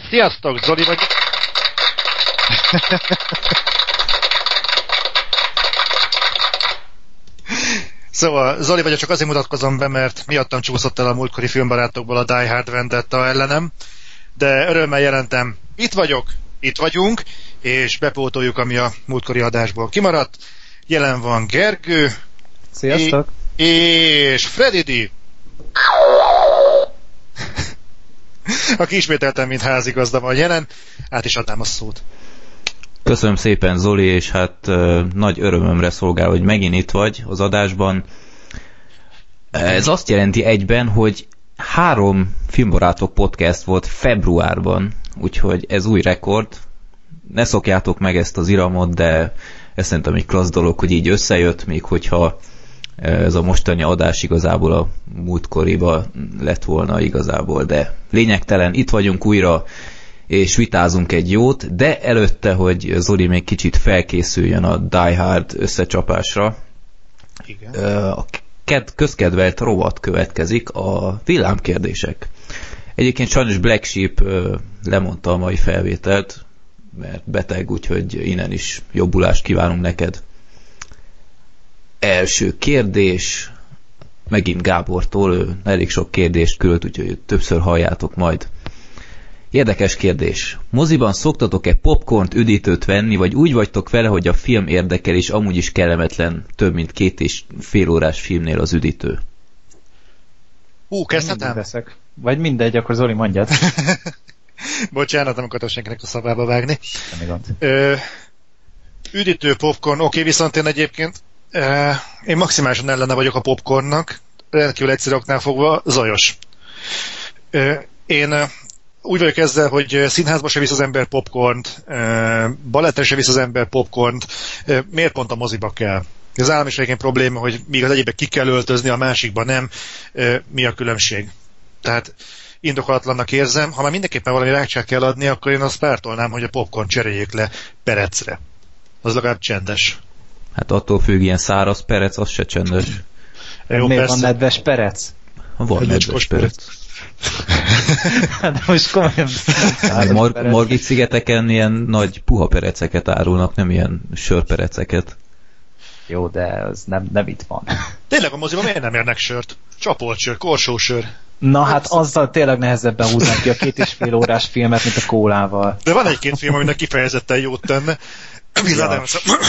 Sziasztok, Zoli vagyok. Szóval, Zoli vagyok, csak azért mutatkozom be, mert miattam csúszott el a múltkori filmbarátokból a Die Hard Vendetta ellenem, de örömmel jelentem, itt vagyok, itt vagyunk, és bepótoljuk, ami a múltkori adásból kimaradt. Jelen van Gergő. Sziasztok! És Freddy D. Aki ismételten, mint házigazda van jelen, át is adnám a szót. Köszönöm szépen, Zoli, és hát nagy örömömre szolgál, hogy megint itt vagy az adásban. Ez azt jelenti egyben, hogy 3 filmbarátok podcast volt februárban, úgyhogy ez új rekord. Ne szokjátok meg ezt az iramot, de ez szerintem egy klassz dolog, hogy így összejött, még hogyha ez a mostani adás igazából a múltkoriba lett volna igazából, de lényegtelen, itt vagyunk újra, és vitázunk egy jót, de előtte, hogy Zoli még kicsit felkészüljön a Die Hard összecsapásra, igen. A közkedvelt rovat következik, a villámkérdések. Egyébként sajnos Black Sheep lemondta a mai felvételt, mert beteg, úgyhogy innen is jobbulást kívánunk neked. Első kérdés, megint Gábortól, ő elég sok kérdést küldött, úgyhogy többször halljátok majd. Érdekes kérdés. Moziban szoktatok-e popcornt, üdítőt venni, vagy úgy vagytok vele, hogy a film érdekel, és amúgy is kellemetlen több mint 2,5 órás filmnél az üdítő? Kezdhetem? Veszek. Vagy mindegy, akkor Zoli mondjad. Bocsánat, nem akartam senkinek a szabába vágni. Üdítő, popcorn, oké, viszont én egyébként én maximálisan ellene vagyok a popcornnak, rendkívül egyszerű oknál fogva, zajos. Én úgy vagyok ezzel, hogy színházba se visz az ember popcornt, balettre se visz az ember popcornt, miért pont a moziba kell? Az állam is egyébként probléma, hogy míg az egyikbe ki kell öltözni, a másikban nem, mi a különbség? Tehát indokolatlannak érzem, ha már mindenképpen valami rákcsát kell adni, akkor én azt pártolnám, hogy a popcorn cseréljék le perecre. Az legalább csendes. Hát attól függ, ilyen száraz perec, az se csendes. Jó, miért van nedves perec? Van nedves perec. De most komolyan. Margit szigeteken ilyen nagy puha pereceket árulnak, nem ilyen sörpereceket. Jó, de az nem itt van. Tényleg a moziban miért nem érnek sört? Csapolt sör, korsósör. Na hát azzal tényleg nehezebben húznánk ki a 2,5 órás filmet, mint a kólával. De van egy-két film, aminek kifejezetten jót tenne. Ja.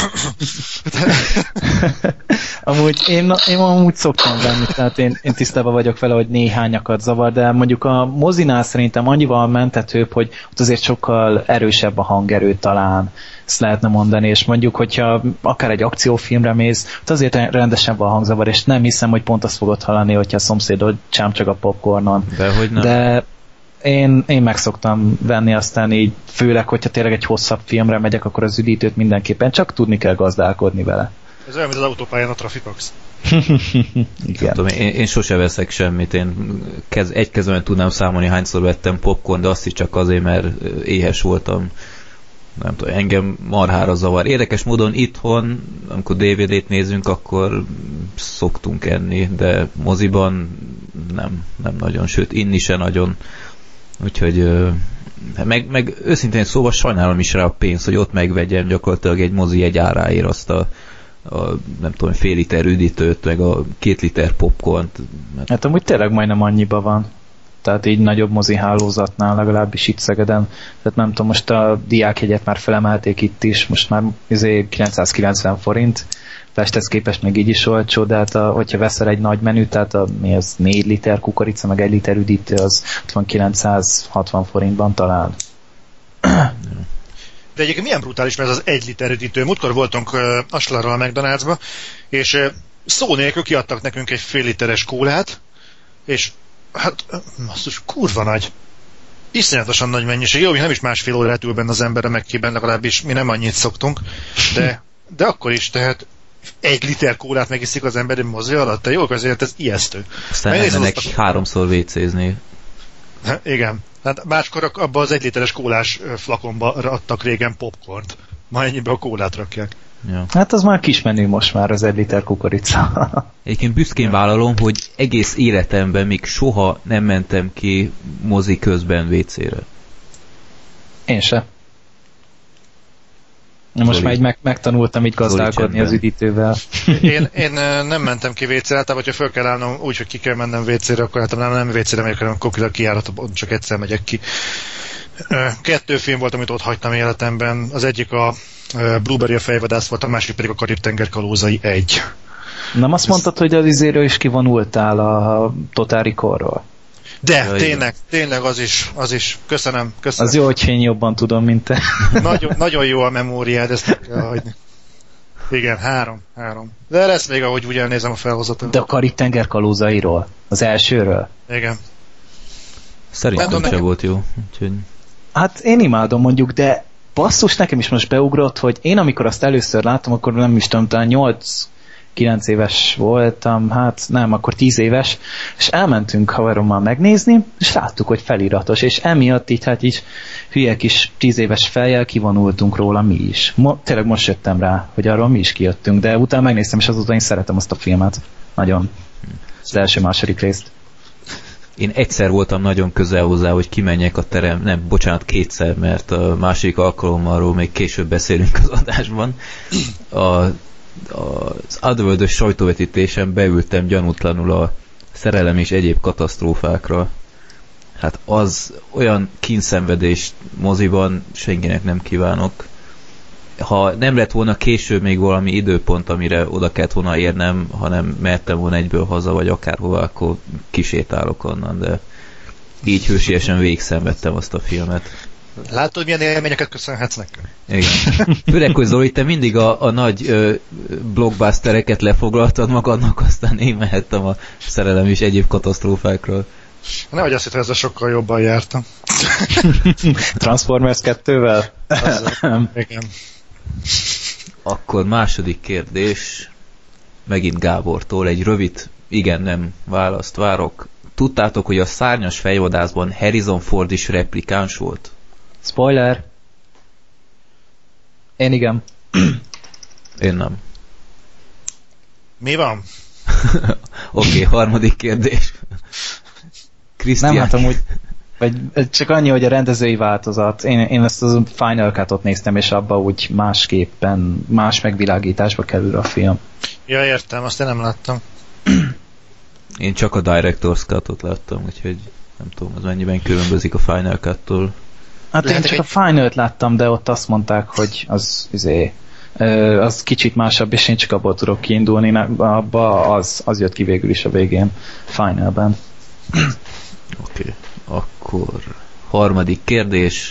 Amúgy én amúgy szoktam venni, tehát én tisztában vagyok vele, hogy néhányakat zavar, de mondjuk a mozinál szerintem annyival mentetőbb, hogy ott azért sokkal erősebb a hangerő talán, ezt lehetne mondani, és mondjuk, hogyha akár egy akciófilmre mész, ott azért rendesen van a hangzavar, és nem hiszem, hogy pont azt fogod hallani, hogyha a szomszédod csámcsog a popcornon. Dehogy nem. De én meg szoktam venni, aztán így, főleg, hogyha tényleg egy hosszabb filmre megyek, akkor az üdítőt mindenképpen csak tudni kell gazdálkodni vele. Ez olyan, mint az autópályán a Trafipax. Igen. Tudom, én sose veszek semmit, én egy kezemben tudnám számolni, hányszor vettem popcorn, de azt is csak azért, mert éhes voltam. Nem tudom, engem marhára zavar. Érdekes módon itthon, amikor DVD-t nézünk, akkor szoktunk enni, de moziban nem nagyon, sőt inni se nagyon. Úgyhogy meg őszintén szóval sajnálom is rá a pénzt, hogy ott megvegyem gyakorlatilag egy mozi egy áráért azt a nem tudom, fél liter üdítőt, meg a 2 liter popcornt. Hát amúgy tényleg majdnem annyiba van. Tehát így nagyobb mozi hálózatnál, legalábbis itt Szegeden. Tehát nem tudom, most a diákjegyet már felemelték itt is, most már 990 forint. Pesthez képest meg így is olcsó, de hát hogyha veszel egy nagy menüt, tehát mi az 4 liter kukorica, meg 1 liter üdítő, az ott van 960 forintban talán. De egyébként milyen brutális, mert ez az 1 liter üdítő. Múltkor voltunk Aslarral a McDonald'sba, és szó nélkül kiadtak nekünk egy fél literes kólát, és hát, basszus, kurva nagy. Iszonyatosan nagy mennyiség. Jó, mi nem is másfél órát ül benne az ember a Mac-ben, legalábbis mi nem annyit szoktunk, de akkor is, tehát 1 liter kólát megiszik az ember egy mozi alatt, de jó, azért ez ijesztő. Aztán mennek 3-szor WC-zni. Igen. Hát máskor abban az 1 literes kólás flakonba adtak régen popcornt. Ma ennyibe a kólát rakják. Ja. Hát az már kis menü most már, az 1 liter kukorica. Egyébként büszkén vállalom, hogy egész életemben még soha nem mentem ki mozi közben WC-re. Én se. Most már így megtanultam így gazdálkodni az üdítővel. Én nem mentem ki WC-re, általában, hogyha föl kell állnom úgy, hogy ki kell mennem WC-re, akkor általában nem WC-re megyek, hanem kokila kijáraton, csak egyszer megyek ki. 2 film volt, amit ott hagytam életemben. Az egyik a Blueberry a fejvadász volt, a másik pedig a Karib-tenger kalózai 1. Nem azt mondtad, hogy az izéről is kivonultál a Total Recall-ról? De, tényleg az is. Köszönöm. Az jó, hogy én jobban tudom, mint te. Nagyon jó a memóriád, ezt meg kell hagyni. Igen, 3. De lesz még, ahogy úgy elnézem a felhozatot. De a Karib-tenger kalózairól? Az elsőről? Igen. Szerintem sem volt jó. Úgyhogy... Hát én imádom mondjuk, de basszus, nekem is most beugrott, hogy én amikor azt először láttam, akkor nem is tudom, talán 8-9 éves voltam, hát nem, akkor 10 éves, és elmentünk haverommal megnézni, és láttuk, hogy feliratos, és emiatt így hülye kis 10 éves fejjel kivonultunk róla mi is. Tényleg most jöttem rá, hogy arról mi is kijöttünk, de utána megnéztem, és azóta én szeretem azt a filmet. Nagyon. Az első-második részt. Én egyszer voltam nagyon közel hozzá, hogy kimenjek a terem, nem, bocsánat, 2-szer, mert a másik alkalommalról még később beszélünk az adásban. Az Otherworld-ös sajtóvetítésen beültem gyanútlanul a Szerelem és egyéb katasztrófákra. Hát az olyan kínszenvedést moziban senkinek nem kívánok. Ha nem lett volna később még valami időpont, amire oda kellett volna érnem, hanem mehettem volna egyből haza, vagy akárhova, akkor kisétálok onnan, de így hősiesen végigszenvedtem azt a filmet. Látod, milyen élményeket köszönhetsz nekem? Igen. Főleg, hogy Zoli, te mindig a nagy blockbustereket lefoglaltad magadnak, aztán én mehettem a Szerelem és egyéb katasztrófákról. Nehogy azt hitt, ezzel sokkal jobban jártam. Transformers 2-vel? Igen. Akkor második kérdés, megint Gábortól, egy rövid igen-nem választ várok. Tudtátok, hogy a Szárnyas fejvadászban Harrison Ford is replikáns volt? Spoiler! Én igen. Én nem. Mi van? Oké, harmadik kérdés. Krisztián. Nem, hát amúgy vagy csak annyi, hogy a rendezői változat. Én ezt a Final Cut-ot néztem, és abba úgy másképpen, más megvilágításba kerül a film. Ja, értem, azt én nem láttam. Én csak a Director's Cut-ot láttam, úgyhogy nem tudom, az mennyiben különbözik a Final Cut-tól. Hát én csak a Final-t láttam, de ott azt mondták, hogy az kicsit másabb, és én csak abból tudok kiindulni, abba az jött ki végül is a végén, Finalben. Oké, akkor harmadik kérdés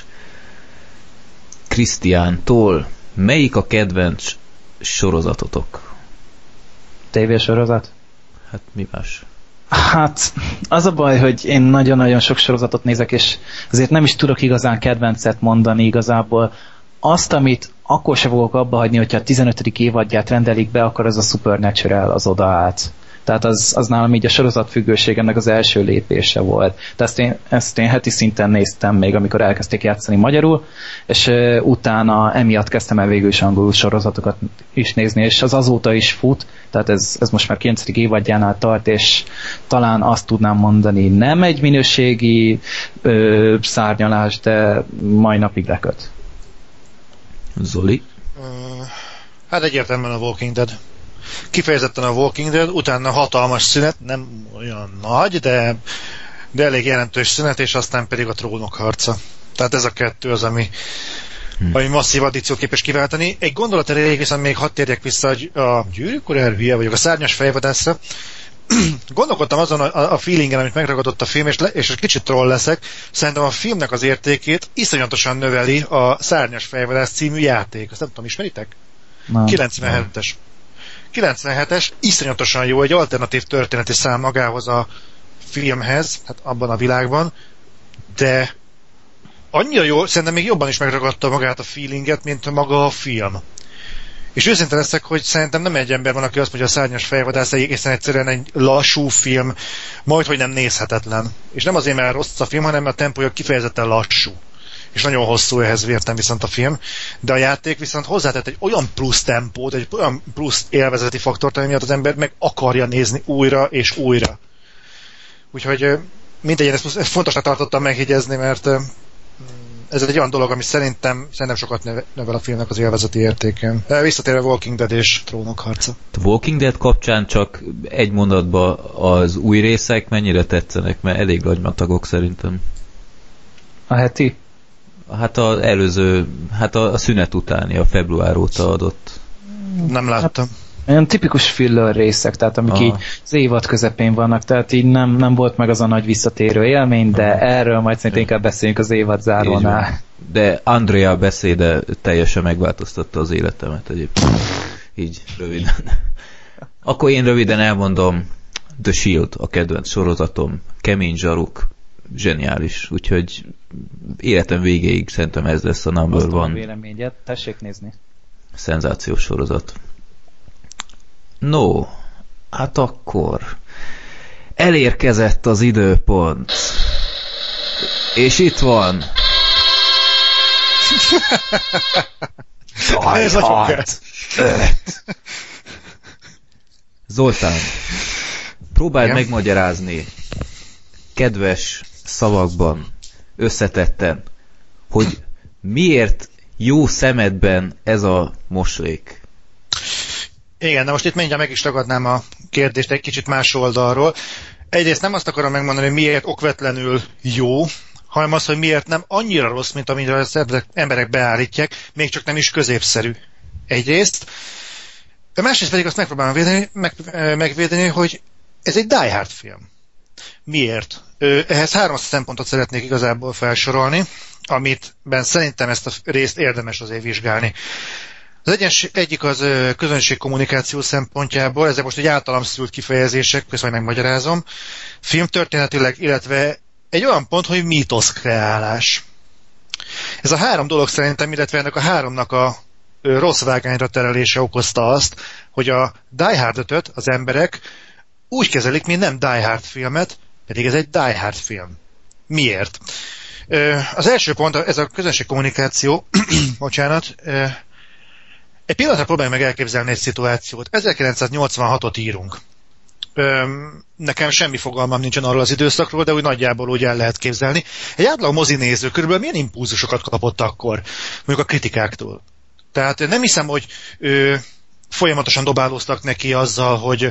Krisztiántól. Melyik a kedvenc sorozatotok? TV-sorozat? Hát mi más? Hát az a baj, hogy én nagyon-nagyon sok sorozatot nézek, és azért nem is tudok igazán kedvencet mondani igazából. Azt, amit akkor se fogok abba hagyni, hogyha a 15. évadját rendelik be, akkor az a Supernatural, az odaállt. Tehát az nálam így a sorozatfüggőségemnek az első lépése volt. Tehát ezt én heti szinten néztem még, amikor elkezdték játszani magyarul, és utána emiatt kezdtem el végül is angolul sorozatokat is nézni, és az azóta is fut, tehát ez most már 9. évadjánál tart, és talán azt tudnám mondani, nem egy minőségi szárnyalás, de mai napig leköt. Zoli? Hát egyértelműen a Walking Dead. Kifejezetten a Walking Dead, utána hatalmas szünet, nem olyan nagy, de elég jelentős szünet, és aztán pedig a Trónok harca. Tehát ez a kettő az, ami masszív addíciót képes kiváltani. Egy gondolat erejéig viszont még hadd térjek vissza a Gyűrűk Ura, hülye vagyok, a Szárnyas fejvadászra. Gondolkodtam azon a feelingen, amit megragadott a film, és kicsit troll leszek. Szerintem a filmnek az értékét iszonyatosan növeli a Szárnyas fejvadász című játék. Azt nem tudom, ismeritek? 97-es. 97-es, iszonyatosan jó, egy alternatív történeti szám magához a filmhez, hát abban a világban, de annyira jó, szerintem még jobban is megragadta magát a feelinget, mint maga a film. És őszinte leszek, hogy szerintem nem egy ember van, aki azt mondja, a Szárnyas fejvadász egészen egyszerűen egy lassú film, majdhogy nem nézhetetlen. És nem azért, mert rossz a film, hanem a tempója kifejezetten lassú. És nagyon hosszú, ehhez vértem viszont a film, de a játék viszont hozzátett egy olyan plusz tempót, egy olyan plusz élvezeti faktort, ami miatt az ember meg akarja nézni újra és újra. Úgyhogy mindegy, ezt fontosnak tartottam megjegyezni, mert ez egy olyan dolog, ami szerintem sokat növel a filmnek az élvezeti értékén. Visszatérve Walking Dead és Trónok harca. A Walking Dead kapcsán csak egy mondatban az új részek mennyire tetszenek, mert elég lagymatagok szerintem. A heti? Hát az előző, hát a szünet utáni, a február óta adott. Nem láttam. Olyan tipikus filler részek, tehát amik így az évad közepén vannak, tehát így nem volt meg az a nagy visszatérő élmény, de erről majd szerintem inkább beszéljünk az évad zárónál. De Andrea beszéde teljesen megváltoztatta az életemet egyébként. Így röviden. Akkor én röviden elmondom, The Shield, a kedvenc sorozatom, kemény zsaruk, zseniális, úgyhogy életem végéig szerintem ez lesz a number one. Véleményed, tessék nézni. Szenzációs sorozat. No, hát akkor elérkezett az időpont. És itt van. Ez nagyon kert. Zoltán, próbáld megmagyarázni kedves szavakban, összetetten, hogy miért jó szemedben ez a moslék. Igen, de most itt mindjárt meg is ragadnám a kérdést egy kicsit más oldalról. Egyrészt nem azt akarom megmondani, hogy miért okvetlenül jó, hanem az, hogy miért nem annyira rossz, mint amire az emberek beállítják, még csak nem is középszerű. Egyrészt. A másrészt pedig azt megpróbálom megvédeni, hogy ez egy Die Hard film. Miért? Ehhez 3 szempontot szeretnék igazából felsorolni, amitben szerintem ezt a részt érdemes azért vizsgálni. Az egyik az közönségkommunikáció szempontjából, ezek most egy általam szült kifejezések, ezt majd megmagyarázom, filmtörténetileg, illetve egy olyan pont, hogy mítoszkreálás. Ez a 3 dolog szerintem, illetve ennek a 3-nak a rossz vágányra terelése okozta azt, hogy a Die Hard 5-öt az emberek úgy kezelik, mint nem Die Hard filmet, pedig ez egy Die Hard film. Miért? Az első pont, ez a közönségkommunikáció, bocsánat, egy pillanatra próbálj meg elképzelni egy szituációt. 1986-ot írunk. Nekem semmi fogalmam nincsen arról az időszakról, de úgy nagyjából úgy el lehet képzelni. Egy átlag mozinéző körülbelül milyen impulzusokat kapott akkor, mondjuk a kritikáktól. Tehát nem hiszem, hogy folyamatosan dobálóztak neki azzal, hogy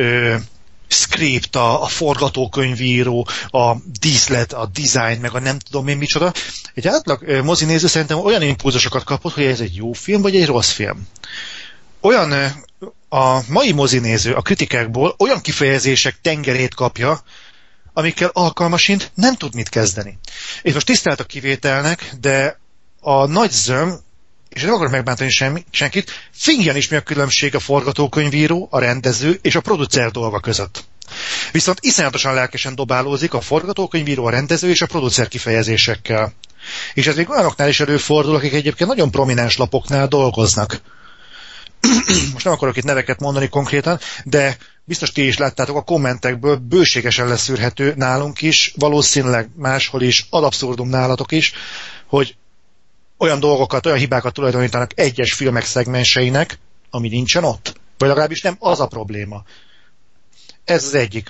script, a forgatókönyvíró, a díszlet, a design, meg a nem tudom én micsoda. Egy átlag mozinéző szerintem olyan impulzusokat kapott, hogy ez egy jó film, vagy egy rossz film. Olyan a mai mozinéző a kritikákból olyan kifejezések tengerét kapja, amikkel alkalmasint nem tud mit kezdeni. És most tisztelt a kivételnek, de a nagy zöm, és nem akarok megbántani senkit, fingjan is mi a különbség a forgatókönyvíró, a rendező és a producer dolga között. Viszont iszonyatosan lelkesen dobálózik a forgatókönyvíró, a rendező és a producer kifejezésekkel. És ez még olyanoknál is előfordul, akik egyébként nagyon prominens lapoknál dolgoznak. Most nem akarok itt neveket mondani konkrétan, de biztos ti is láttátok a kommentekből, bőségesen leszűrhető nálunk is, valószínűleg máshol is, ad abszurdum nálatok is, hogy olyan dolgokat, olyan hibákat tulajdonítanak egyes filmek szegmenseinek, ami nincsen ott. Vagy legalábbis nem az a probléma. Ez az egyik.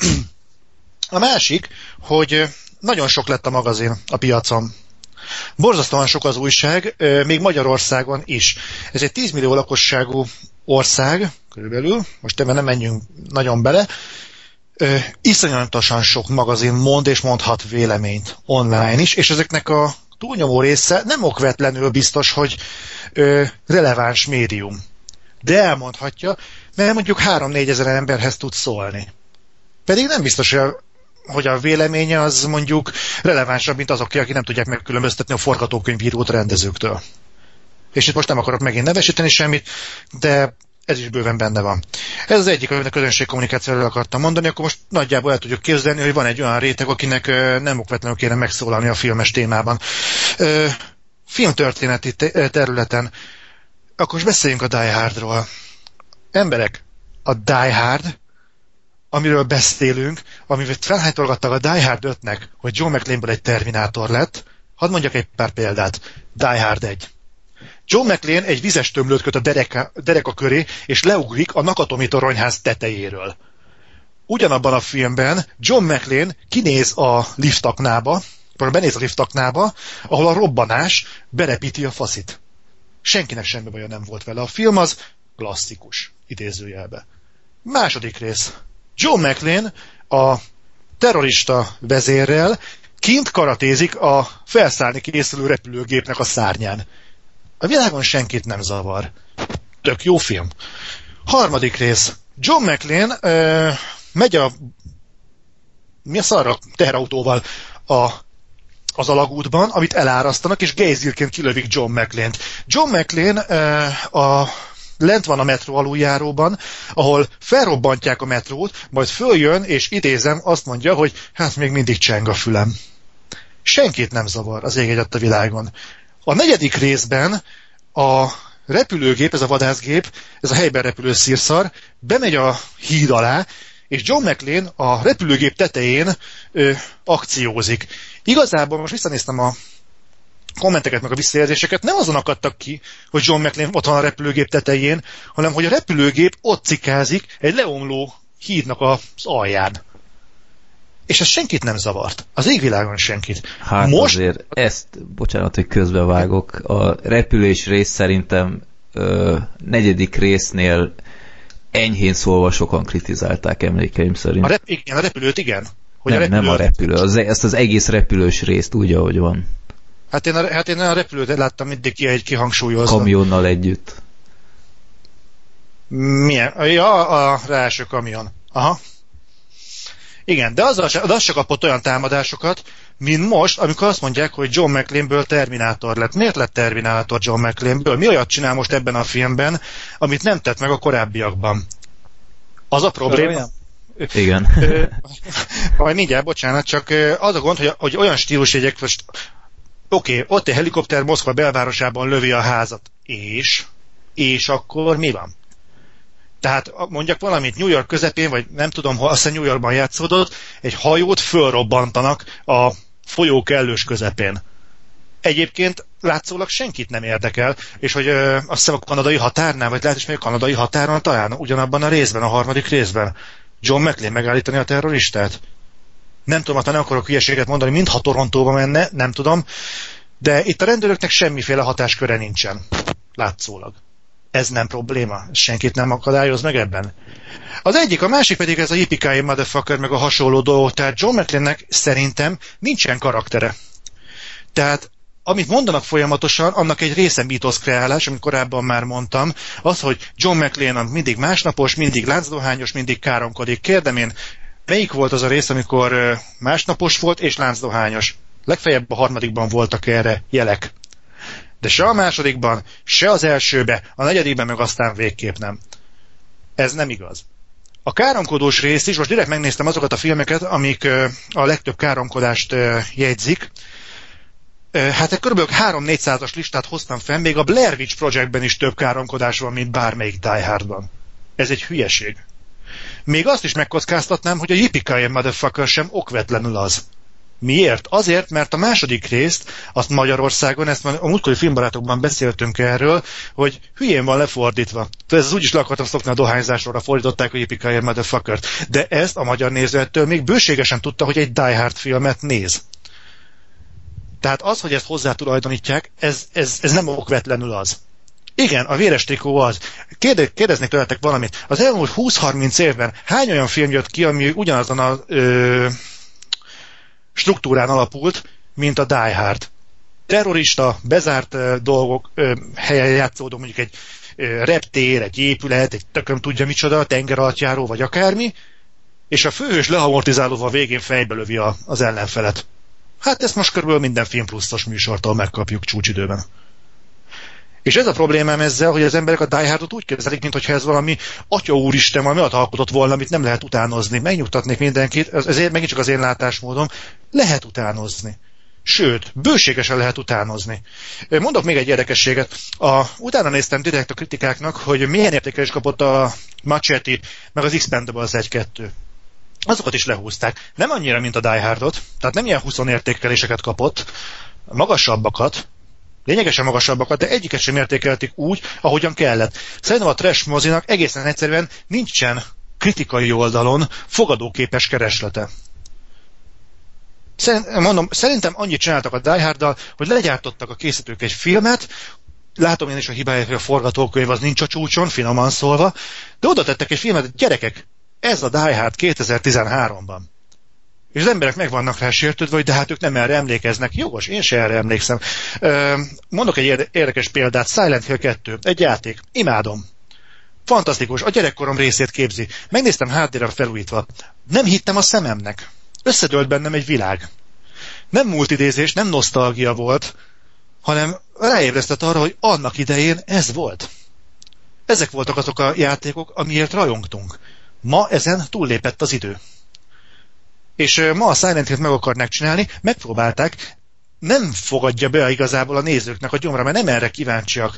A másik, hogy nagyon sok lett a magazin a piacon. Borzasztóan sok az újság, még Magyarországon is. Ez egy 10 millió lakosságú ország, körülbelül, most ebben nem menjünk nagyon bele, iszonyatosan sok magazin mond és mondhat véleményt online is, és ezeknek a túlnyomó része nem okvetlenül biztos, hogy releváns médium. De elmondhatja, mert mondjuk 3-4 ezer emberhez tud szólni. Pedig nem biztos, hogy a véleménye az mondjuk relevánsabb, mint azok, akik nem tudják megkülönböztetni a forgatókönyvírót rendezőktől. És itt most nem akarok megint nevesíteni semmit, de ez is bőven benne van. Ez az egyik, amit a közönségkommunikációról akartam mondani, akkor most nagyjából el tudjuk képzelni, hogy van egy olyan réteg, akinek nem okvetlenül kéne megszólalni a filmes témában. Filmtörténeti területen. Akkor most beszéljünk a Die Hardról. Emberek, a Die Hard, amiről beszélünk, amivel felhánytolgattak a Die Hard 5-nek, hogy John McClaneből egy Terminátor lett, hadd mondjak egy pár példát. Die Hard 1. John McClane egy vizes tömlőt köt a dereka köré, és leugrik a Nakatomi toronyház tetejéről. Ugyanabban a filmben John McClane kinéz a liftaknába, benéz a liftaknába, ahol a robbanás berepíti a faszit. Senkinek semmi baja nem volt vele. A film az klasszikus, idézőjelbe. Második rész. John McClane a terrorista vezérrel kint karatézik a felszállni készülő repülőgépnek a szárnyán. A világon senkit nem zavar. Tök jó film. Harmadik rész. John McClane megy teherautóval az alagútban, amit elárasztanak, és gejzírként kilövik John McClane-t. John McClane lent van a metró aluljáróban, ahol felrobbantják a metrót, majd följön, és idézem, azt mondja, hogy hát még mindig cseng a fülem. Senkit nem zavar az ég egyet a világon. A negyedik részben a repülőgép, ez a vadászgép, ez a helyben repülő szírszar, bemegy a híd alá, és John McClane a repülőgép tetején akciózik. Igazából most visszanéztem a kommenteket, meg a visszajelzéseket, nem azon akadtak ki, hogy John McClane ott van a repülőgép tetején, hanem hogy a repülőgép ott cikázik egy leomló hídnak az alján. És ez senkit nem zavart. Az égvilágon senkit. Hát most... azért bocsánat, hogy közbevágok, a repülés rész szerintem negyedik résznél enyhén szólva sokan kritizálták, emlékeim szerint. Igen, a repülőt, igen. Hogy nem a repülő, ezt az egész repülős részt úgy, ahogy van. Hát én a repülőt láttam mindig kihangsúlyozva. Kamionnal együtt. Milyen? Ja, a első kamion. Aha. Igen, de az se kapott olyan támadásokat, mint most, amikor azt mondják, hogy John McClane-ből Terminátor lett. Miért lett Terminátor John McClane-ből? Mi olyat csinál most ebben a filmben, amit nem tett meg a korábbiakban? Az a probléma... Igen. Majd mindjárt, bocsánat, csak az a gond, hogy olyan stílusjegyek most... Oké, ott egy helikopter Moszkva belvárosában lövi a házat. És akkor mi van? Tehát mondjak valamit, New York közepén, vagy nem tudom, hol, azt New Yorkban játszódott, egy hajót fölrobbantanak a folyó kellős közepén. Egyébként látszólag senkit nem érdekel, és hogy azt hiszem a kanadai határnál, vagy lehet is még a kanadai határon talán ugyanabban a részben, a harmadik részben John McClane megállítani a terroristát. Nem tudom, nem akarok hülyeséget mondani, mintha Torontóba menne, nem tudom, de itt a rendőröknek semmiféle hatásköre nincsen. Látszólag. Ez nem probléma. Senkit nem akadályoz meg ebben. Az egyik, a másik pedig ez a yippee motherfucker, meg a hasonló dolgok. Tehát John McClane-nek szerintem nincsen karaktere. Tehát amit mondanak folyamatosan, annak egy része mítoszkreálás, amit korábban már mondtam, az, hogy John McClane mindig másnapos, mindig láncdohányos, mindig káromkodik. Kérdem én, melyik volt az a rész, amikor másnapos volt és láncdohányos? Legfeljebb a harmadikban voltak erre jelek. De se a másodikban, se az elsőbe, a negyedikben meg aztán végképp nem. Ez nem igaz. A káromkodós rész is, most direkt megnéztem azokat a filmeket, amik a legtöbb káromkodást jegyzik. Hát egy kb. 3-400-as listát hoztam fenn, még a Blair Witch Projectben is több káromkodás van, mint bármelyik Die Hardban. Ez egy hülyeség. Még azt is megkockáztatnám, hogy a yippee motherfucker sem okvetlenül az. Miért? Azért, mert a második részt, azt Magyarországon, ezt már a múltkori filmbarátokban beszéltünk erről, hogy hülyén van lefordítva. Tehát ez úgyis le akartam szokni a dohányzásra, fordították a yippee motherfuckert. De ezt a magyar néző ettől még bőségesen tudta, hogy egy Die Hard filmet néz. Tehát az, hogy ezt hozzá tulajdonítják, ez nem okvetlenül az. Igen, a véres trikó az. Kérdeznék tőletek valamit. Az elmúlt 20-30 évben hány olyan film jött ki, ami ugyanazon a struktúrán alapult, mint a Die Hard? Terrorista, bezárt dolgok, helyen játszódó, mondjuk egy reptér, egy épület, egy tököm tudja micsoda, tengeralattjáró, vagy akármi, és a főhős leamortizálóval végén fejbe lövi az ellenfelet. Hát ezt most körülbelül minden Film Pluszos műsortól megkapjuk csúcsidőben. És ez a problémám ezzel, hogy az emberek a Die Hardot úgy kezelik, mintha ez valami Atya Úristen, valami olyat alkotott volna, amit nem lehet utánozni. Megnyugtatnék mindenkit, ez megint csak az én látásmódom, lehet utánozni. Sőt, bőségesen lehet utánozni. Mondok még egy érdekességet. Utána néztem direkt a kritikáknak, hogy milyen értékelés kapott a Machete, meg az Expendables 1-2. Azokat is lehúzták. Nem annyira, mint a Die Hardot, tehát nem ilyen 20 értékeléseket kapott, magasabbakat, lényegesen magasabbakat, de egyiket sem értékelték úgy, ahogyan kellett. Szerintem a trash mozinak egészen egyszerűen nincsen kritikai oldalon fogadóképes kereslete. Szerintem annyit csináltak a Die Harddal, hogy legyártottak a készítők egy filmet, látom én is a hibáját, hogy a forgatókönyv az nincs a csúcson, finoman szólva, de oda tettek egy filmet, gyerekek, ez a Die Hard 2013-ban. És az emberek meg vannak rá sértődve, hogy de hát ők nem erre emlékeznek. Jogos, én se erre emlékszem. Mondok egy érdekes példát, Silent Hill 2, egy játék. Imádom. Fantasztikus, a gyerekkorom részét képzi. Megnéztem HD-ra felújítva. Nem hittem a szememnek. Összedőlt bennem egy világ. Nem multidézés, nem nosztalgia volt, hanem ráébresztett arra, hogy annak idején ez volt. Ezek voltak azok a játékok, amiért rajongtunk. Ma ezen túllépett az idő. És ma a Silent Hill-t meg akarnák csinálni, megpróbálták, nem fogadja be igazából a nézőknek a gyomra, mert nem erre kíváncsiak.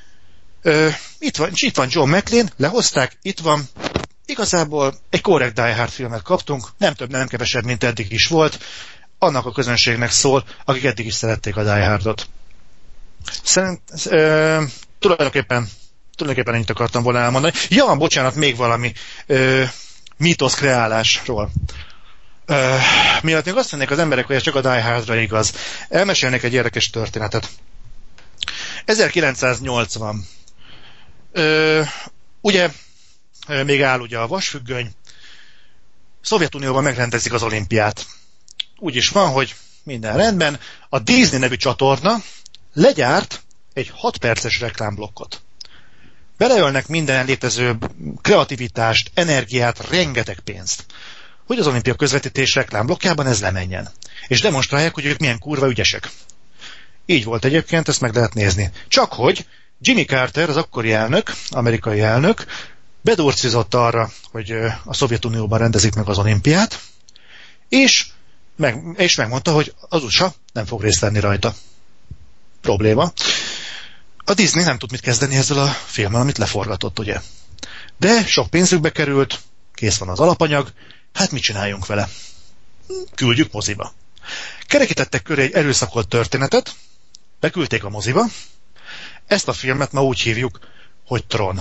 Itt van John McClane, lehozták, itt van. Igazából egy korrekt Die Hard filmet kaptunk, nem több, nem kevesebb, mint eddig is volt. Annak a közönségnek szól, akik eddig is szerették a Die Hardot. Tulajdonképpen ennyit akartam volna elmondani. Ja, bocsánat, még valami mítosz kreálásról. Miatt még azt mondják az emberek, hogy ez csak a Die Hardra igaz. Elmesélnék egy érdekes történetet. 1980. Ugye, még áll ugye a vasfüggöny. Szovjetunióban megrendezik az olimpiát. Úgy is van, hogy minden rendben. A Disney nevű csatorna legyárt egy 6 perces reklámblokkot. Beleölnek minden létező kreativitást, energiát, rengeteg pénzt, hogy az olimpia közvetítés reklámblokkjában ez lemenjen. És demonstrálják, hogy ők milyen kurva ügyesek. Így volt egyébként, ezt meg lehet nézni. Csak hogy Jimmy Carter, az akkori elnök, amerikai elnök, bedurcizott arra, hogy a Szovjetunióban rendezik meg az olimpiát, és megmondta, hogy az USA nem fog részt venni rajta. Probléma. A Disney nem tud mit kezdeni ezzel a filmmel, amit leforgatott, ugye. De sok pénzükbe került, kész van az alapanyag, hát mit csináljunk vele? Küldjük moziba. Kerekítettek köré egy erőszakolt történetet, beküldték a moziba, ezt a filmet ma úgy hívjuk, hogy Tron.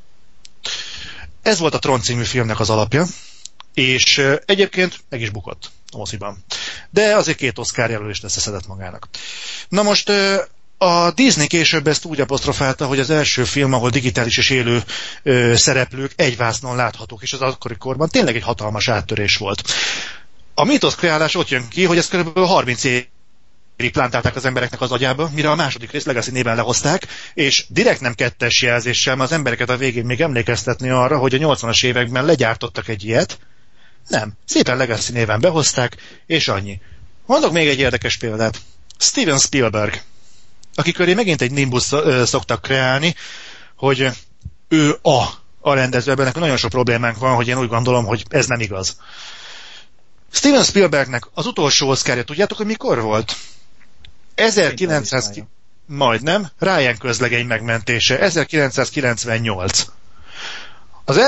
Ez volt a Tron című filmnek az alapja, és egyébként meg is bukott a moziban. De azért 2 Oscar jelölést összeszedett magának. Na most a Disney később ezt úgy apostrofálta, hogy az első film, ahol digitális és élő szereplők egy vásznon láthatók, és az akkori korban tényleg egy hatalmas áttörés volt. A mítosz kreálás ott jön ki, hogy ezt kb. 30 évig plántálták az embereknek az agyába, mire a második rész Legacy néven lehozták, és direkt nem 2-es jelzéssel, mert az embereket a végén még emlékeztetni arra, hogy a 80-as években legyártottak egy ilyet. Nem, szépen Legacy néven behozták, és annyi. Mondok még egy érdekes példát. Steven Spielberg, aki köré megint egy nimbus szoktak kreálni, hogy ő a rendező, ebben nagyon sok problémánk van, hogy én úgy gondolom, hogy ez nem igaz. Steven Spielbergnek az utolsó Oscarja, tudjátok, hogy mikor volt? 1900... Majdnem, Ryan közlegény megmentése, 1998. Az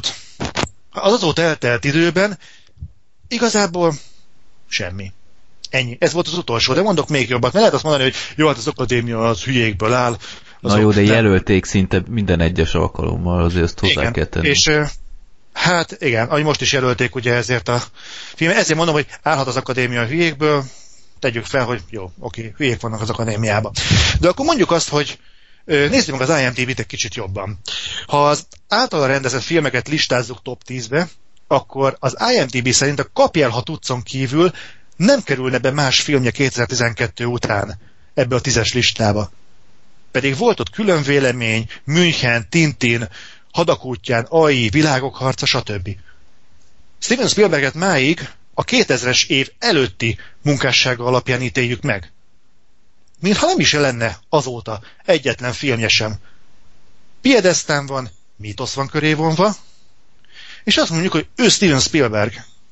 azóta eltelt időben igazából semmi. Ennyi. Ez volt az utolsó, de mondok még jobbat, mert lehet azt mondani, hogy jó, hát az akadémia az hülyékből áll. Na jó, de jelölték szinte minden egyes alkalommal, azért ezt hozzá kell tenni. És hát igen, ahogy most is jelölték ugye ezért a film. Ezért mondom, hogy állhat az akadémia a hülyékből, tegyük fel, hogy jó, oké, hülyék vannak az akadémiában. De akkor mondjuk azt, hogy nézzük meg az IMDb-t egy kicsit jobban. Ha az általa rendezett filmeket listázzuk top 10-be, akkor az IMDb szerint a Kapj el, ha tudszon kívül nem kerülne be más filmje 2012 után ebbe a 10-es listába. Pedig volt ott Külön vélemény, München, Tintin, Hadakútján, AI, Világok harca, stb. Steven Spielberget máig a 2000-es év előtti munkássága alapján ítéljük meg. Mintha nem is lenne azóta egyetlen filmje sem. Piedesztán van, mítosz van köré vonva, és azt mondjuk, hogy ő Steven Spielberg.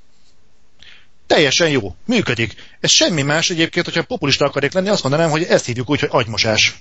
Teljesen jó, működik. Ez semmi más egyébként, hogyha populista akarják lenni, azt mondanám, hogy ezt hívjuk úgy, hogy agymosás.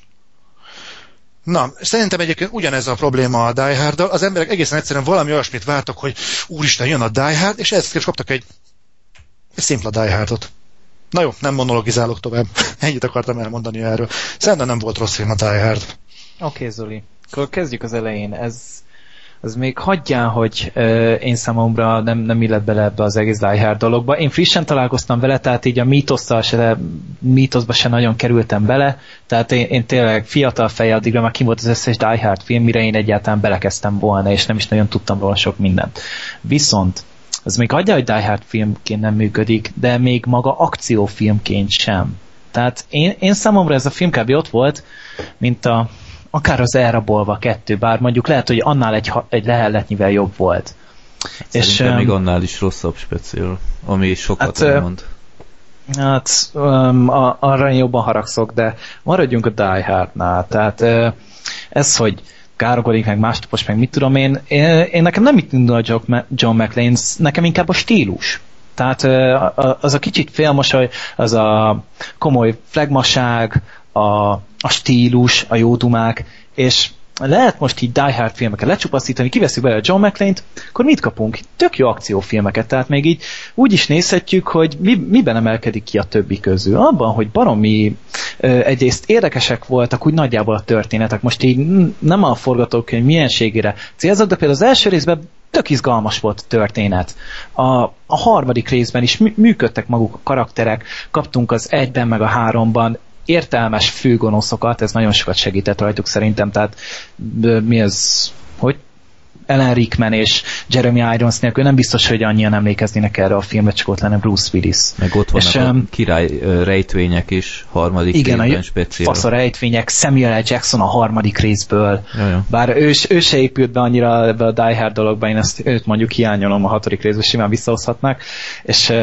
Na, szerintem egyébként ugyanez a probléma a Die Harddal. Az emberek egészen egyszerűen valami olyasmit vártak, hogy úristen, jön a Die Hard, és ezt is kaptak egy szimpla Die Hardot. Na jó, nem monologizálok tovább. Ennyit akartam elmondani erről. Szerintem nem volt rossz film a Die Hard. Oké, Zoli. Akkor kezdjük az elején. Ez az még hagyján, hogy én számomra nem illet bele ebbe az egész Die Hard dologba. Én frissen találkoztam vele, tehát így a mítoszba se nagyon kerültem bele, tehát én tényleg fiatal fejjel addigra már ki volt az összes Die Hard film, mire én egyáltalán belekezdtem volna, és nem is nagyon tudtam róla sok mindent. Viszont az még hagyja, hogy Die Hard filmként nem működik, de még maga akciófilmként sem. Tehát én számomra ez a film kb. Ott volt, mint akár az Elrabolva 2, bár mondjuk lehet, hogy annál egy lehelletnyivel jobb volt. Szerintem még annál is rosszabb speciál, ami sokat elmond. Hát arra én jobban haragszok, de maradjunk a Die Hardnál. Tehát ez, hogy károkodik, meg másnapos, meg mit tudom én nekem nem mit indul a John McClane, nekem inkább a stílus. Tehát az a kicsit félmosoly, az a komoly flegmaság, a stílus, a jó dumák, és lehet most így Die Hard filmeket lecsupaszítani, kiveszünk bele a John McClane-t, akkor mit kapunk? Tök jó akciófilmeket, tehát még így úgy is nézhetjük, hogy miben emelkedik ki a többi közül. Abban, hogy baromi egyrészt érdekesek voltak úgy nagyjából a történetek. Most így nem a forgatókönyv mienségére célzok, de például az első részben tök izgalmas volt a történet. A harmadik részben is működtek maguk a karakterek, kaptunk az 1-ben meg a 3-ban értelmes főgonoszokat, ez nagyon sokat segített rajtuk szerintem, tehát mi ez, hogy Alan Rickman és Jeremy Irons nélkül nem biztos, hogy annyian emlékeznének erre a filmre, csak ott lenne Bruce Willis. Meg ott vannak a király rejtvények is, harmadik részben speciál. Fasz a rejtvények, Samuel L. Jackson a harmadik részből. Jaja. Bár ő se épült be annyira ebbe a Die Hard dologba, én őt mondjuk hiányolom a hatodik részben, simán visszahozhatnak, és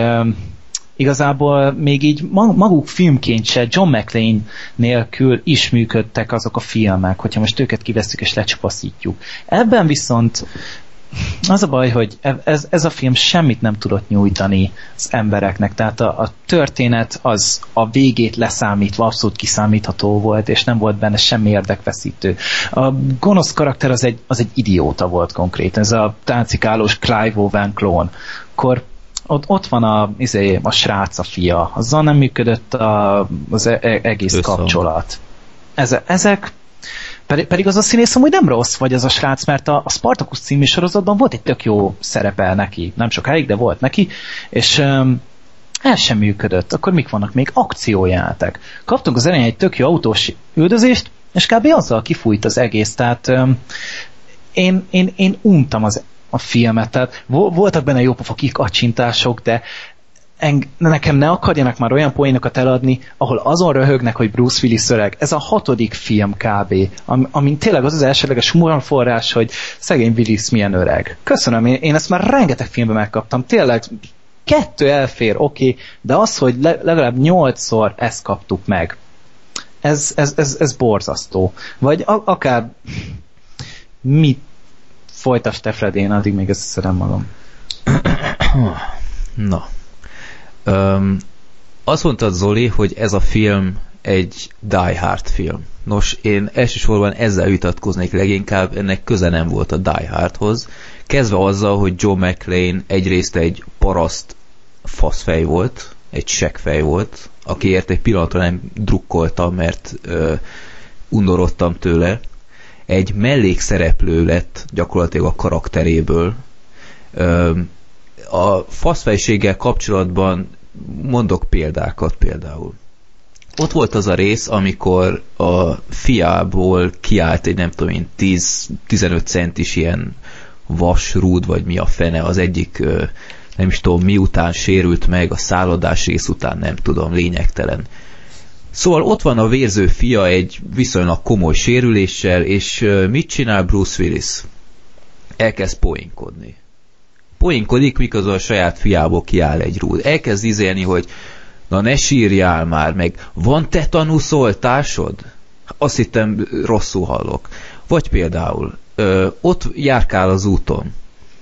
igazából még így maguk filmként se, John McClane nélkül is működtek azok a filmek, hogyha most őket kiveszünk és lecsupaszítjuk. Ebben viszont az a baj, hogy ez a film semmit nem tudott nyújtani az embereknek, tehát a történet az a végét leszámítva abszolút kiszámítható volt, és nem volt benne semmi érdekveszítő. A gonosz karakter az egy idióta volt konkrétan, ez a táncikálós Clive Owen klón. Akkor ott van a srác, a fia. Azzal nem működött az egész kapcsolat. Ezek pedig az a színész amúgy nem rossz, vagy az a srác, mert a Spartacus című sorozatban volt egy tök jó szerepe neki. Nem sokáig, de volt neki. És el sem működött. Akkor mik vannak még? Akciójátek. Kaptunk az elején egy tök jó autós üldözést, és kb. Azzal kifújt az egész. Tehát én untam a filmet, tehát voltak benne jópofa kikacsintások, de nekem ne akarjanak már olyan poénokat eladni, ahol azon röhögnek, hogy Bruce Willis öreg. Ez a 6. film kb. Amin tényleg az elsődleges humorforrás, hogy szegény Willis milyen öreg. Köszönöm, én ezt már rengeteg filmben megkaptam. Tényleg 2 elfér, oké, de az, hogy legalább 8-szor ezt kaptuk meg. Ez borzasztó. Vagy akár mit folytasd te, Fred, én addig még ezt szedem magam. Na. Azt mondtad, Zoli, hogy ez a film egy Die Hard film. Nos, én elsősorban ezzel vitatkoznék leginkább, ennek köze nem volt a Die Hardhoz. Kezdve azzal, hogy John McClane egyrészt egy paraszt faszfej volt, egy seggfej volt, akiért egy pillanatra nem drukkoltam, mert undorodtam tőle. Egy mellékszereplő lett gyakorlatilag a karakteréből. A faszfejséggel kapcsolatban mondok példákat például. Ott volt az a rész, amikor a fiából kiállt egy nem tudom én 10-15 centis ilyen vasrúd, vagy mi a fene, az egyik nem is tudom miután sérült meg, a szállodás rész után nem tudom, lényegtelen. Szóval ott van a vérző fia egy viszonylag komoly sérüléssel, és mit csinál Bruce Willis? Elkezd poénkodni. Poénkodik, miközben a saját fiából kiáll egy rúd. Elkezd izélni, hogy na ne sírjál már, meg van tetanuszoltásod? Azt hittem, rosszul hallok. Vagy például, ott járkál az úton.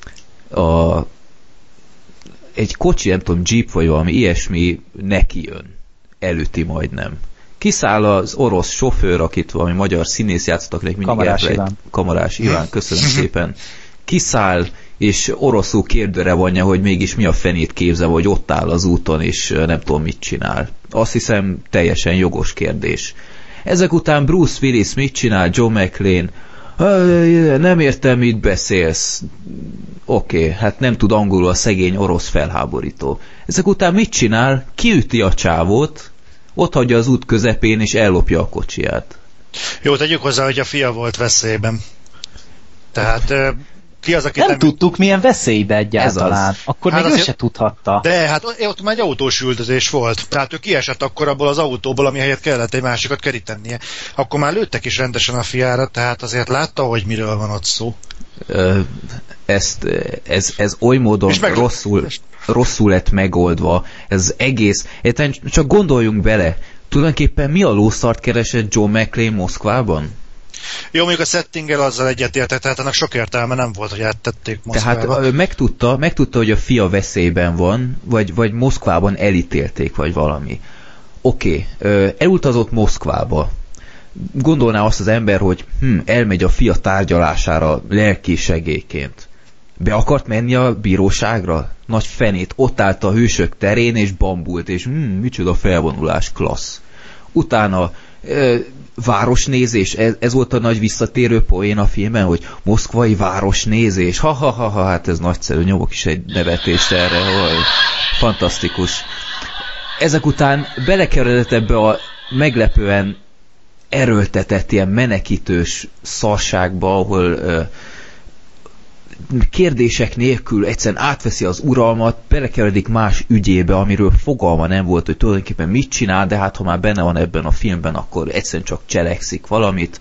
Egy kocsi, nem tudom, jeep vagy valami ilyesmi neki jön. Elüti majdnem. Kiszáll az orosz sofőr, akit valami magyar színész játszottak, mindig Kamarás Iván, köszönöm szépen. Kiszáll, és oroszul kérdőre vonja, hogy mégis mi a fenét képzel, hogy ott áll az úton, és nem tudom, mit csinál. Azt hiszem, teljesen jogos kérdés. Ezek után Bruce Willis mit csinál? John McClane Nem értem, mit beszélsz. Oké, hát nem tud angolul a szegény orosz felháborító. Ezek után mit csinál? Kiüti a csávót, ott hagyja az út közepén, és ellopja a kocsiját. Jó, tegyük hozzá, hogy a fia volt veszélyben. Tehát ki az, aki nem tudtuk, milyen veszélybe egyáltalán. Akkor hát még ő se tudhatta. De hát ott már egy autós üldözés volt. Tehát ő kiesett akkor abból az autóból, ami helyett kellett egy másikat kerítennie. Akkor már lőttek is rendesen a fiára, tehát azért látta, hogy miről van ott szó. Ez oly módon rosszul lett megoldva. Ez egész... Csak gondoljunk bele, tulajdonképpen mi a lószart keresett John McClane Moszkvában? Jó, mondjuk a settinggel azzal egyetértek, tehát annak sok értelme nem volt, hogy áttették Moszkvába. Tehát megtudta, hogy a fia veszélyben van, vagy Moszkvában elítélték, vagy valami. Oké, elutazott Moszkvába. Gondolná azt az ember, hogy elmegy a fia tárgyalására lelki segélyként. Be akart menni a bíróságra? Nagy fenét, ott állt a hősök terén, és bambult, és micsoda felvonulás, klassz. Utána városnézés, ez volt a nagy visszatérő poén a filmben, hogy moszkvai városnézés, hát ez nagyszerű, nyomok is egy nevetést erre, fantasztikus. Ezek után belekeveredett ebbe a meglepően erőltetett ilyen menekítős szarságba, ahol kérdések nélkül egyszerűen átveszi az uralmat, belekeveredik más ügyébe, amiről fogalma nem volt, hogy tulajdonképpen mit csinál, de hát ha már benne van ebben a filmben, akkor egyszerűen csak cselekszik valamit.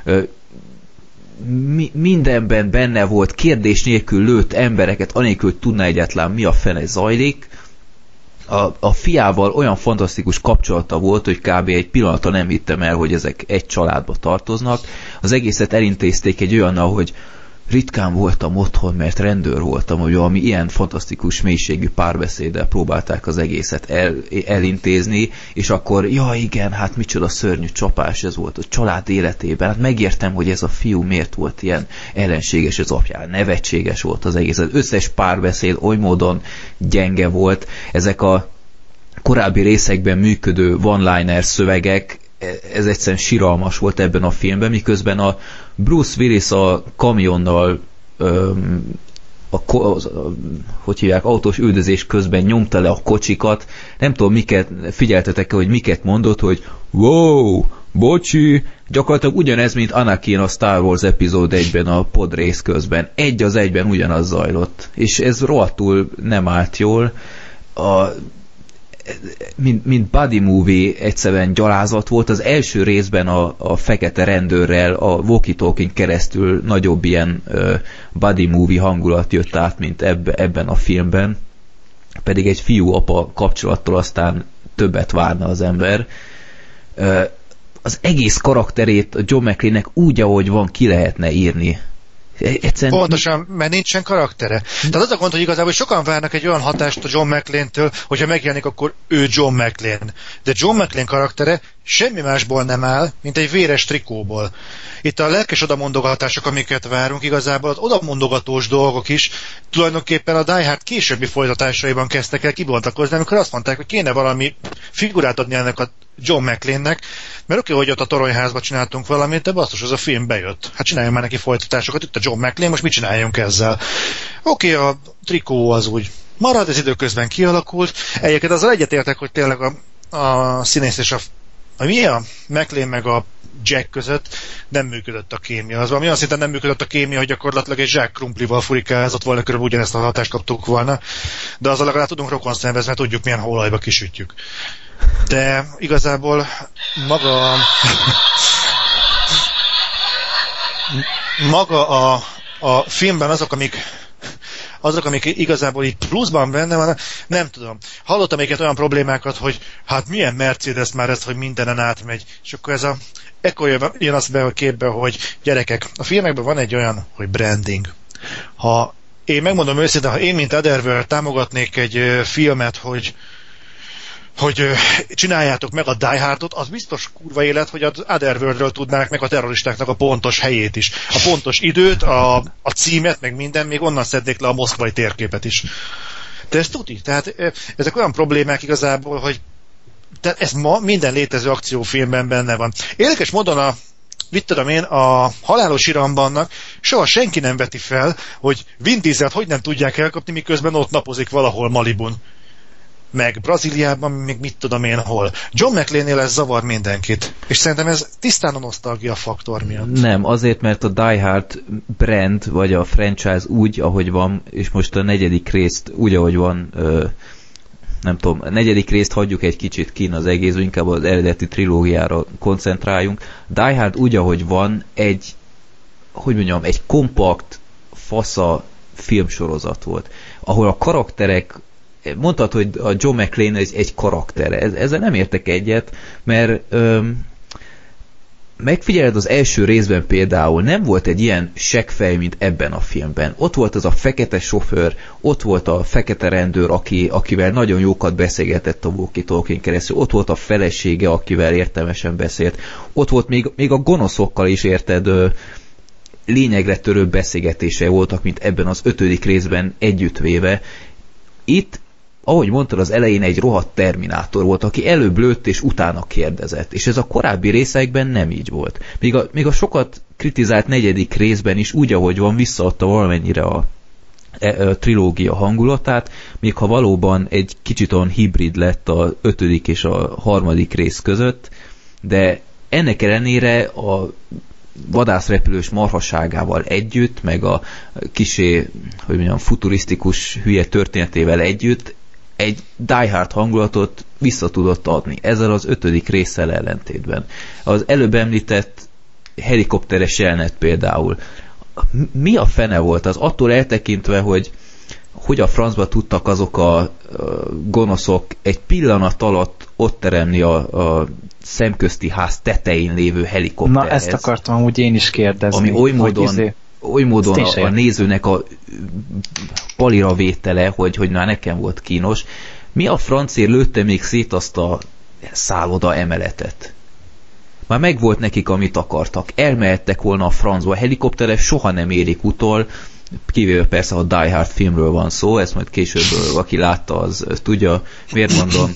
Mindenben benne volt, kérdés nélkül lőtt embereket, anélkül, hogy tudná egyáltalán mi a fene zajlik. A fiával olyan fantasztikus kapcsolata volt, hogy kb. Egy pillanatra nem hittem el, hogy ezek egy családba tartoznak. Az egészet elintézték egy olyannal, hogy ritkán voltam otthon, mert rendőr voltam, hogy valami ilyen fantasztikus mélységű párbeszéddel próbálták az egészet elintézni, és akkor, ja igen, hát micsoda szörnyű csapás ez volt a család életében, hát megértem, hogy ez a fiú miért volt ilyen ellenséges az apján, nevetséges volt az egész, az összes párbeszéd oly módon gyenge volt, ezek a korábbi részekben működő one-liner szövegek, ez egyszerűen siralmas volt ebben a filmben, miközben a Bruce Willis a kamionnal hogy hívják, autós üldözés közben nyomta le a kocsikat. Nem tudom, figyeltetek-e, hogy miket mondott, hogy wow, bocsi, gyakorlatilag ugyanez, mint Anakin a Star Wars epizód 1-ben a pod rész közben. Egy az egyben ugyanaz zajlott. És ez rohadtul nem állt jól. Mint buddy movie egyszerűen gyalázat volt. Az első részben a fekete rendőrrel a walkie-talkie keresztül nagyobb ilyen buddy movie hangulat jött át, mint ebben a filmben. Pedig egy fiú-apa kapcsolattól aztán többet várna az ember. Az egész karakterét a John McClane-nek úgy, ahogy van, ki lehetne írni. Egyszerűen... Pontosan, mert nincsen karaktere. Tehát az a gond, hogy igazából sokan várnak egy olyan hatást a John McClane-től, hogyha megjelenik, akkor ő John McClane. De John McClane karaktere semmi másból nem áll, mint egy véres trikóból. Itt a lelkes odamondogatások, amiket várunk, igazából az odamondogatós dolgok is tulajdonképpen a Die Hard későbbi folytatásaiban kezdtek el kibontakozni, amikor azt mondták, hogy kéne valami figurát adni ennek a John McClane-nek, mert oké, hogy ott a toronyházba csináltunk valamit, de basszus, az a film bejött. Hát csináljunk már neki folytatásokat, itt a John McClane, most mit csináljunk ezzel? Oké, a trikó az úgy marad, ez időközben kialakult. Egyébként azzal egyetértek, hogy tényleg a színész és a McClane meg a Jack között nem működött a kémia. Az valami olyan szinten nem működött a kémia, hogy gyakorlatilag egy zsák krumplival furikázott volna, körülbelül ugyanezt a hatást kaptuk volna. De azzal legalább tudunk rokon szenvezni, mert tudjuk, milyen olajba kisütjük. De igazából maga a filmben azok, amik igazából itt pluszban benne van, nem tudom. Hallottam olyan problémákat, hogy hát milyen Mercedes már ez, hogy mindenen átmegy. És akkor ekkor jön az be a képbe, hogy gyerekek, a filmekben van egy olyan, hogy branding. Ha én megmondom őszintén, ha én, mint Otherworld támogatnék egy filmet, hogy csináljátok meg a Die Hardot, az biztos kurva élet, hogy az Otherworldről tudnák meg a terroristáknak a pontos helyét is. A pontos időt, a címet, meg minden, még onnan szednék le a moszkvai térképet is. De ez tuti. Tehát ezek olyan problémák igazából, hogy ez ma minden létező akciófilmben benne van. Érdekes módon mit tudom én, a halálos irambannak soha senki nem veti fel, hogy Vin Dieselt hogy nem tudják elkapni, miközben ott napozik valahol Malibun. Meg Brazíliában, még mit tudom én hol. John McClane-nél ez zavar mindenkit. És szerintem ez tisztán a nosztalgia faktor miatt. Nem, azért, mert a Die Hard brand, vagy a franchise úgy, ahogy van, és most a 4. részt úgy, ahogy van, nem tudom, a 4. részt hagyjuk egy kicsit kín az egész, inkább az eredeti trilógiára koncentráljunk. Die Hard úgy, ahogy van, egy kompakt, fasza filmsorozat volt, ahol a karakterek, mondtad, hogy a John McClane egy karakter. Ezzel nem értek egyet, mert megfigyeled az első részben például, nem volt egy ilyen seggfej, mint ebben a filmben. Ott volt az a fekete sofőr, ott volt a fekete rendőr, akivel nagyon jókat beszélgetett a walkie-talkien keresztül, ott volt a felesége, akivel értelmesen beszélt, ott volt még a gonoszokkal is, érted, lényegre törő beszélgetései voltak, mint ebben az 5. részben együttvéve. Itt, ahogy mondtad, az elején egy rohadt terminátor volt, aki előbb lőtt és utána kérdezett. És ez a korábbi részekben nem így volt. Még a sokat kritizált 4. részben is úgy, ahogy van, visszaadta valamennyire a trilógia hangulatát, még ha valóban egy kicsit olyan hibrid lett a 5. és a 3. rész között, de ennek ellenére a vadászrepülős marhaságával együtt, meg a kisé, hogy mondjam, futurisztikus hülye történetével együtt egy Die Hard hangulatot vissza tudott adni. Ezzel az 5. résszel ellentétben. Az előbb említett helikopteres jelenet például. Mi a fene volt az? Attól eltekintve, hogy a francba tudtak azok a gonoszok egy pillanat alatt ott teremni a szemközti ház tetején lévő helikopterhez. Na, ezt akartam úgy én is kérdezni. Ami oly módon a nézőnek a palira vétele, hogy már nekem volt kínos. Mi a francért lőtte még szét azt a szálloda emeletet? Már megvolt nekik, amit akartak. Elmehettek volna a francba. A helikopteres soha nem érik utol, kivéve persze, ha Die Hard filmről van szó, ezt majd később, aki látta, az tudja, miért mondom.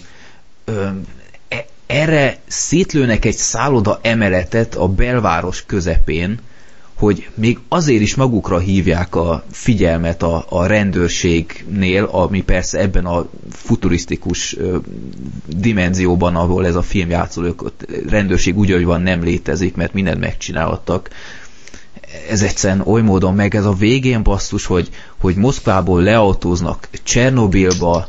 Erre szétlőnek egy szálloda emeletet a belváros közepén, hogy még azért is magukra hívják a figyelmet a rendőrségnél, ami persze ebben a futurisztikus dimenzióban, ahol ez a film játszódik, rendőrség úgy, ahogy van, nem létezik, mert mindent megcsinálhattak. Ez egyszerűen oly módon meg ez a végén basszus, hogy Moszkvából leautóznak Csernobilba,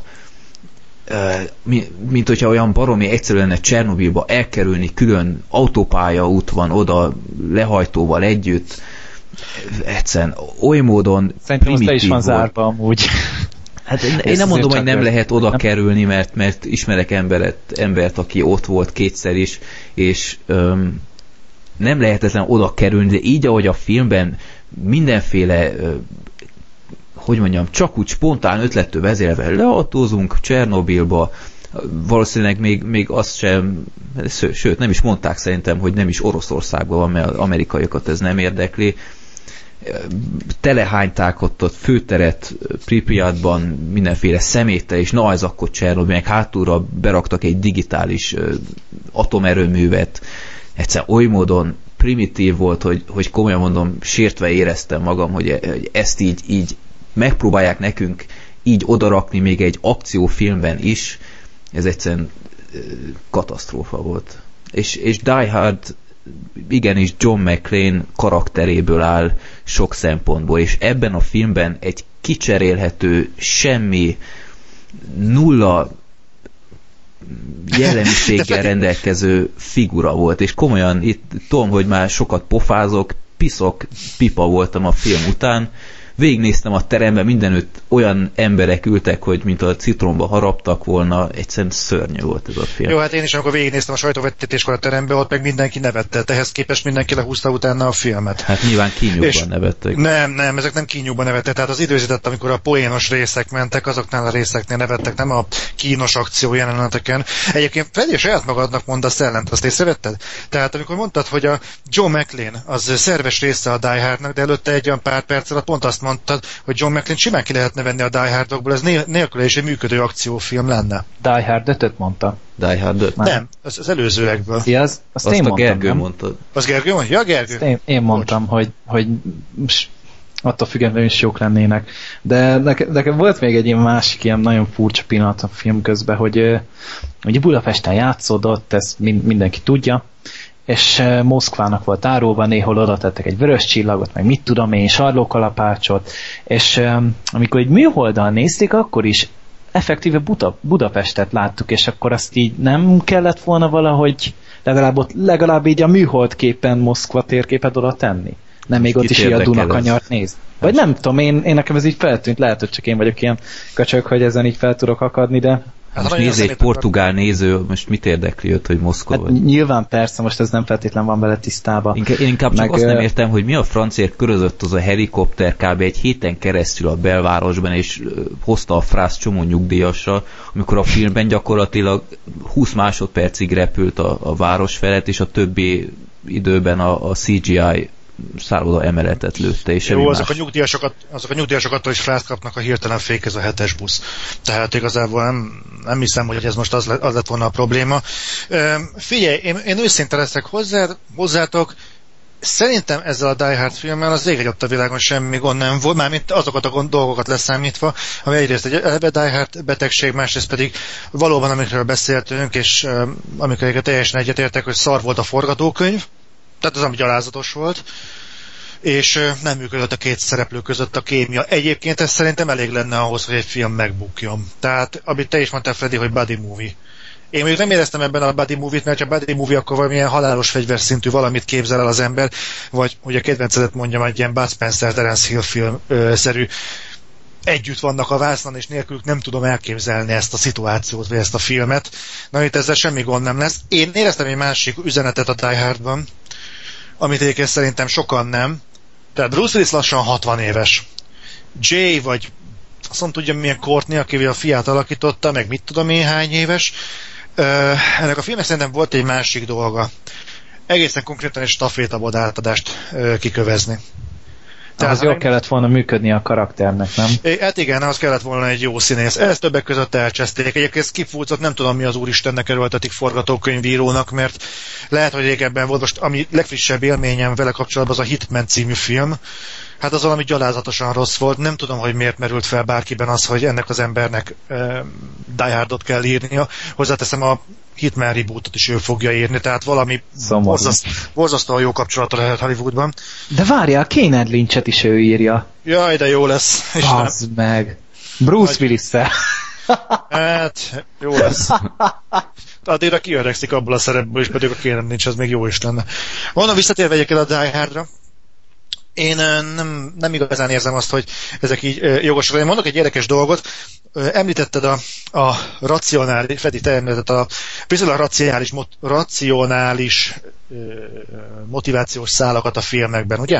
mint hogyha olyan baromi egyszerű lenne Csernobilba elkerülni, külön autópálya út van oda lehajtóval együtt, egyszerűen oly módon szerintem az le is van zárva amúgy. Hát én nem mondom, hogy nem lehet oda kerülni, mert ismerek embert, aki ott volt kétszer is, és nem lehetetlen oda kerülni, de így, ahogy a filmben mindenféle hogy mondjam, csak úgy spontán ötlettől vezérelve leautózunk Csernobilba, valószínűleg még azt sem, sőt nem is mondták szerintem, hogy nem is Oroszországban van, mert az amerikaiakat ez nem érdekli. Telehányták ott főteret Pripyatban mindenféle szeméttel, és na ez akkor Csernobil, meg hátulra beraktak egy digitális atomerőművet. Egyszer oly módon primitív volt, hogy komolyan mondom, sértve éreztem magam, hogy ezt így megpróbálják nekünk így odarakni még egy akciófilmben is, ez egyszerűen katasztrófa volt. És Die Hard igenis John McClane karakteréből áll sok szempontból, és ebben a filmben egy kicserélhető, semmi, nulla jellemiséggel rendelkező figura volt, és komolyan itt tudom, hogy már sokat pofázok, pipa voltam a film után, végignéztem a teremben, mindenütt olyan emberek ültek, hogy mint a citromba haraptak volna, egyszerűen szörnyű volt ez a film. Jó, hát én is, amikor végignéztem a sajtóvetítéskor a teremben, ott meg mindenki nevetett. Ehhez képest mindenki lehúzta utána a filmet. Hát nyilván kínyúban nevettek. Nem, ezek nem kínyúban nevettek. Tehát az időzített, amikor a poénos részek mentek, azoknál a részeknél nevettek, nem a kínos akció jeleneteken. Egyébként Freddy, saját magadnak mondd a szellent, azt észrevetted? Tehát amikor mondtad, hogy a John McClane az szerves része a Die Hardnak, de előtte egy olyan pár perc alatt pont azt mondtad, hogy John McClane simán ki lehetne venni a Die Hardokból, ez nélkül is egy működő akciófilm lenne. Die Hard 5-öt mondta. Die Hard 5? Nem, az előzőekből. Azt én mondtam, Gergő nem? mondtad. Az Gergő mondta? Ja, Gergő. Én mondtam, hogy attól függetlenül is jók lennének. De nekem volt még egy ilyen másik ilyen nagyon furcsa pillanat a film közben, hogy ugye Budapesten játszódott, ezt mindenki tudja, és Moszkvának volt árulva, néhol oda tettek egy vörös csillagot, meg mit tudom én, sarlókalapácsot, és amikor egy műholddal nézték, akkor is effektíve Budapestet láttuk, és akkor azt így nem kellett volna valahogy legalább így a műhold képen Moszkva térképet oda tenni. Nem még ott is így a Dunakanyart néz. Vagy nem tudom, én nekem ez így feltűnt, lehet, hogy csak én vagyok ilyen köcsög, hogy ezen így fel tudok akadni, de... Hát most nézz, egy portugál néző, most mit érdekli őt, hogy Moszkva vagy? Nyilván persze, most ez nem feltétlen van vele tisztában. Én inkább csak azt nem értem, hogy mi a francért körözött az a helikopter kb. Egy héten keresztül a belvárosban, és hozta a frász csomó nyugdíjasra, amikor a filmben gyakorlatilag 20 másodpercig repült a város felett, és a többi időben a CGI szálloda emeletet lőtte, és jó, azok a nyugdíjasok attól is frászt kapnak, a hirtelen fékez a 7-es busz. Tehát igazából nem hiszem, hogy ez most az lett volna a probléma. Figyelj, én őszinte leszek hozzátok, szerintem ezzel a Die Hard filmmel az rég ott a világon semmi gond nem volt, mármint azokat a dolgokat leszámítva, ami egyrészt egy Die Hard betegség, másrészt pedig valóban, amikről beszéltünk, és amikor teljesen egyetértek, hogy szar volt a forgatókönyv, tehát az, ami gyalázatos volt, és nem működött a két szereplő között a kémia. Egyébként ez szerintem elég lenne ahhoz, hogy egy film megbukjon. Tehát, amit te is mondtál, Freddy, hogy buddy movie. Én még nem éreztem ebben a buddy movie-t, mert ha buddy movie, akkor valamilyen halálos fegyverszintű valamit képzel el az ember, vagy, hogy a kedvencedet mondjam, egy ilyen Bud Spencer, Terence Hill film-szerű együtt vannak a vásznon, és nélkülük nem tudom elképzelni ezt a szituációt, vagy ezt a filmet. Na, itt ezzel semmi gond nem lesz. Én éreztem egy másik üzenetet a Die Hardban, amit egyébként szerintem sokan nem. Tehát Bruce Willis lassan 60 éves. Jay, vagy azt mondom, tudja milyen Courtney, aki a fiát alakította, meg mit tudom én hány éves. Ennek a filmnek szerintem volt egy másik dolga. Egészen konkrétan egy stafétabot átadást kikövezni. Tehát jól kellett volna működni a karakternek, nem? Hát igen, az kellett volna egy jó színész. Ezt többek között elcseszték. Egyébként Skip Woodsot nem tudom, mi az úristennek erőltetik forgatókönyvírónak, mert lehet, hogy régebben volt, most ami legfrissebb élményem vele kapcsolatban az a Hitman című film. Hát az valami gyalázatosan rossz volt. Nem tudom, hogy miért merült fel bárkiben az, hogy ennek az embernek Die Hardot kell írnia. Hozzáteszem, a Hitman rebootot is ő fogja írni, tehát valami borzasztóan jó kapcsolata lehet Hollywoodban. De várjál, Kane Lynchet is ő írja. Jaj, de jó lesz. Az meg. Bruce Willis-szel. Hát, jó lesz. Addigra kiöregszik abból a szerepből, és pedig a Kane Lynch, az még jó is lenne. Onnan visszatérve egyébként a Die Hardra, én nem igazán érzem azt, hogy ezek így jogosak. Én mondok egy érdekes dolgot. Említetted a racionális, Freddy, te említetted a viszonylag racionális motivációs szálakat a filmekben, ugye?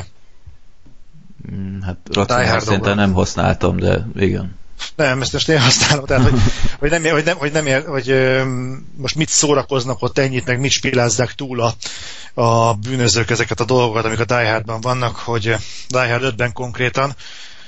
Hát racionális szerintem nem használtam, de igen. Nem, ezt most én használom, tehát hogy most mit szórakoznak ott ennyit, meg mit spillázzák túl a bűnözők ezeket a dolgokat, amik a Die Hardban vannak, hogy Die Hard 5-ben konkrétan.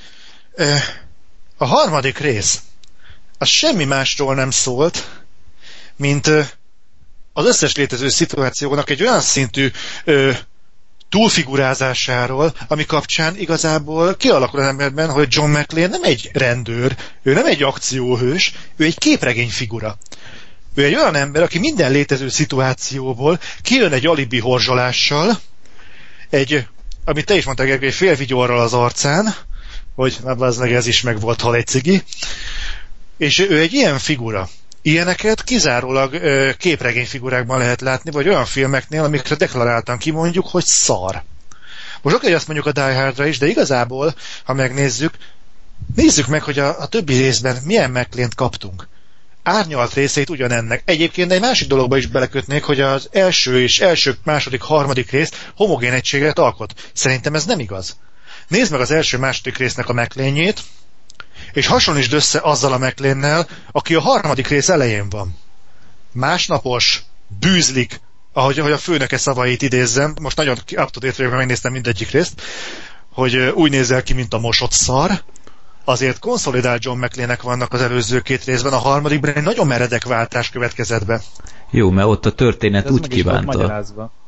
A harmadik rész az semmi másról nem szólt, mint az összes létező szituációnak egy olyan szintű túlfigurázásáról, ami kapcsán igazából kialakul az emberben, hogy John McClane nem egy rendőr, ő nem egy akcióhős, ő egy képregény figura. Ő egy olyan ember, aki minden létező szituációból kijön egy alibi horzsolással, amit te is mondtál, egy félvigyorral az arcán, hogy ez is meg volt, hal egy cigi, és ő egy ilyen figura. Ilyeneket kizárólag képregényfigurákban lehet látni, vagy olyan filmeknél, amikre deklaráltan kimondjuk, hogy szar. Most oké, hogy azt mondjuk a Die Hardra is, de igazából, ha megnézzük, nézzük meg, hogy a többi részben milyen McClane-t kaptunk. Árnyalt részeit ugyanennek. Egyébként egy másik dologba is belekötnék, hogy az első, második, harmadik rész homogén egységet alkot. Szerintem ez nem igaz. Nézd meg az első, második résznek a McClane-jét, és hasonlítsd össze azzal a McClane-nel, aki a harmadik rész elején van. Másnapos, bűzlik, ahogy a főnöke szavait idézzem, most nagyon up-to-date-re megnéztem mindegyik részt, hogy úgy nézel ki, mint a mosott szar, azért konszolidált John McClane-nek vannak az előző 2 részben, a harmadikban egy nagyon meredek váltás következett be. Jó, mert ott a történet úgy kívánta.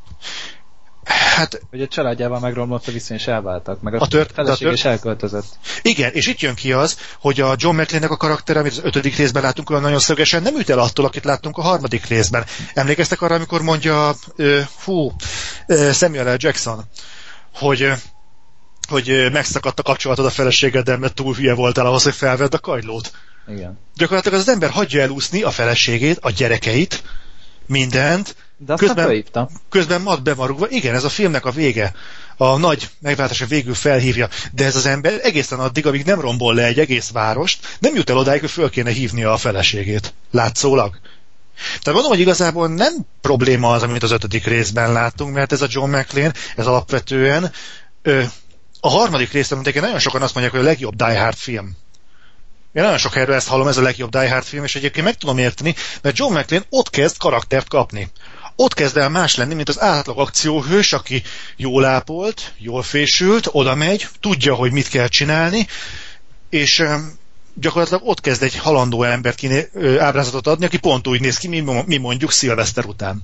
Hát, hogy a családjával megromlott a viszony, és elváltak, meg a feleség is elköltözött. Igen, és itt jön ki az, hogy a John McClane-nek a karaktere, amit az 5. részben látunk, olyan nagyon szögesen nem üt el attól, akit láttunk a 3. részben. Emlékeztek arra, amikor mondja Samuel L. Jackson, hogy megszakadt a kapcsolatod a feleségeddel, mert túl hülye voltál ahhoz, hogy felvedd a kagylót. Igen. Gyakorlatilag az ember hagyja elúszni a feleségét, a gyerekeit, mindent, de közben mat be van rúgva. Igen, ez a filmnek a vége. A nagy megváltása végül felhívja, de ez az ember egészen addig, amíg nem rombol le egy egész várost, nem jut el odáig, hogy föl kéne hívnia a feleségét. Látszólag. Tehát mondom, hogy igazából nem probléma az, amit az 5. részben láttunk, mert ez a John McClane, ez alapvetően a 3. részben, mint nagyon sokan azt mondják, hogy a legjobb Die Hard film. Én nagyon sok helyről ezt hallom, ez a legjobb Die Hard film, és egyébként meg tudom érteni, mert John McClane ott kezd karaktert kapni. Ott kezd el más lenni, mint az átlag akcióhős, aki jól ápolt, jól fésült, oda megy, tudja, hogy mit kell csinálni, és gyakorlatilag ott kezd egy halandó embert ábrázatot adni, aki pont úgy néz ki, mi mondjuk szilveszter után.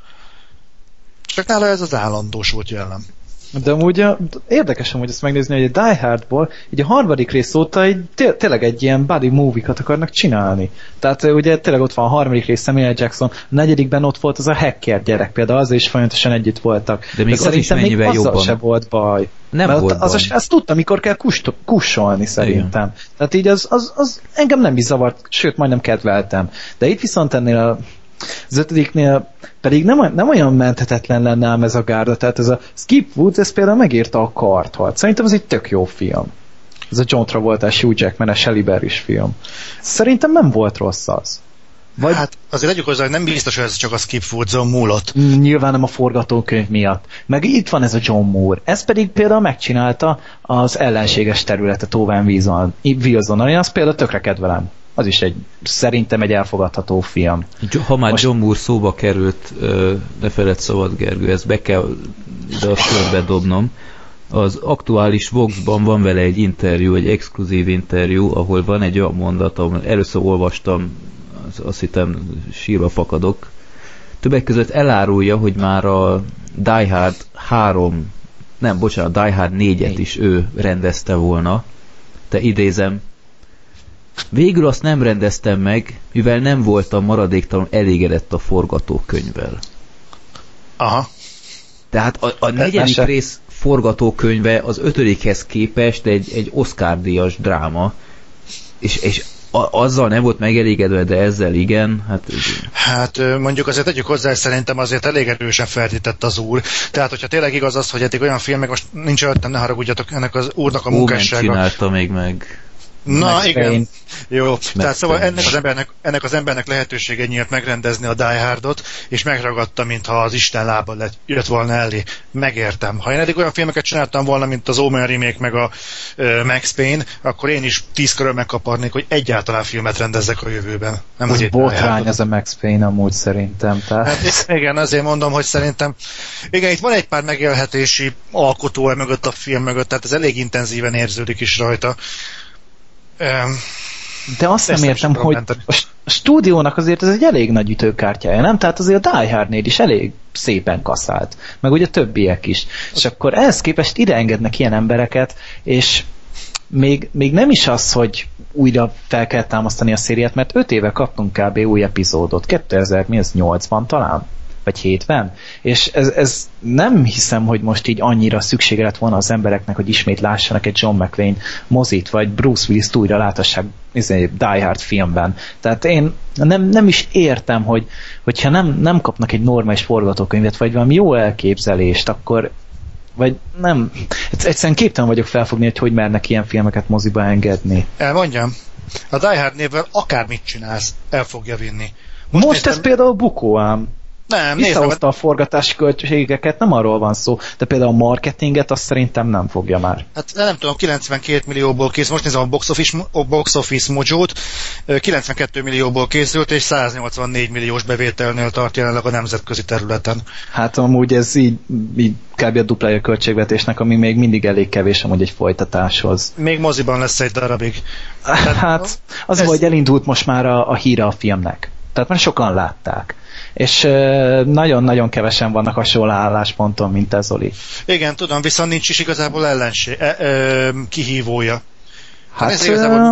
Csak nála ez az állandós volt jellem. De amúgy érdekes amúgy ezt megnézni, hogy a Die Hardból így a 3. rész óta tényleg egy ilyen buddy movie-kat akarnak csinálni. Tehát ugye tényleg ott van a 3. rész Samuel Jackson, a 4. ott volt az a hacker gyerek például, azzal is folyamatosan együtt voltak. De még az is mennyivel jobban. Azzal se volt baj. Nem volt baj. Azt tudtam, mikor kell kussolni szerintem. Igen. Tehát így az engem nem is zavart, sőt majdnem kedveltem. De itt viszont ennél az 5. pedig nem olyan menthetetlen lenne ám ez a gárda, tehát ez a Skip Woods, ez például megírta a Karthalt. Szerintem ez egy tök jó film. Ez a John Travolta-s Hugh Jackman-es Halle Berry-s film. Szerintem nem volt rossz az. Vagy... Hát azért legyük hozzá, hogy nem biztos, hogy ez csak a Skip Woods-on múlott. Nyilván nem a forgatókönyv miatt. Meg itt van ez a John Moore. Ez pedig például megcsinálta az ellenséges területet Owen Wilson-on. Én azt például tökre kedvelem. Az is szerintem egy elfogadható film. Ha már John Moore szóba került, ne feledd szabad, Gergő, ezt be kell ide a sorba dobnom. Az aktuális Vox-ban van vele egy interjú, egy exkluzív interjú, ahol van egy olyan mondat, ahol először olvastam, azt hittem sírva fakadok. Többek között elárulja, hogy már a Die Hard Die Hard 4-et is ő rendezte volna. Te idézem, végül azt nem rendeztem meg, mivel nem voltam maradéktalan elégedett a forgatókönyvvel. Aha. Tehát a 4. rész forgatókönyve az 5-hez képest egy Oscar-díjas dráma, és azzal nem volt megelégedve, de ezzel igen. Hát mondjuk azért tegyük hozzá, hogy szerintem azért elég erősen feltétett az úr. Tehát, hogyha tényleg igaz az, hogy eddig olyan filmek, most nincs előttem, ne haragudjatok, ennek az úrnak a munkássága. Csinálta még meg. Na igen, jó. Tehát szóval ennek az embernek lehetősége nyílt megrendezni a Die Hardot, és megragadta, mintha az Isten lába jött volna elé. Megértem. Ha én eddig olyan filmeket csináltam volna, mint az Omen remake, meg a Max Payne, akkor én is 10 körül megkaparnék, hogy egyáltalán filmet rendezzek a jövőben. Nem az botrány ez a Max Payne amúgy szerintem. Tehát... Hát, igen, azért mondom, hogy szerintem igen, itt van egy pár megélhetési alkotó mögött a film mögött, tehát ez elég intenzíven érződik is rajta. De azt nem értem, hogy a stúdiónak azért ez egy elég nagy ütőkártyája, nem? Tehát azért a Die Hard 4 is elég szépen kaszált. Meg ugye többiek is. És akkor ehhez képest ide engednek ilyen embereket, és még nem is az, hogy újra fel kell támasztani a szériát, mert 5 éve kaptunk kb. Új epizódot. 2008-ban talán? Vagy 7-ben? És ez nem hiszem, hogy most így annyira szüksége lett volna az embereknek, hogy ismét lássanak egy John McClane mozit, vagy Bruce Willis-t újra láthassák Die Hard filmben. Tehát én nem is értem, hogyha nem kapnak egy normális forgatókönyvet, vagy valami jó elképzelést, akkor vagy nem. Egyszerűen képtelen vagyok felfogni, hogy mernek ilyen filmeket moziba engedni. Elmondjam. A Die Hard névvel akármit csinálsz, el fogja vinni. Most ez például bukó ám. Nem, visszahozta a forgatási költségeket, nem arról van szó, de például a marketinget azt szerintem nem fogja már. Hát nem tudom, 92 millióból készült, most nézem a box office Mojo-t, 92 millióból készült, és 184 milliós bevételnél tart jelenleg a nemzetközi területen. Hát amúgy ez így kb. A duplája költségvetésnek, ami még mindig elég kevés amúgy egy folytatáshoz. Még moziban lesz egy darabig. Hát az hogy elindult most már a híre a filmnek. Tehát már sokan látták. És nagyon-nagyon kevesen vannak hasonló állásponton, mint ez, Zoli. Igen, tudom, viszont nincs is igazából kihívója. Hát,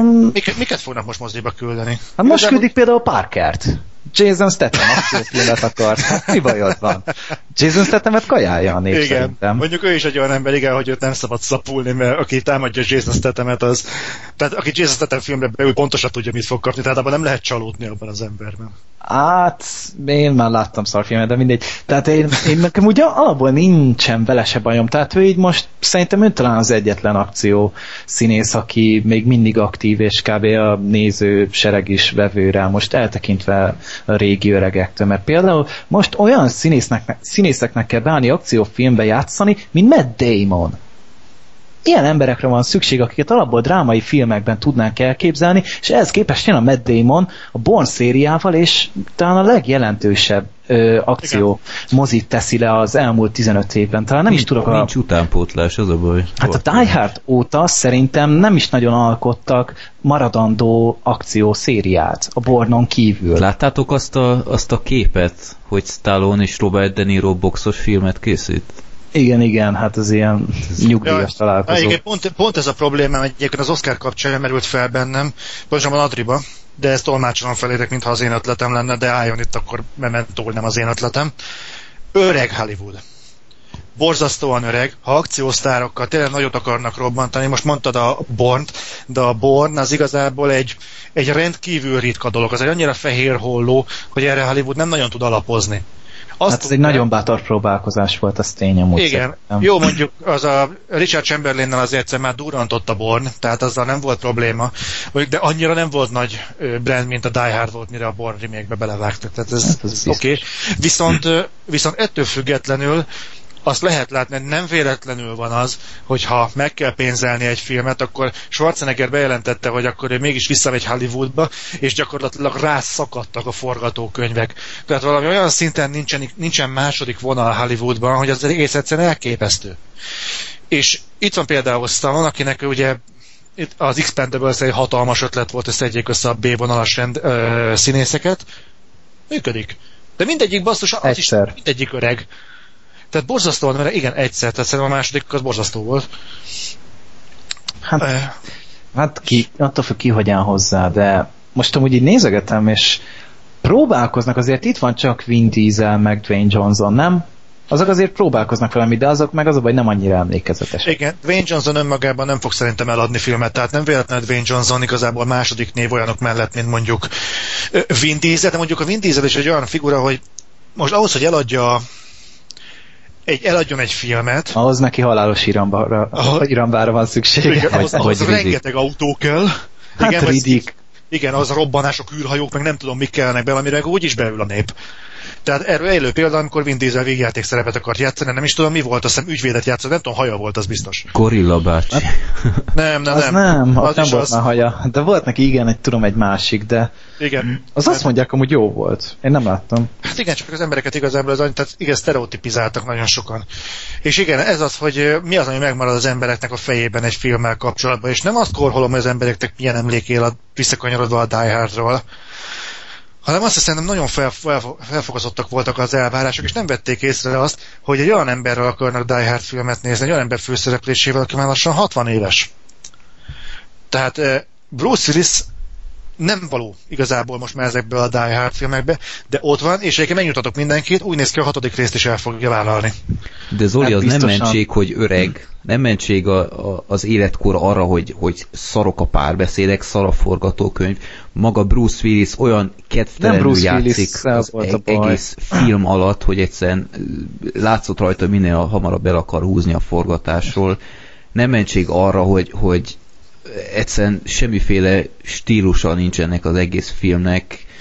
miket fognak most moziba küldeni? Hát most küldik például Parkert. Jason Statham akciófilmet akart. Hát mi bajod van? Jason Stathamet kajálja a nép, igen. Szerintem. Mondjuk ő is egy olyan ember, igen, hogy őt nem szabad szapulni, mert aki támadja Jason Stathamet, tehát aki Jason Statham filmre beül, pontosan tudja, mit fog kapni, tehát abban nem lehet csalódni abban az emberben. Hát, én már láttam szarfilmet, de mindegy. Tehát én nekem ugye alapból nincsen vele se bajom. Tehát ő így most szerintem ő talán az egyetlen akció színész, aki még mindig aktív, és kb. A néző sereg is vevő rá, most eltekintve a régi öregektől. Mert például most olyan színészeknek kell beállni akciófilmbe játszani, mint Matt Damon. Ilyen emberekre van szükség, akiket alapból drámai filmekben tudnánk elképzelni, és ehhez képest jön a Matt Damon a Bourne szériával, és talán a legjelentősebb akció mozit teszi le az elmúlt 15 évben. Talán nem is tudok Nincs utánpótlás, az a baj. Hát a Die Hard óta szerintem nem is nagyon alkottak maradandó akció szériát a Bourne-on kívül. Láttátok azt a képet, hogy Stallone és Robert De Niro boxos filmet készít? Igen, hát az ilyen nyugdíjas találkozó. Pont ez a problémám, egyébként az Oscar kapcsán merült fel bennem, pontosabban Adriba, de ezt tolmácsolom felétek, mintha az én ötletem lenne, de álljon itt akkor mementól, nem az én ötletem. Öreg Hollywood. Borzasztóan öreg, ha akciósztárokkal tényleg nagyot akarnak robbantani, most mondtad a Bourne-t, de a Bourne az igazából egy rendkívül ritka dolog, az egy annyira fehér holló, hogy erre Hollywood nem nagyon tud alapozni. Hát ez egy nagyon bátor próbálkozás volt, az tény amúgy. Igen. Szerintem. Jó, mondjuk az a Richard Chamberlainnel azért egyszer már durrantott a Bourne, tehát azzal nem volt probléma, de annyira nem volt nagy brand, mint a Die Hard volt, mire a Bourne remake-be belevágtak. Tehát ez oké. Viszont ettől függetlenül azt lehet látni, hogy nem véletlenül van az, hogyha meg kell pénzelni egy filmet, akkor Schwarzenegger bejelentette, hogy akkor ő mégis visszamegy Hollywoodba, és gyakorlatilag rászakadtak a forgatókönyvek. Tehát valami olyan szinten nincsen második vonal Hollywoodban, hogy az egész egyszerűen elképesztő. És itt van például Stallone, akinek ugye az Expendables egy hatalmas ötlet volt, hogy szedjék össze a B-vonalas színészeket. Működik. De mindegyik basszus, az is mindegyik öreg. Tehát borzasztóan, mert igen, egyszer, tehát szerintem a második az borzasztó volt. Hát attól függ ki, hogy áll hozzá, de most amúgy így nézegetem, és próbálkoznak, azért itt van csak Vin Diesel, meg Dwayne Johnson, nem? Azok azért próbálkoznak valami, de azok meg az a baj, nem annyira emlékezetesek. Igen, Dwayne Johnson önmagában nem fog szerintem eladni filmet, tehát nem véletlenül Dwayne Johnson igazából második név olyanok mellett, mint mondjuk Vin Diesel, de mondjuk a Vin Diesel is egy olyan figura, hogy most ahhoz, hogy eladjon egy filmet. Ahhoz neki halálos irambára van szüksége. Igen, ahhoz rengeteg autó kell. Hát igen, Riddick. Igen, az robbanások, űrhajók, meg nem tudom, mik kellene bele, amire úgyis beül a nép. Tehát erről élő példa, amikor Vin Diesel végjáték szerepet akart játszani, nem is tudom mi volt, azt hiszem ügyvédet játszott, nem tudom, haja volt, az biztos. Gorilla bácsi. Nem. Az nem volt már haja. De volt neki igen, egy másik, de igen. Azt mondják, amúgy jó volt. Én nem láttam. Hát igen, csak az embereket igazából tehát igen, sztereotipizáltak nagyon sokan. És igen, ez az, hogy mi az, ami megmarad az embereknek a fejében egy filmmel kapcsolatban, és nem azt korholom, hogy az embereknek milyen emlék él visszakanyarodva a Die Hardról, hanem azt hiszem, nagyon felfokozottak voltak az elvárások, és nem vették észre azt, hogy egy olyan emberrel akarnak Die Hard filmet nézni, egy olyan ember főszereplésével, aki már lassan 60 éves. Tehát Bruce Willis nem való igazából most már ezekből a Die Hard filmekbe, de ott van, és egyébként megnyugtatok mindenkit, úgy néz ki, a 6. részt is el fogja vállalni. De Zoli, hát az biztosan... nem mentség, hogy öreg, nem mentség az életkor arra, hogy szarok a párbeszédek, szar a forgatókönyv. Maga Bruce Willis olyan kedvtelenül játszik az egész film alatt, hogy egyszerűen látszott rajta, minél hamarabb el akar húzni a forgatásról. Nem mentség arra, hogy egyszerűen semmiféle stílusa nincs ennek az egész filmnek.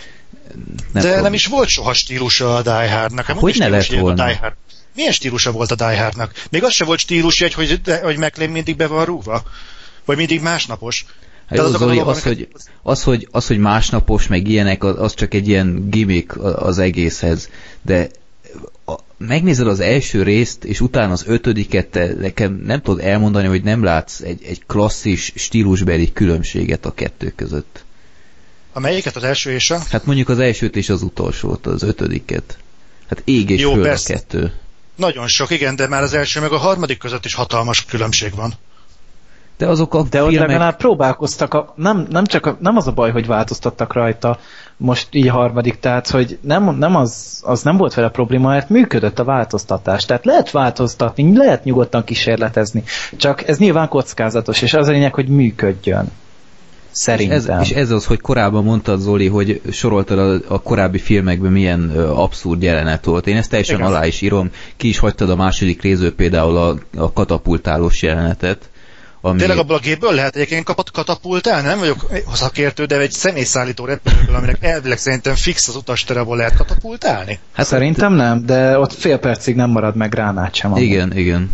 nem is volt soha stílusa a Die Hardnak. Hogy ne lett volna? Milyen stílusa volt a Die Hardnak? Még az se volt stílusjegy, hogy McClane mindig be van rúgva? Vagy mindig másnapos? Hát jó, Zoli, hogy másnapos, meg ilyenek, az csak egy ilyen gimmick az egészhez. De megnézed az első részt, és utána az 5-et, te nekem nem tudod elmondani, hogy nem látsz egy klasszis stílusbeli különbséget a kettő között. A melyiket, az első és a? Hát mondjuk az elsőt és az utolsót, az 5-et. Hát ég és föld a kettő. Nagyon sok, igen, de már az első meg a harmadik között is hatalmas különbség van. De azok a filmek... ott legalább próbálkoztak, nem az a baj, hogy változtattak rajta most így harmadik, tehát hogy nem az nem volt vele probléma, mert működött a változtatás. Tehát lehet változtatni, lehet nyugodtan kísérletezni, csak ez nyilván kockázatos, és az a lényeg, hogy működjön. Szerintem. És ez az, hogy korábban mondtad, Zoli, hogy soroltad a korábbi filmekben milyen abszurd jelenet volt. Én ezt teljesen alá is írom. Ki is hagytad a második részből például a katapultálós jelenetet. Tényleg abból a gépből lehet egyébként katapultálni? Nem vagyok szakértő, de egy személyszállító repülőből, aminek elvileg szerintem fix az utastere, lehet katapultálni? Hát szerintem nem, de ott fél percig nem marad meg gránát sem. Igen. Igen.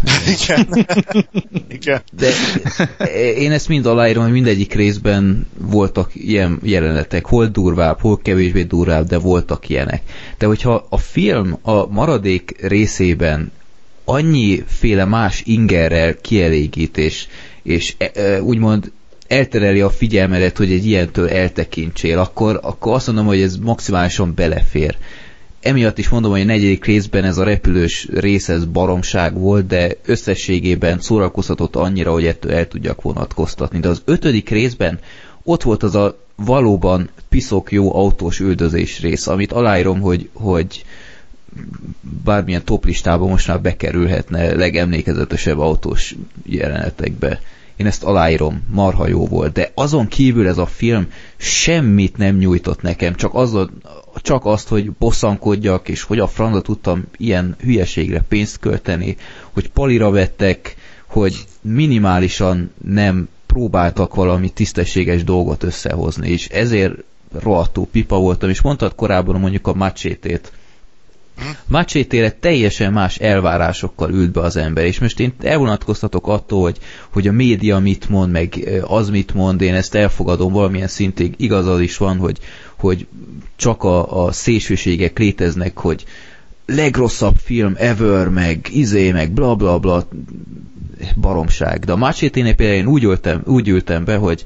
De én ezt mind aláírom, hogy mindegyik részben voltak ilyen jelenetek, hol durvább, hol kevésbé durvább, de voltak ilyenek. De hogyha a film a maradék részében annyiféle más ingerrel kielégít, és úgymond eltereli a figyelmedet, hogy egy ilyentől eltekintsél, akkor azt mondom, hogy ez maximálisan belefér. Emiatt is mondom, hogy a negyedik részben ez a repülős rész, ez baromság volt, de összességében szórakoztatott annyira, hogy ettől el tudjak vonatkoztatni. De az 5. részben ott volt az a valóban piszok jó autós üldözés rész, amit aláírom, hogy bármilyen toplistában most már bekerülhetne legemlékezetesebb autós jelenetekbe. Én ezt aláírom, marha jó volt, de azon kívül ez a film semmit nem nyújtott nekem, csak azt, hogy bosszankodjak, és hogy a francba tudtam ilyen hülyeségre pénzt költeni, hogy palira vettek, hogy minimálisan nem próbáltak valami tisztességes dolgot összehozni, és ezért rohadtul pipa voltam, és mondtad korábban mondjuk a Macsétét. Macsétére teljesen más elvárásokkal ült be az ember, és most én elvonatkoztatok attól, hogy a média mit mond, meg az mit mond, én ezt elfogadom valamilyen szintig, igazad is van, hogy csak a szélsőségek léteznek, hogy legrosszabb film ever, meg meg bla bla bla, baromság. De a Macséténél például én úgy ültem be, hogy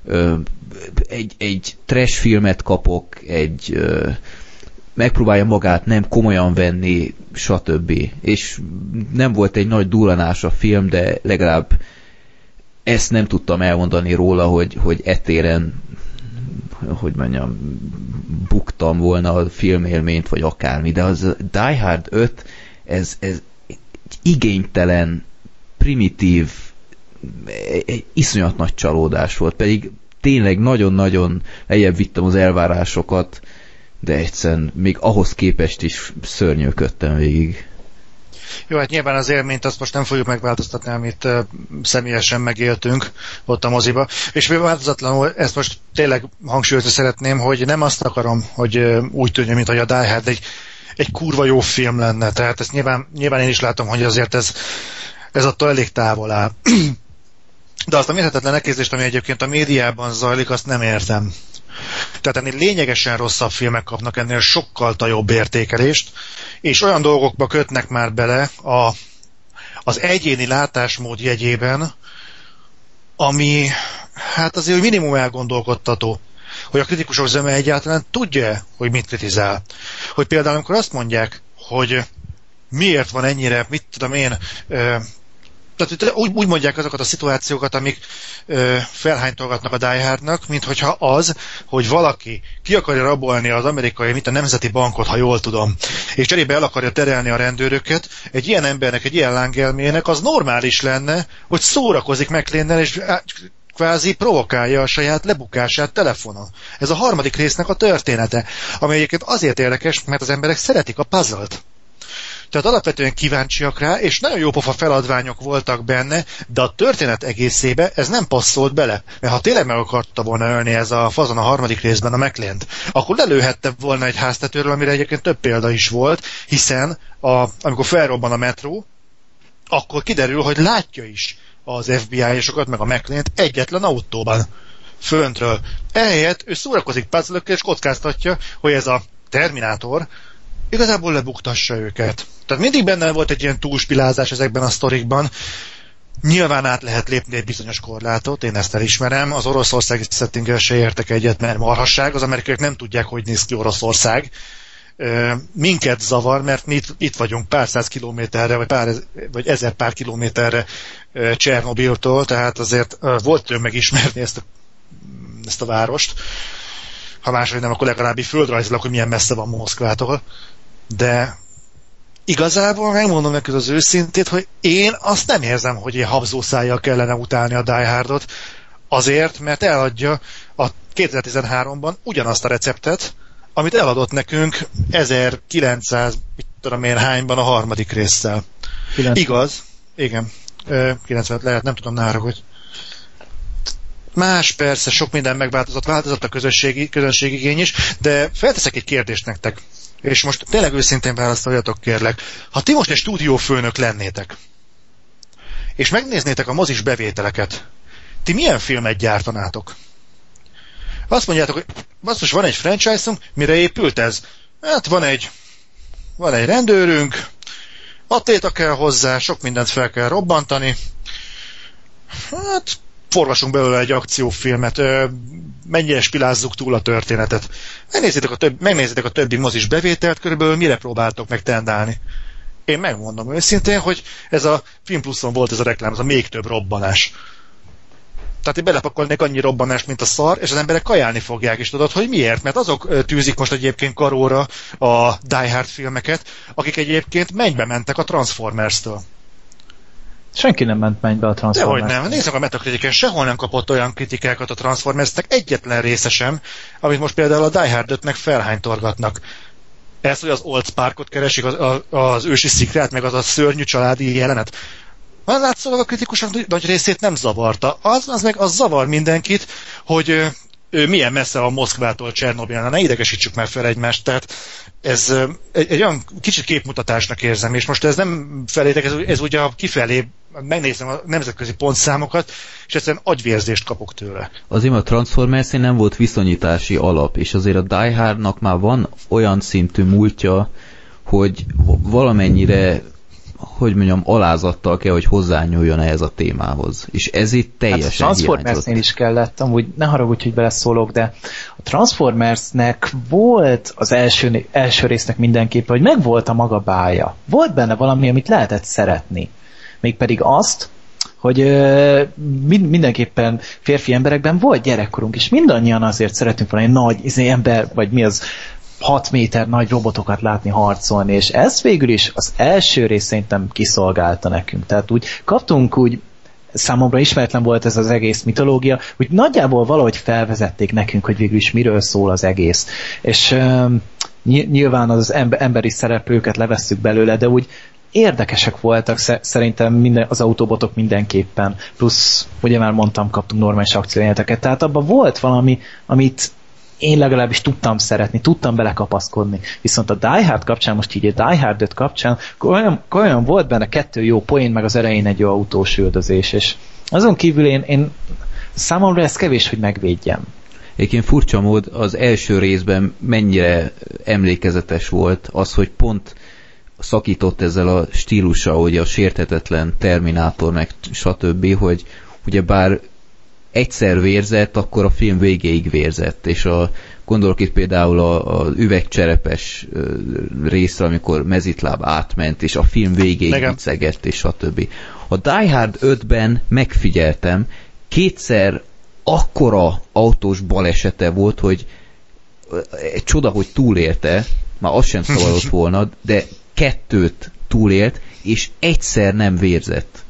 egy trash filmet kapok, megpróbálja magát nem komolyan venni, stb. És nem volt egy nagy durranás a film, de legalább ezt nem tudtam elmondani róla, hogy etéren, hogy mondjam, buktam volna a filmélményt, vagy akármi. De az Die Hard 5, ez egy igénytelen, primitív, egy iszonyat nagy csalódás volt. Pedig tényleg nagyon-nagyon lejjebb vittem az elvárásokat, de egyszerűen még ahhoz képest is szörnyűködtem végig. Jó, hát nyilván az élményt azt most nem fogjuk megváltoztatni, amit személyesen megéltünk ott a moziba. És változatlanul ezt most tényleg hangsúlyozni szeretném, hogy nem azt akarom, hogy úgy tűnjön, mint hogy a Die Hard egy kurva jó film lenne. Tehát ezt nyilván én is látom, hogy azért ez attól elég távol áll. De azt a mérhetetlen elképzelést, ami egyébként a médiában zajlik, azt nem értem. Tehát ennél lényegesen rosszabb filmek kapnak ennél sokkal jobb értékelést, és olyan dolgokba kötnek már bele az egyéni látásmód jegyében, ami hát azért minimum elgondolkodtató, hogy a kritikusok zöme egyáltalán tudja, hogy mit kritizál. Hogy például amikor azt mondják, hogy miért van ennyire, mit tudom én, tehát úgy mondják azokat a szituációkat, amik felhánytolgatnak a Die Hardnak, mint hogyha az, hogy valaki ki akarja rabolni az amerikai, a nemzeti bankot, ha jól tudom, és cserébe el akarja terelni a rendőröket, egy ilyen embernek, egy ilyen lángelmének az normális lenne, hogy szórakozik McClane-nel, és kvázi provokálja a saját lebukását telefonon. Ez a harmadik résznek a története, ami egyébként azért érdekes, mert az emberek szeretik a puzzle-t. Tehát alapvetően kíváncsiak rá, és nagyon jó pofa feladványok voltak benne, de a történet egészébe ez nem passzolt bele. Mert ha tényleg meg akarta volna ölni ez a fazon a harmadik részben a McLean-t, akkor lelőhette volna egy háztetőről, amire egyébként több példa is volt, hiszen amikor felrobban a metró, akkor kiderül, hogy látja is az FBI-sokat, meg a McLean-t egyetlen autóban, föntről. Ehelyett ő szórakozik puzzle-ökkel, és kockáztatja, hogy ez a Terminátor igazából lebuktassa őket. Tehát mindig benne volt egy ilyen túlspilázás ezekben a sztorikban. Nyilván át lehet lépni egy bizonyos korlátot, én ezt elismerem. Az oroszországi settinggel se értek egyet, mert marhasság. Az amerikaiak nem tudják, hogy néz ki Oroszország. Minket zavar, mert mi itt vagyunk pár száz kilométerre, vagy ezer pár kilométerre Csernobiltól, tehát azért volt tőle megismerni ezt a várost. Ha máshogy nem, akkor legalább földrajzilag, hogy milyen messze van Moszkvától. De igazából megmondom neked az őszintét, hogy én azt nem érzem, hogy ilyen habzószájjal kellene utálni a Die Hardot, azért, mert eladja a 2013-ban ugyanazt a receptet, amit eladott nekünk 1900, mit tudom én hányban a harmadik résszel. 90. Igaz? Igen. 95 lehet, nem tudom nára, hogy más, persze, sok minden változott a közönségigény is, de felteszek egy kérdést nektek, és most tényleg őszintén válaszoljatok, kérlek. Ha ti most egy stúdiófőnök lennétek, és megnéznétek a mozis bevételeket, ti milyen filmet gyártanátok? Azt mondjátok, hogy basszus, van egy franchise-unk, mire épült ez? Hát van egy rendőrünk, atléta kell hozzá, sok mindent fel kell robbantani, hát forgassunk belőle egy akciófilmet, mennyire spilázzuk túl a történetet. Megnézzétek a többi mozis bevételt, körülbelül mire próbáltok meg tendálni. Én megmondom őszintén, hogy ez a Film Pluszon volt ez a reklám, ez a még több robbanás. Tehát én belepakolnék annyi robbanást, mint a szar, és az emberek kajálni fogják, és tudod, hogy miért? Mert azok tűzik most egyébként karóra a Die Hard filmeket, akik egyébként mennybe mentek a Transformers-től. Senki nem ment mennybe a Transformers. Dehogy nem. Nézzük a Metacritiken, sehol nem kapott olyan kritikákat a Transformersnek, egyetlen része sem, amit most például a Die Hard 5-nek felhánytorgatnak. Ez, hogy az Old Sparkot keresik, az ősi szikrát, meg az a szörnyű családi jelenet. Van látszólag a kritikusok nagy részét nem zavarta. Az zavar mindenkit, hogy ő milyen messze van Moszkvától Csernobilnál. Ne idegesítsük már fel egymást. Tehát ez egy olyan kicsit képmutatásnak érzem, és most ez nem felétek, ez ugye kifelé megnézem a nemzetközi pontszámokat, és egyszerűen agyvérzést kapok tőle. Azért a Transformers nem volt viszonyítási alap, és azért a Die Hardnak már van olyan szintű múltja, hogy valamennyire, hogy mondjam, alázattal kell, hogy hozzányúljon ehhez a témához. És ez itt teljesen hiányzott. A Transformersnél is kellett, amúgy ne haragudj, hogy beleszólok, de a Transformersnek volt az első résznek mindenképpen, hogy megvolt a maga bája. Volt benne valami, amit lehetett szeretni. Mégpedig azt, hogy mindenképpen férfi emberekben volt gyerekkorunk, és mindannyian azért szeretünk valami nagy ember, vagy mi az 6 méter nagy robotokat látni harcolni, és ez végül is az első rész szerintem kiszolgálta nekünk. Tehát úgy kaptunk úgy, számomra ismeretlen volt ez az egész mitológia, úgy nagyjából valahogy felvezették nekünk, hogy végül is miről szól az egész. És nyilván az emberi szereplőket levesszük belőle, de úgy érdekesek voltak szerintem az autóbotok mindenképpen. Plusz, ugye már mondtam, kaptunk normális akciójeleneteket. Tehát abban volt valami, amit én legalábbis tudtam szeretni, tudtam belekapaszkodni. Viszont a Die Hard kapcsán, most így a Die Hard 5 kapcsán, olyan volt benne 2 jó poén, meg az elején egy jó autós üldözés, és azon kívül én számomra ez kevés, hogy megvédjem. Egyébként furcsa mód, az első részben mennyire emlékezetes volt az, hogy pont szakított ezzel a stílussal, hogy a sérthetetlen Terminátor, meg stb., hogy ugye bár egyszer vérzett, akkor a film végéig vérzett, és gondolok itt például az üvegcserepes részre, amikor mezitláb átment, és a film végéig viccegett, és stb. A Die Hard 5-ben megfigyeltem, 2-szer akkora autós balesete volt, hogy egy csoda, hogy túlélte, már azt sem szabadott volna, de 2 túlélt, és egyszer nem vérzett.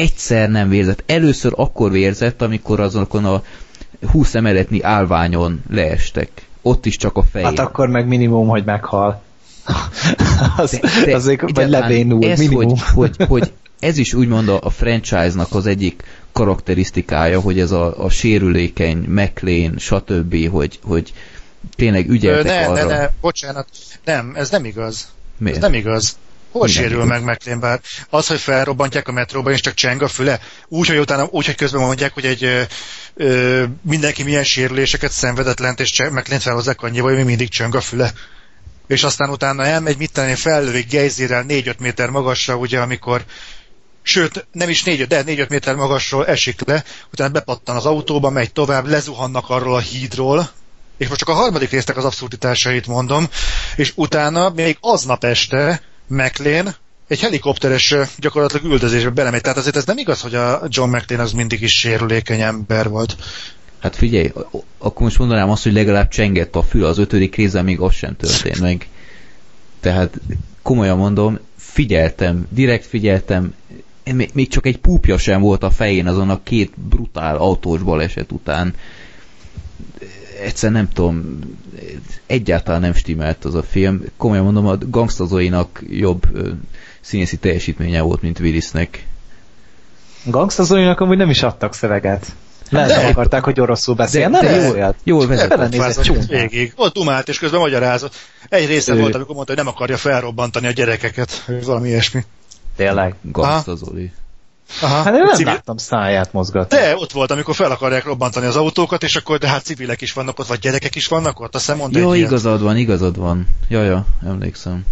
Először akkor vérzett, amikor azokon a 20 emeletnyi állványon leestek. Ott is csak a fején. Hát akkor meg minimum, hogy meghal. Azért vagy lebénul, ez, minimum. hogy ez is úgymond a franchise-nak az egyik karakterisztikája, hogy ez a sérülékeny, McLean, stb., hogy tényleg ügyeltek arra. Ne, bocsánat. Nem, ez nem igaz. Miért? Ez nem igaz. Hol Minden sérül igaz. meg McLean bár? Az, hogy felrobbantják a metróban, és csak cseng a füle? Úgy, hogy közben mondják, hogy mindenki milyen sérüléseket szenvedett lent, és McLean felhozzák annyival, hogy még mindig cseng a füle. És aztán utána elmegy, mit tenni, fellövik gejzírrel 4-5 méter magasra, ugye, amikor sőt, nem is 4-5 méter magasról esik le, utána bepattan az autóba, megy tovább, lezuhannak arról a hídról, és most csak a harmadik résznek az abszurditásait mondom, és utána még aznap este McLean egy helikopteres gyakorlatilag üldözésbe belemegy. Tehát azért ez nem igaz, hogy a John McLean az mindig is sérülékeny ember volt. Hát figyelj, akkor most mondanám azt, hogy legalább csengett a fül az 5. részben, még az sem történt meg. Tehát komolyan mondom, direkt figyeltem, még csak egy púpja sem volt a fején azon a 2 brutál autós baleset után. Egyszer nem tudom, egyáltalán nem stimmelt az a film. Komolyan mondom, a Gangsta Zoe-nak jobb színészi teljesítménye volt, mint Willisnek. Gangsta Zoe-nak amúgy nem is adtak szöveget. Lehet, nem akarták, hogy oroszul beszél. Jól vezetett. Végig. Ott dumált, és közben magyarázott. Egy része volt, amikor mondta, hogy nem akarja felrobbantani a gyerekeket. Valami ilyesmi. Tényleg. Gangsta Zoe. Hát én nem láttam száját mozgatni. De ott volt, amikor fel akarják robbantani az autókat, és akkor de hát civilek is vannak ott, vagy gyerekek is vannak ott, azt hiszem mondta. Jó, igazad van. Ja, emlékszem.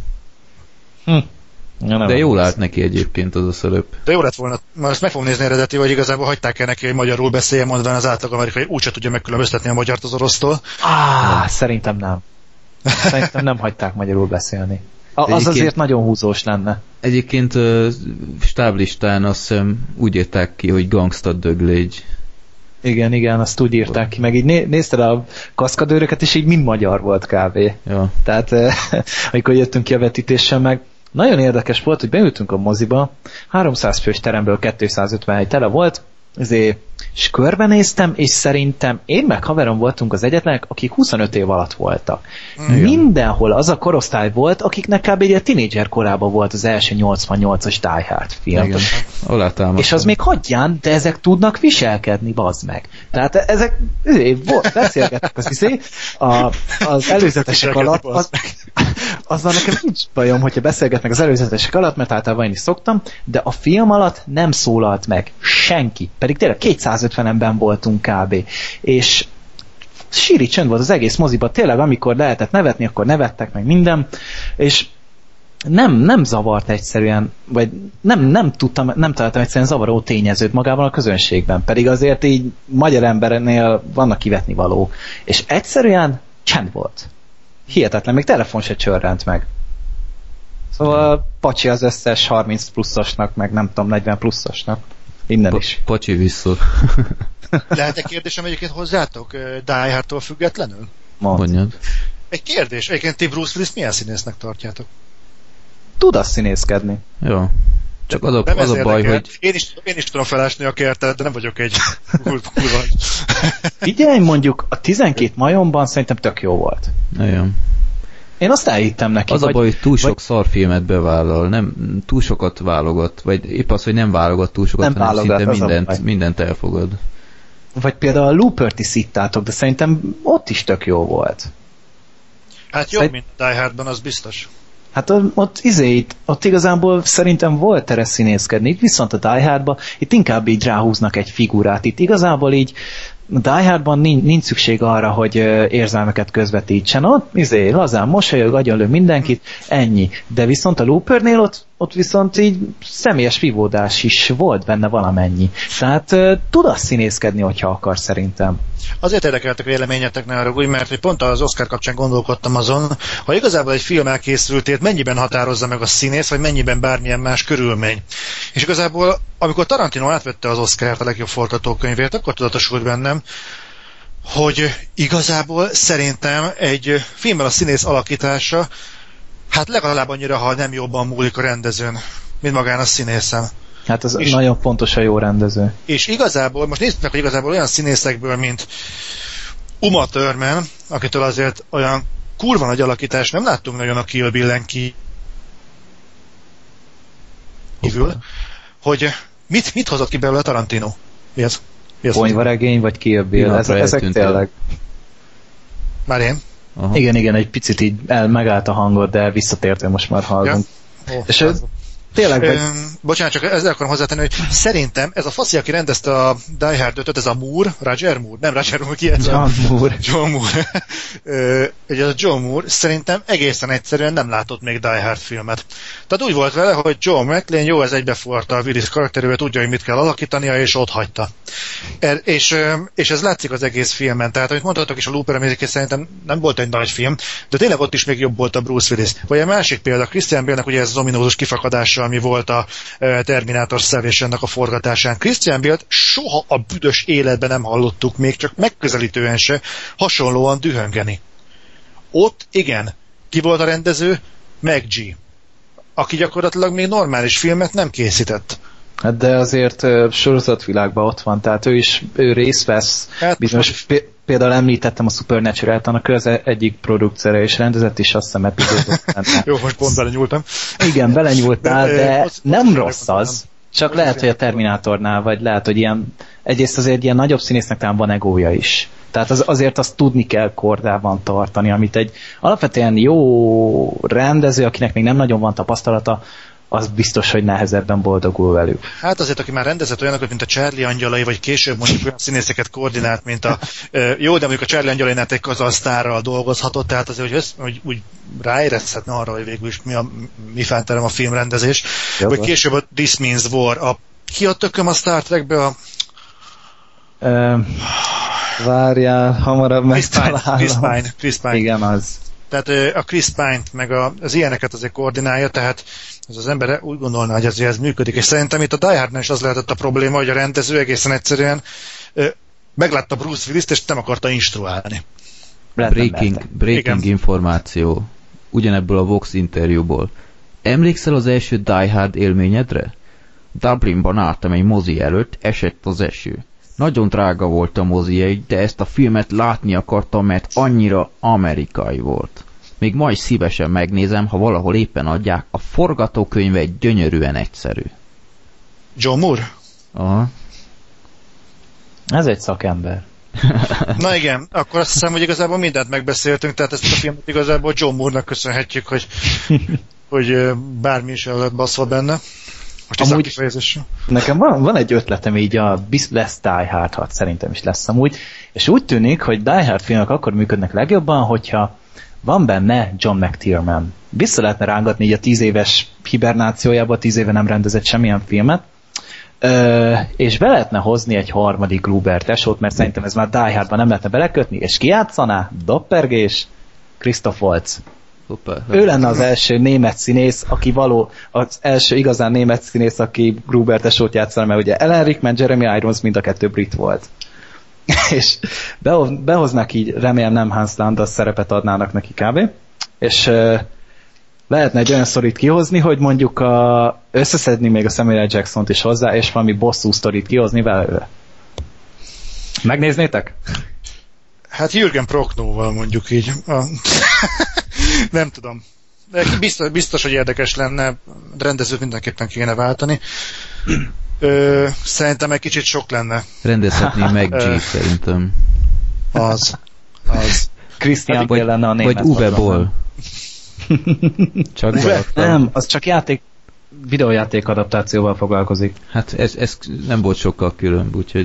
Ja, de jól állt neki egyébként az a szerep. De jó lett volna, már ezt meg fogom nézni eredeti, vagy igazából hagyták el neki, hogy magyarul beszéljen, mondván az átlag amerikai úgyse tudja megkülönböztetni a magyart az orosztól. Szerintem nem. Szerintem nem hagyták magyarul beszélni. Az azért nagyon húzós lenne. Egyébként stáblistán azt hiszem úgy írták ki, hogy Gangsta Döglage. Igen, azt úgy írták ki, meg így nézted a kaszkadőröket, és így mind magyar volt kb. Ja. Tehát amikor jöttünk ki a vetítéssel, meg nagyon érdekes volt, hogy beültünk a moziba, 300 fős teremből 251 tele volt, és körbenéztem, és szerintem én meg haverom voltunk az egyetlenek, akik 25 év alatt voltak. Mindenhol az a korosztály volt, akiknek kb. Egy tínédzser korában volt az első 88-as Die Hard film. És az még hagyján, de ezek tudnak viselkedni, bazd meg. Tehát ezek beszélgetnek az előzetesek alatt, azzal nekem nincs bajom, hogyha beszélgetnek az előzetesek alatt, mert általában én is szoktam, de a film alatt nem szólalt meg senki. Pedig tényleg 250-en voltunk kb. És síri csönd volt az egész moziba, tényleg amikor lehetett nevetni, akkor nevettek meg minden, és nem zavart egyszerűen, vagy nem találtam egyszerűen zavaró tényezőt magában a közönségben, pedig azért így magyar embernél vannak kivetni való. És egyszerűen csend volt. Hihetetlen, még telefon se csörrent meg. Szóval pacsi az összes 30 pluszosnak, meg nem tudom, 40 pluszosnak. Innen is. Pacsi vissza. Lehet-e kérdésem egyébként hozzátok? Die Hardtól függetlenül? Mondjad. Egy kérdés. Egyébként ti Bruce Willis milyen színésznek tartjátok? Tud azt színészkedni. Jó. Csak az a baj, hogy... Én is tudom felásni a kertet, de nem vagyok egy kurva. Figyelj, mondjuk a 12 majomban szerintem tök jó volt. Igen. Én azt elhittem neki. Az a baj, hogy túl sok szarfilmet bevállal, nem túl sokat válogat, vagy épp az, hogy nem válogat túl sokat, nem hanem szinte mindent elfogad. Vagy például a Loopert is szittátok, de szerintem ott is tök jó volt. Hát jobb, mint a Die Hardban, az biztos. Hát ott igazából szerintem volt tere színészkedni, viszont a Die Hardban itt inkább így ráhúznak egy figurát. Itt igazából így a Die Hardban nincs szükség arra, hogy érzelmeket közvetítsen. Ott lazán mosolyog, agyonlő mindenkit, ennyi. De viszont a Loopernél ott viszont így személyes vívódás is volt benne valamennyi. Tehát tud azt színészkedni, hogyha akar szerintem. Azért érdekeltek a véleményetek, ne arra úgy, mert hogy pont az Oscar kapcsán gondolkodtam azon, ha igazából egy film elkészültét mennyiben határozza meg a színész, vagy mennyiben bármilyen más körülmény. És igazából, amikor Tarantino átvette az Oscart, a legjobb forgatókönyvért, akkor tudatosult bennem, hogy igazából szerintem egy filmben a színész alakítása hát legalább annyira, ha nem jobban múlik a rendezőn, mint magán a színészen. Hát az nagyon fontos a jó rendező. És igazából, most nézzük meg, hogy igazából olyan színészekből, mint Uma Thurman, akitől azért olyan kurva nagy alakítás nem láttunk nagyon a Kill Bill-en kívül, hogy mit hozott ki belőle Tarantino? Mi ez? Ponyvaregény vagy Kill Bill? Ezek tényleg. Már én? Aha. Igen, egy picit így megállt a hangod, de visszatértél, most már hallunk. Ja. És tényleg... Bocsánat, csak ezzel akarom hozzátenni, hogy szerintem ez a faszi, aki rendezte a Die Hard 5-öt, ez a Moore, Roger Moore, nem Roger Moore, ki ez? John Moore. Ugye az John Moore szerintem egészen egyszerűen nem látott még Die Hard filmet. Tehát úgy volt vele, hogy John McClane jó, ez egybeforta a Willis karakterével, tudja, hogy mit kell alakítania, és ott hagyta. És ez látszik az egész filmen. Tehát, amit mondhatok is, a Looper America szerintem nem volt egy nagy film, de tényleg ott is még jobb volt a Bruce Willis. Vagy a másik példa, Christian Bale-nek ugye ez az ominózus kifakadása, ami volt a Terminator Salvation-nek a forgatásán. Christian Bale-t soha a büdös életben nem hallottuk még, csak megközelítően se hasonlóan dühöngeni. Ott igen, ki volt a rendező? Meg G, aki gyakorlatilag még normális filmet nem készített. Hát de azért sorozatvilágban ott van, tehát ő részt vesz. Hát bizonyos, például említettem a Supernatural-t, annak az egyik produkcere és rendezett is, azt hiszem epizódot. Jó, most pont belenyúltam. Igen, belenyúltál, de nem rossz az. Csak lehet, hogy a Terminátornál, vagy lehet, hogy ilyen, egyrészt azért ilyen nagyobb színésznek talán van egója is. Tehát azért azt tudni kell kordában tartani, amit egy alapvetően jó rendező, akinek még nem nagyon van tapasztalata, az biztos, hogy nehezebben boldogul velük. Hát azért, aki már rendezett olyanokat, mint a Charlie Angyalai, vagy később mondjuk olyan színészeket koordinált, mint a... Jó, de mondjuk a Charlie Angyalainál egy kazasztárral dolgozhatott, tehát azért, hogy úgy ráérezhetne arra, hogy végül is mi fánterem a filmrendezés. Vagy később a This Means War. Ki a tököm a Star Trekbe a... Várjál, hamarabb megtalálom. Chris Pine. Igen, az. Tehát a Chris Pine-t, meg az ilyeneket azért koordinálja, tehát ez az ember úgy gondolná, hogy ez működik. És szerintem itt a Die Hardnál is az lehetett a probléma, hogy a rendező egészen egyszerűen meglátta Bruce Willis-t, és nem akarta instruálni. Breaking információ. Ugyanebből a Vox interjúból. Emlékszel az első Die Hard élményedre? Dublinban álltam egy mozi előtt, esett az eső. Nagyon drága volt a mozijegy, de ezt a filmet látni akartam, mert annyira amerikai volt. Még ma is szívesen megnézem, ha valahol éppen adják, a forgatókönyve gyönyörűen egyszerű. John Moore? Aha. Ez egy szakember. Na igen, akkor azt hiszem, hogy igazából mindent megbeszéltünk, tehát ezt a filmet igazából John Moore-nak köszönhetjük, hogy bármi is el lett baszva benne. Amúgy nekem van egy ötletem így, lesz Die Hard 6, szerintem is lesz amúgy, és úgy tűnik, hogy Die Hard filmek akkor működnek legjobban, hogyha van benne John McTiernan. Vissza lehetne rángatni így a 10 éves hibernációjába, 10 éve nem rendezett semmilyen filmet, és be lehetne hozni egy harmadik Gruber tesót, mert szerintem ez már Die Hardban nem lehetne belekötni, és ki játszaná? Doppergés, Christoph Waltz. Ő lenne az első német színész, az első igazán német színész, aki Gruber tesót játszana, mert ugye Alan Rickman, Jeremy Irons mind a kettő brit volt. És behoznak így, remélem nem Hans Landa szerepet adnának neki kb. És lehetne egy olyan sztorit kihozni, hogy mondjuk összeszedni még a Samuel L. Jackson-t is hozzá, és valami bosszú sztorit kihozni vele. Megnéznétek? Hát Jürgen Prochnow-val mondjuk így. Nem tudom. De biztos, hogy érdekes lenne, rendezőt mindenképpen kéne váltani. Szerintem egy kicsit sok lenne. Rendezhetné meg G szerintem. Az. Christian Bale lenne a német. Vagy Uwe Boll. Csak nem, az csak videójáték adaptációval foglalkozik. Hát ez nem volt sokkal különb, úgyhogy...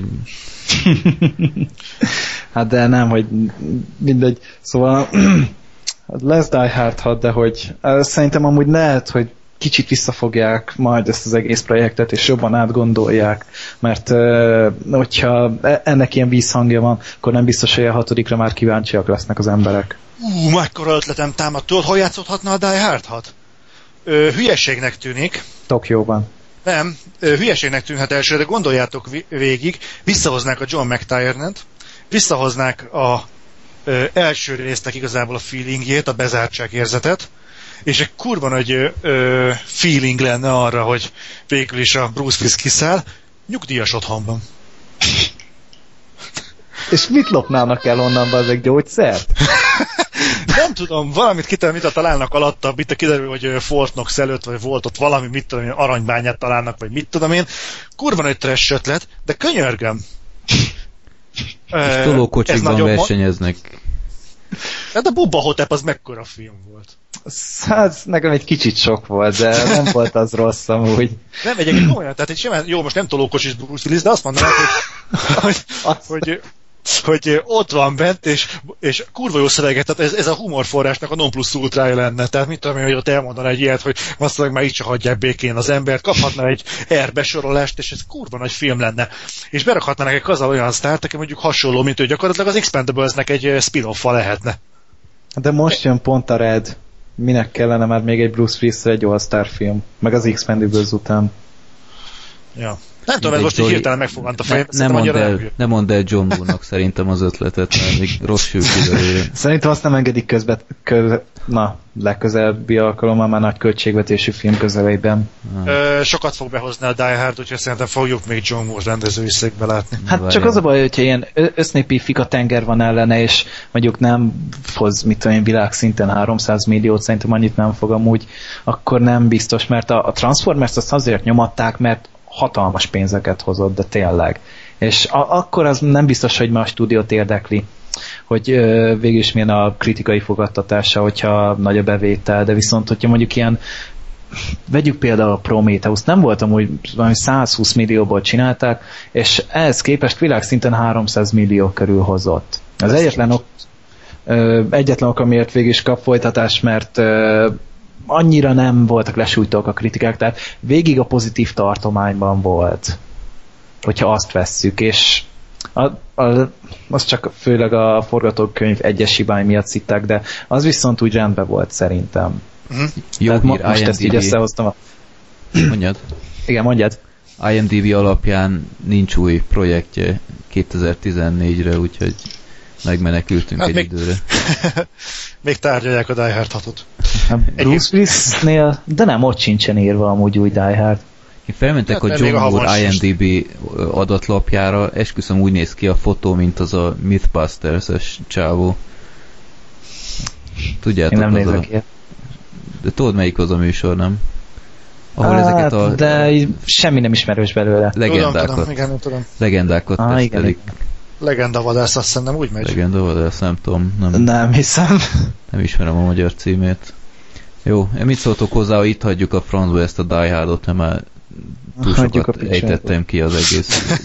Hát de nem, hogy mindegy. Szóval lesz Die Hard 6, de hogy szerintem amúgy lehet, hogy kicsit visszafogják majd ezt az egész projektet, és jobban átgondolják, mert hogyha ennek ilyen vízhangja van, akkor nem biztos, hogy a 6-ra már kíváncsiak lesznek az emberek. Mekkora ötletem támadt. Tudod, hol játszódhatna a Die Hard 6? Hülyeségnek tűnik. Tokióban. Nem, hülyeségnek tűnhet elsőre, de gondoljátok végig, visszahoznák a John McTiernan-t, visszahoznák a első résznek igazából a feelingjét, a bezártságérzetet, és egy kurva nagy feeling lenne arra, hogy végül is a Bruce Willis kiszáll, nyugdíjas otthonban. És mit lopnának el onnan, az egy gyógyszert? tudom, valamit találnak alatta, itt kiderül, hogy Fort Knox előtt, vagy volt ott valami, mit tudom én, aranybányát találnak, vagy mit tudom én. Kurva nagy trash ötlet, de könyörgöm. És tolókocsikban versenyeznek. De a Bubba Hotep az mekkora film volt. Hát nekem egy kicsit sok volt, de nem volt az rossz amúgy. Nem, egyébként komolyan, tehát egy simán, jó, most nem tolókocsis Bruce Willis, de azt mondanám, hogy ott van bent, és kurva jó szöveget, tehát ez a humorforrásnak a non plus ultrája lenne. Tehát mit tudom én, hogy ott elmondaná egy ilyet, hogy azt már így csak hagyják békén az embert, kaphatna egy R besorolást, és ez kurva nagy film lenne. És berakhatnának egy kazal olyan sztárt, aki mondjuk hasonló, mint ő gyakorlatilag az Expendables-nek egy spin-off-a lehetne. De most jön pont a Red. Minek kellene már még egy Bruce Willis egy All-Star film? Meg az Expendables után. Ja. Nem tudom, ez most így hirtelen megfogant a fejem. Nem mondd el John Woo-nak szerintem az ötletet, mert még rossz sül kiderül. Szerintem azt nem engedik legközelebbi alkalommal már nagy költségvetésű film közelében. Sokat fog behozni a Die Hard, úgyhogy szerintem fogjuk még John Woo rendezői székbe látni. Hát várján. Csak az a baj, hogyha ilyen össznépi fika tenger van ellene, és mondjuk nem hoz, mit tudom én, világszinten 300 milliót, szerintem annyit nem fog amúgy, akkor nem biztos, mert a Transformers azt azért nyomatták, mert hatalmas pénzeket hozott, de tényleg. És akkor az nem biztos, hogy ma a stúdiót érdekli, hogy végül is milyen a kritikai fogadtatása, hogyha nagy a bevétel, de viszont, hogyha mondjuk ilyen, vegyük például a Prometheus, nem volt amúgy, valami 120 millióból csinálták, és ehhez képest világszinten 300 millió körül hozott. Az egyetlen ok, amiért végül is kap folytatást, mert annyira nem voltak lesújtók a kritikák, tehát végig a pozitív tartományban volt, hogyha azt vesszük, és az csak főleg a forgatókönyv egyes hibái miatt szitták, de az viszont úgy rendben volt szerintem. Jó hír, most ezt így összehoztam. Mondjad. Igen, mondjad. IMDb alapján nincs új projektje 2014-re, úgyhogy megmenekültünk hát egy időre. Még tárgyalják a Die Hard 6-ot. Bruce Willisnél, de nem, ott sincsen írva amúgy új Die Hard. Én felmentek a John Moore IMDb adatlapjára, esküszöm úgy néz ki a fotó, mint az a Mythbusters-es csávó. Tudjátok? Én nem nézek ilyet. De tudod, melyik az a műsor, nem? Ahol ezeket a... De semmi nem ismerős belőle. Legendákat tesztelik. Legendavadász, azt hiszem nem úgy megy. Legendavadász, nem tudom. Nem hiszem. Nem ismerem a magyar címét. Jó, mit szóltok hozzá, hogy itt hagyjuk a francba ezt a Die Hardot, mert már túl sokat ejtettem ki az egész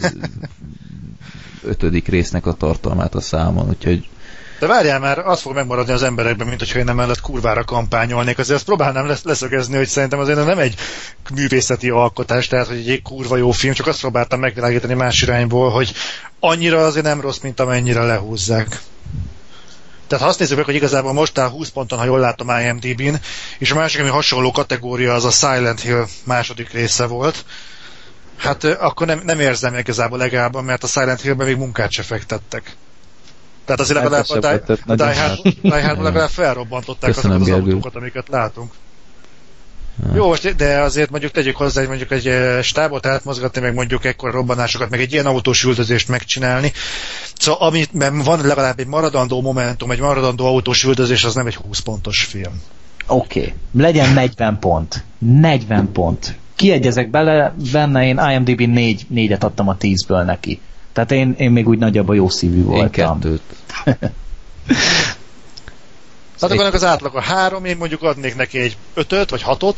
5. résznek a tartalmát a számon, úgyhogy... De várjál már, az fog megmaradni az emberekben, mint hogyha én nem mellett kurvára kampányolnék. Azért azt próbálnám leszögezni, hogy szerintem azért nem egy művészeti alkotás, tehát hogy egy kurva jó film, csak azt próbáltam megvilágítani más irányból, hogy annyira azért nem rossz, mint amennyire lehúzzák. Tehát ha azt nézzük meg, hogy igazából most áll 20 ponton, ha jól látom IMDb-n, és a másik, ami hasonló kategória, az a Silent Hill második része volt, hát akkor nem érzem igazából legalább, mert a Silent Hill-ben még munkát se fektettek. Tehát azért legalább a Die Hardban legalább felrobbantották azokat az autókat, amiket látunk. Jó, most, de azért mondjuk tegyük hozzá, hogy mondjuk egy stábot átmozgatni, meg mondjuk ekkora robbanásokat, meg egy ilyen autós üldözést megcsinálni. Szóval amiben van legalább egy maradandó momentum, egy maradandó autós üldözés, az nem egy 20 pontos film. Oké. Legyen 40 pont. 40 pont. Kiegyezek benne, én IMDb 4-et adtam a 10-ből neki. Tehát én még úgy nagyjából jó szívű voltam. Én 2-t. Hát akkor az átlag a 3, én mondjuk adnék neki egy 5-öt, vagy 6-ot,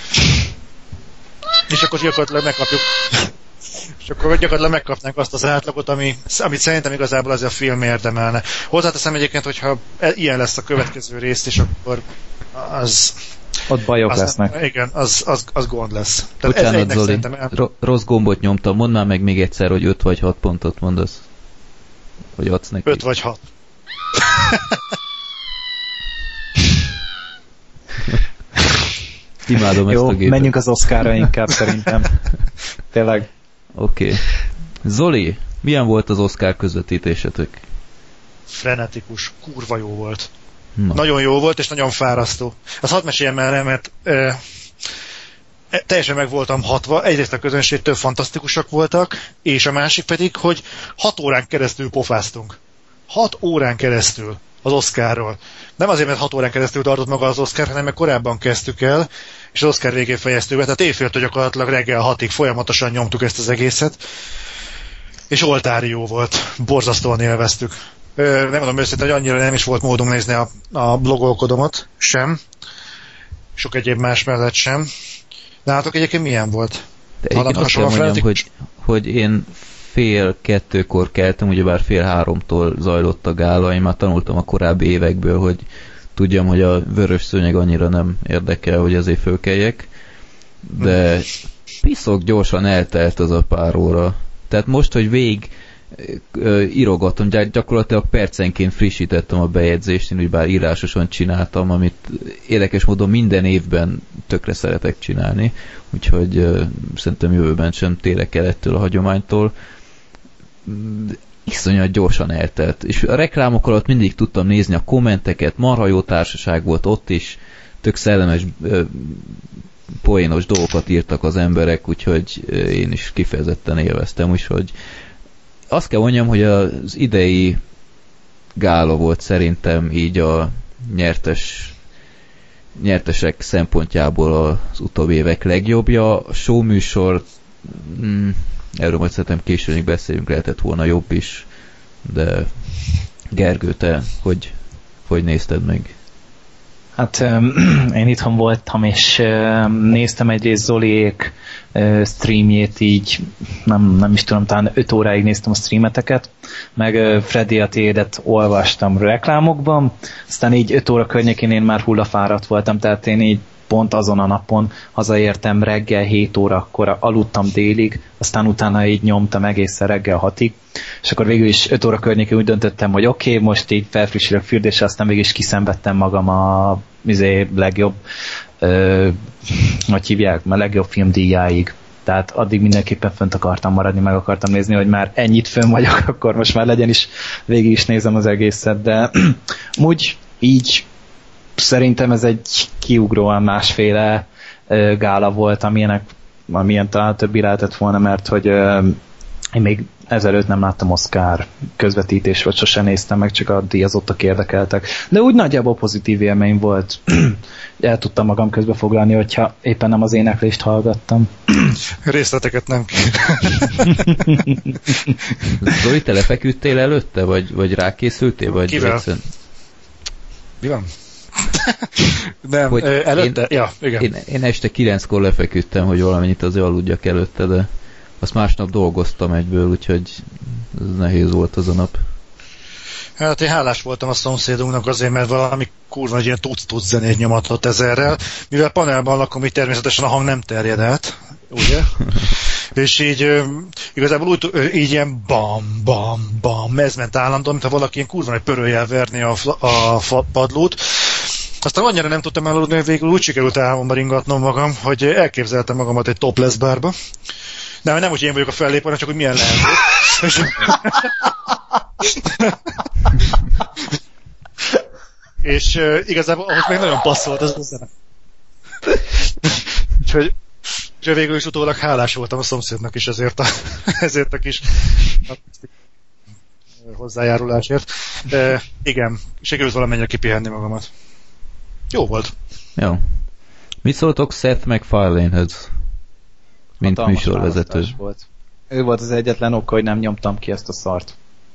és akkor gyakorlatilag megkapjuk. És akkor gyakorlatilag megkapnánk azt az átlagot, amit szerintem igazából az a film érdemelne. Hozzáteszem egyébként, hogyha ilyen lesz a következő rész, és akkor az... Ott bajok lesznek. Igen, az gond lesz. Bocsánat, Zoli, rossz gombot nyomtam. Mondd már meg még egyszer, hogy 5 vagy 6 pontot mondasz. Hogy adsz neki. 5 vagy 6. Imádom ezt a gépet. Jó, menjünk az Oscarra inkább szerintem. Tényleg. Oké. Zoli, milyen volt az Oscar közvetítésetek? Frenetikus, kurva jó volt. Na. Nagyon jó volt, és nagyon fárasztó. Azt hadd meséljem el, mert teljesen meg voltam hatva. Egyrészt a közönségtől fantasztikusak voltak, és a másik pedig, hogy 6 órán keresztül pofáztunk. 6 órán keresztül. az Oscarról. Nem azért, mert 6 órán keresztül tartott maga az Oscar, hanem mert korábban kezdtük el, és az Oscar végén fejeztük be, tehát éjféltől gyakorlatilag reggel 6-ig folyamatosan nyomtuk ezt az egészet, és oltári jó volt, borzasztóan élveztük. Nem mondom őszintén, hogy annyira nem is volt módom nézni a blogolkodomat sem, sok egyéb más mellett sem. Nálatok egyébként milyen volt? De egyébként azt kell mondjam, hogy én 1:30-kor keltem, ugyebár 2:30-tól zajlott a gála, én már tanultam a korábbi évekből, hogy tudjam, hogy a vörös szőnyeg annyira nem érdekel, hogy azért fölkeljek, de piszok gyorsan eltelt az a pár óra. Tehát most, hogy végig írogatom, gyakorlatilag percenként frissítettem a bejegyzést, én úgy bár írásosan csináltam, amit érdekes módon minden évben tökre szeretek csinálni, úgyhogy szerintem jövőben sem térek el ettől a hagyománytól. Iszonyat gyorsan eltelt. És a reklámok alatt mindig tudtam nézni a kommenteket, marha jó társaság volt ott is, tök szellemes poénos dolgokat írtak az emberek, úgyhogy én is kifejezetten élveztem, úgyhogy azt kell mondjam, hogy az idei gála volt szerintem így a nyertesek szempontjából az utóbbi évek legjobbja. A showműsor, erről majd szerintem később beszéljünk, lehetett volna jobb is, de Gergő, te hogy nézted meg? Hát én itthon voltam, és néztem egyrészt Zoliék streamjét, így nem is tudom, talán 5 óráig néztem a streameteket, meg Freddy a Tédet olvastam reklámokban, aztán így 5 óra környékén én már hullafáradt voltam, tehát én így pont azon a napon hazaértem reggel 7 órakor, aludtam délig, aztán utána így nyomtam egészen reggel 6-ig, és akkor végül is 5 óra környékén úgy döntöttem, hogy oké, most így felfrissülök fürdésre, aztán végül is kiszenvedtem magam a legjobb hogy hívják, a legjobb film díjáig. Tehát addig mindenképpen fönt akartam maradni, meg akartam nézni, hogy már ennyit fönn vagyok, akkor most már legyen is, végig is nézem az egészet, de úgy így szerintem ez egy kiugróan másféle gála volt, amilyen talán többi lehetett volna, mert hogy én még ezelőtt nem láttam Oscar közvetítés, vagy sosem néztem meg, csak a díjazottak érdekeltek. De úgy nagyjából pozitív élmény volt. El tudtam magam közbe foglalni, hogyha éppen nem az éneklést hallgattam. Részleteket nem kér. Zoli, te lefeküdtél előtte, vagy rákészültél? Vagy kivel? Mi van? Nem, előtte? Igen. Én este 9-kor lefeküdtem, hogy valamennyit azért aludjak előtte, de azt másnap dolgoztam egyből, úgyhogy ez nehéz volt az a nap. Hát én hálás voltam a szomszédunknak azért, mert valami kurva egy ilyen tuc zenét nyomatott ezerrel, mivel panelban lakom, így természetesen a hang nem terjed át, ugye? És így igazából úgy, így ilyen bam, bam, bam, ez ment állandóan, mintha valaki ilyen kurva egy pörőjel verni a padlót. Aztán annyira nem tudtam elaludni, hogy végül úgy sikerült álmomba ringatnom magam, hogy elképzeltem magamat egy topless bárba. Nem úgy én vagyok a fellépő, csak hogy milyen lehető. És igazából ahhoz még nagyon passzolt az zene. Úgyhogy végül is utólag hálás voltam a szomszédnak is ezért a kis hozzájárulásért. De igen, sikerült valamennyire kipihenni magamat. Jó volt. Jó. Mit szóltok Seth MacFarlanehez? Mint műsorvezető. Volt. Ő volt az egyetlen oka, hogy nem nyomtam ki ezt a szart.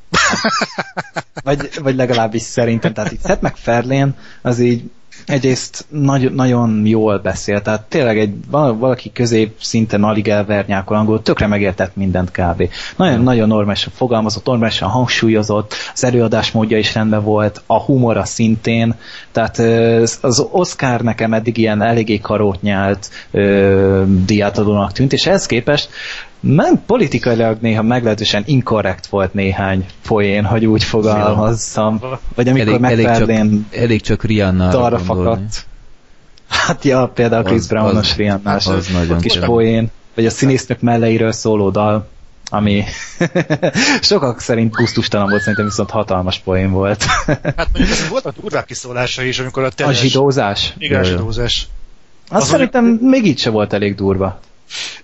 Vagy legalábbis szerintem. Tehát itt Seth MacFarlane az így egyrészt nagyon jól beszél, tehát tényleg valaki középszinten alig elvernyákol angol, tökre megértett mindent kb. Nagyon normálisan fogalmazott, normálisan hangsúlyozott, az előadásmódja is rendben volt, a humora szintén, tehát az Oscar nekem eddig ilyen eléggé karótnyált díjátadónak tűnt, és ehhez képest politikailag néha meglehetősen inkorrekt volt néhány poén, hogy úgy fogalmazzam. Vagy amikor MacFarlane elég csak Rihanna-ra fakadt. Hát ja, például Chris Brown-os Rihanna-s kis poén. Vagy a színésznök melleiről szóló dal, ami sokak szerint gusztustalan volt, szerintem viszont hatalmas poén volt. Hát mondjuk voltak durvák kiszólása is, amikor a teljes... A zsidózás? Igen, a zsidózás. Azt szerintem még így se volt elég durva.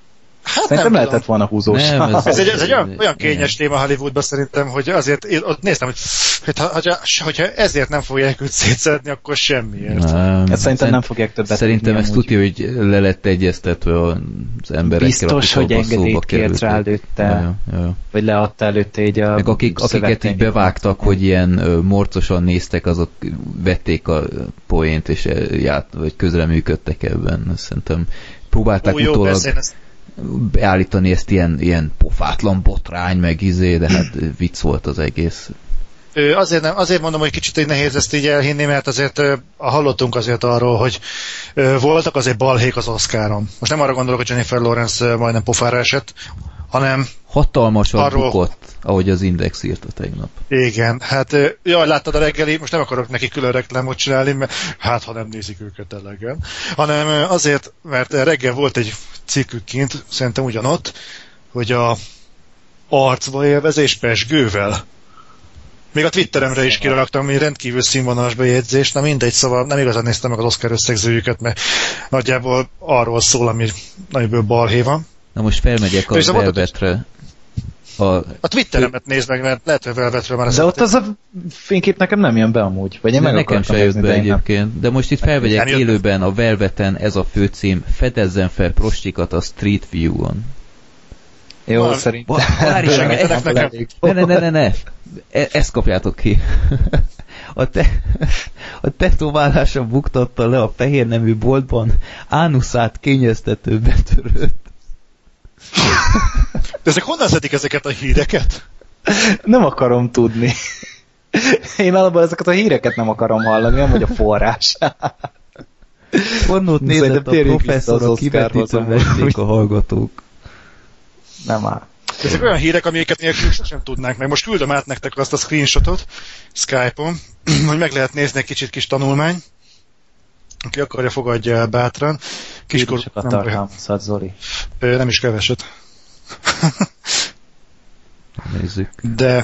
Hát szerintem lehetett volna húzós. Nem, ez egy olyan kényes téma Hollywoodban szerintem, hogy azért én ott néztem, hogyha ezért nem fogják őt szétszedni, akkor semmiért. Nem, szerintem nem fogják többet. Szerintem ezt tudja, hogy le lett egyeztetve az emberekkel. Biztos, hogy engedélyt kért rá előtte, vagy leadta előtte így a meg akiket így bevágtak, hogy ilyen morcosan néztek, azok vették a poént, és vagy közreműködtek ebben. Szerintem próbálták utólag beállítani ezt ilyen pofátlan botrány, meg de hát vicc volt az egész. Azért mondom, hogy kicsit így nehéz ezt így elhinni, mert azért hallottunk azért arról, hogy voltak azért balhék az Oscaron. Most nem arra gondolok, hogy Jennifer Lawrence majdnem pofára esett, hanem hatalmasan bukott, ahogy az Index írta tegnap. Igen, hát jaj, láttad a reggeli, most nem akarok neki külön reklámot csinálni, mert hát ha nem nézik őket elegen, hanem azért, mert reggel volt egy cikkük kint, szerintem ugyanott, hogy a arcba élvezés pezsgővel. Még a Twitteremre is kiraktam, hogy rendkívül színvonalas bejegyzést, na mindegy, szóval nem igazán néztem meg az Oscar összegzőjüket, mert nagyjából arról szól, amiből balhé van. Na most felmegyek a Velvetre. A Twitteremet nézd meg, mert lehet, hogy Velvetről már... De ott az a fénykép nekem nem jön be amúgy. Vagy én meg nekem se jött be egyébként. De most itt felmegyek élőben a Velveten, ez a főcím, fedezzen fel prostikat a Street View-on. Jó, szerintem. Ne. Ezt kapjátok ki. A tetoválása buktatta le a fehér nemű boltban ánuszát kényeztető betörőt. De ezek honnan szedik ezeket a híreket? Nem akarom tudni. Én alapban ezeket a híreket nem akarom hallani, nem vagy a forrás. Onnót nézett a professzorok, kivetítve vették a hallgatók. Nem áll. Ezek olyan hírek, amiket nélkül sem tudnánk meg. Most küldöm át nektek azt a screenshotot Skype-on, hogy meg lehet nézni egy kis tanulmány. Aki akarja, fogadja el bátran. Sokat tartalmazhat, Zoli. Nem is keveset. Nézzük. De...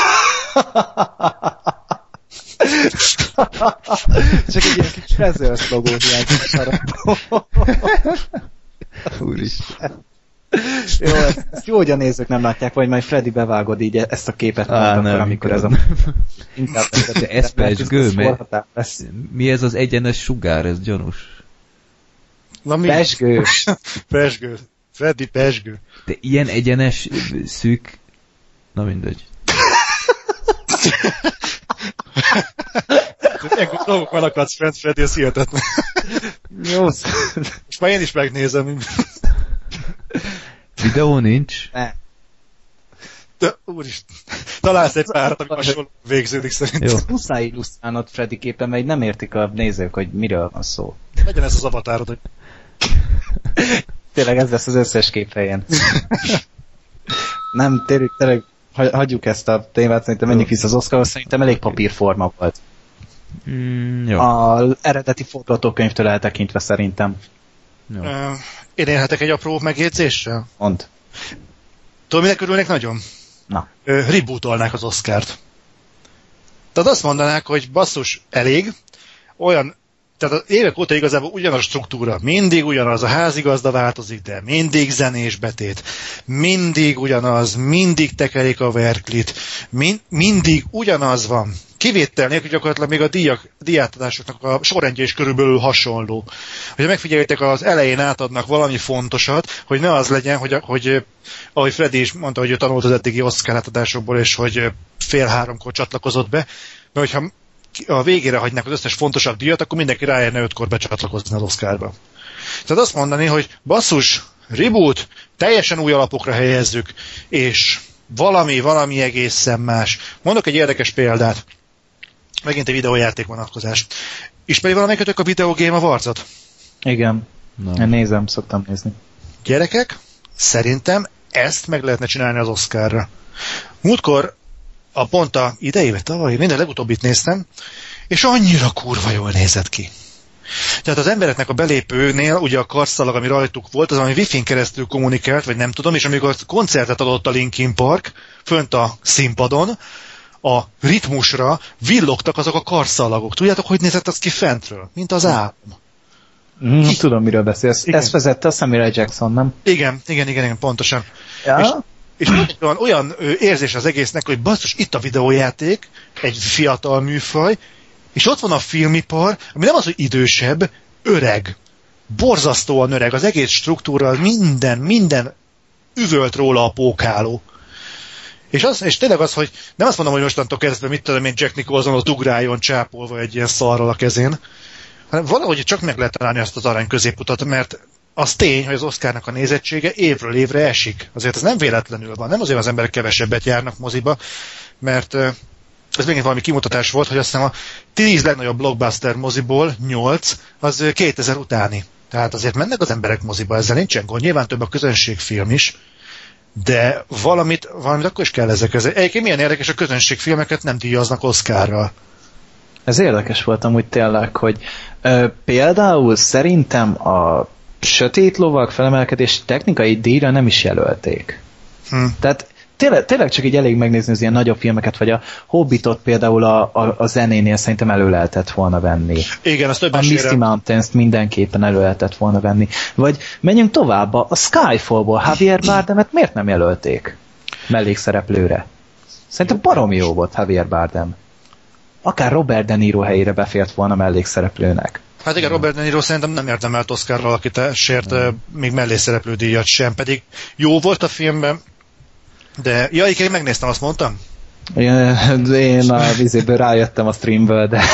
Csak egy ilyen kis Reserve logót játszik sarabból. Úristen. Jó, ezt jó, hogy a nézők nem látják, vagy majd Freddy bevágod így ezt a képet, akkor, amikor ez a... Inkább ez pezsgő, mi ez az egyenes sugár, ez gyanús. Pezsgő. Pezsgő. Freddy pezsgő. De ilyen egyenes, szűk... Na mindegy. Ilyen dolgok van akadsz fent, Freddy, ez hihetetlen. Jó. Most már én is megnézem. Videó nincs? Ne. De úristen, találsz egy párat, ami hasonló végződik szerintem. Jó. Muszáj illusztrálnod Freddy képen, mert nem értik a nézők, hogy miről van szó. Legyen ez az avatárod, hogy... Tényleg ez lesz az összes képhelyen. Nem, tényleg hagyjuk ezt a témát, szerintem menjünk vissza az Oscarhoz, szerintem elég papírforma volt. Jó. Az eredeti forgatókönyvtől eltekintve szerintem. Jó. Én élhetek egy apró megjegyzéssel? Mondd. Tudom, minek örülnék nagyon? Na. Rebootolnák az Oscart. Tehát azt mondanák, hogy basszus, elég, olyan, tehát az évek óta igazából ugyanaz a struktúra, mindig ugyanaz, a házigazda változik, de mindig zenés betét, mindig ugyanaz, mindig tekerik a verklit, mindig ugyanaz van. Kivétel nélkül gyakorlatilag még a díjátadásoknak a sorrendje is körülbelül hasonló. Hogyha megfigyelitek, az elején átadnak valami fontosat, hogy ne az legyen, hogy ahogy Freddy is mondta, hogy ő tanult az eddigi Oscar átadásokból, és hogy 2:30 csatlakozott be, mert hogyha a végére hagynák az összes fontosabb díjat, akkor mindenki ráérne 5-kor becsatlakozni az Oscarba. Tehát azt mondani, hogy basszus, reboot, teljesen új alapokra helyezzük, és valami egészen más. Mondok egy érdekes példát. Megint egy videójáték vonatkozás. Ismeri valamelyikötök a Video Game Awards-ot? Igen. No. Én nézem, szoktam nézni. Gyerekek, szerintem ezt meg lehetne csinálni az Oscarra. Múltkor pont a idei, vagy tavaly, minden legutóbbit néztem, és annyira kurva jól nézett ki. Tehát az embereknek a belépőnél ugye a karszalag, ami rajtuk volt, az, ami Wi-Fi-n keresztül kommunikált, vagy nem tudom, és amikor koncertet adott a Linkin Park, fönt a színpadon, a ritmusra villogtak azok a karszalagok. Tudjátok, hogy nézett az ki fentről? Mint az álom. Tudom, miről beszélsz. Igen. Ezt vezette a Samuel L. Jackson, nem? Igen, pontosan. Ja? És olyan érzés az egésznek, hogy basszus, itt a videójáték, egy fiatal műfaj, és ott van a filmipar, ami nem az, hogy idősebb, öreg. Borzasztóan öreg. Az egész struktúra, minden üvölt róla a pókáló. És tényleg az, hogy nem azt mondom, hogy mostantól kezdve, mit tudom én, Jack Nicholson ott ugráljon csápolva egy ilyen szarral a kezén, hanem valahogy csak meg lehet találni azt az arany középutat, mert az tény, hogy az Oscarnak a nézettsége évről évre esik. Azért ez nem véletlenül van. Nem azért az emberek kevesebbet járnak moziba, mert ez még valami kimutatás volt, hogy azt hiszem a 10 legnagyobb blockbuster moziból 8 az 2000 utáni. Tehát azért mennek az emberek moziba, ezzel nincsen gond. Nyilván több a közönségfilm is, de valamit akkor is kell ezekhez. Egyébként milyen érdekes, a közönségfilmeket nem díjaznak Oscarral. Ez érdekes volt amúgy tényleg, hogy például szerintem a Sötét Lovag felemelkedés technikai díjra nem is jelölték. Tehát tényleg csak így elég megnézni az ilyen nagyobb filmeket, vagy a Hobbitot például a zenénél szerintem elő lehetett volna venni. Igen, azt többen a Misty Mountains-t mindenképpen elő lehetett volna venni. Vagy menjünk tovább, a Skyfallból Javier Bardemet miért nem jelölték mellékszereplőre? Szerintem baromi jó volt Javier Bardem. Akár Robert De Niro helyére befért volna mellékszereplőnek. Hát igen, Robert De Niro szerintem nem érdemelt Oscar alakításért még mellékszereplő díjat sem, pedig jó volt a filmben, de én megnéztem, azt mondtam? Én a vizéből rájöttem a streamből, de...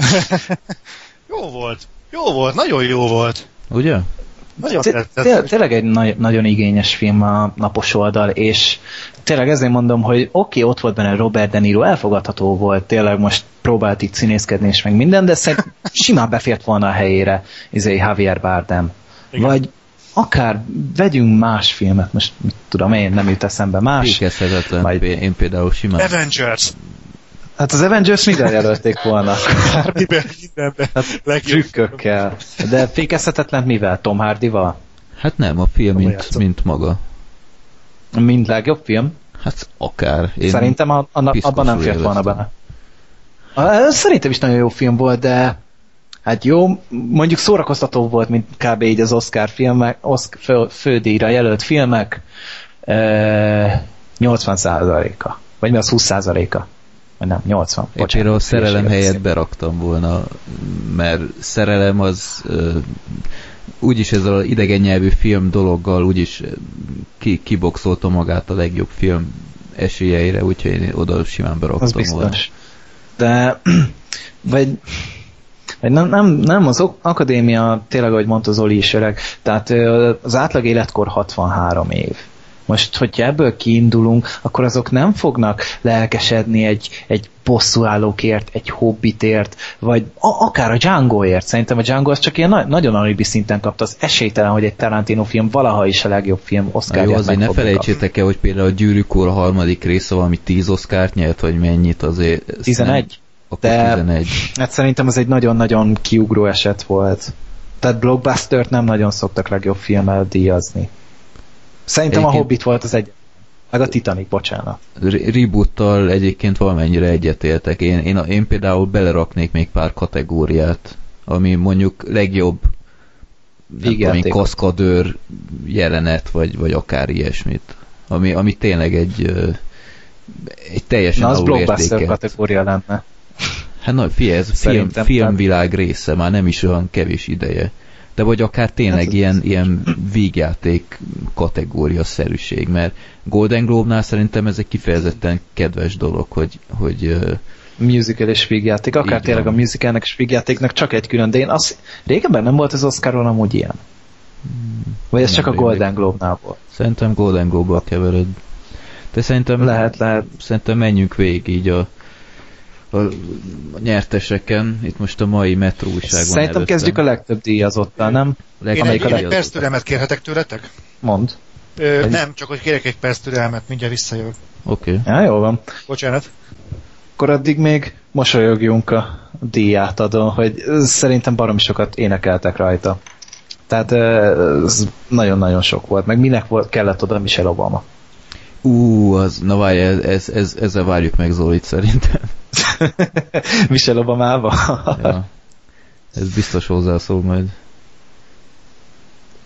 Jó volt, nagyon jó volt. Ugye? Tényleg egy nagyon igényes film a Napos Oldal, és tényleg ezért mondom, hogy oké, ott volt benne Robert De Niro, elfogadható volt, tényleg most próbált itt színészkedni és meg minden, de szerintem simán befért volna a helyére Javier Bardem. Igen. Vagy akár vegyünk más filmet, most mit tudom én, nem jut eszembe más. Fékezhetetlen, majd... én például simán. Avengers! Hát az Avengers minden jelölték volna. Mindenben. Hát trükkökkel. De fékezhetetlen mivel? Tom Hardy-val? Hát nem, a film mint maga. Mind legjobb film? Hát akár. Szerintem abban nem fért volna benne. Szerintem is nagyon jó film volt, de hát jó, mondjuk szórakoztató volt, mint kb. Így az Oscar filmek, fődíjra jelölt filmek 80%-a. Vagy mi az 20%-a? Vagy nem, 80. Én például a Szerelem helyett beraktam volna, mert Szerelem az úgyis ezzel az idegen nyelvű film dologgal úgyis kiboxolta magát a legjobb film esélyeire, úgyhogy én oda simán beraktam az biztos. Volna. De vagy nem, az akadémia tényleg, ahogy mondta Zoli is öreg, tehát az átlag életkor 63 év. Most, hogyha ebből kiindulunk, akkor azok nem fognak lelkesedni egy bosszúállókért, egy Hobbitért, vagy akár a Djangoért. Szerintem a Django az csak ilyen nagyon alibi szinten kapta. Az esélytelen, hogy egy Tarantino film valaha is a legjobb film Oscar-ját jó, azért ne felejtsétek el, hogy például a Gyűrűk Ura harmadik része valami 10 Oscart nyert, vagy mennyit azért. 11? De 11. Hát szerintem ez egy nagyon-nagyon kiugró eset volt. Tehát blockbustert nem nagyon szoktak legjobb filmmel díjazni. Szerintem egyébként a Hobbit volt az egy, meg a Titanic, bocsánat. Reboottal egyébként valamennyire egyetértek. Én például beleraknék még pár kategóriát, ami mondjuk legjobb kaszkadőr jelenet, vagy akár ilyesmit. Ami tényleg egy teljesen alul értékelt. Na, az blockbuster kategória lenne. Hát na, ez filmvilág része, már nem is olyan kevés ideje. De vagy akár tényleg ilyen vígjáték kategória-szerűség, mert Golden Globe-nál szerintem ez egy kifejezetten kedves dolog, hogy musical és vígjáték, akár tényleg a musicalnek és vígjátéknek csak egy külön, de én régebben nem volt az Oscaron amúgy ilyen. Vagy ez nem csak a Golden Globe-nál volt? Szerintem Golden Globe-ba kevered. De szerintem lehet. Szerintem menjünk végig így a nyerteseken, itt most a mai Metro újság van Szerintem előttem. Kezdjük a legtöbb díjazottal, nem? Én egy perc türelmet kérhetek tőletek? Mondd. Nem, csak hogy kérek egy perc türelmet, mindjárt visszajövök. Oké. Ja, jól van. Bocsánat. Akkor addig még mosolyogjunk a díjátadón, hogy szerintem baromi sokat énekeltek rajta. Tehát ez nagyon-nagyon sok volt. Meg minek kellett oda Michelle Obama? Na várj, ezzel várjuk meg Zolit szerintem. Michelle Obama-ba? Ja. Ez biztos hozzászól majd.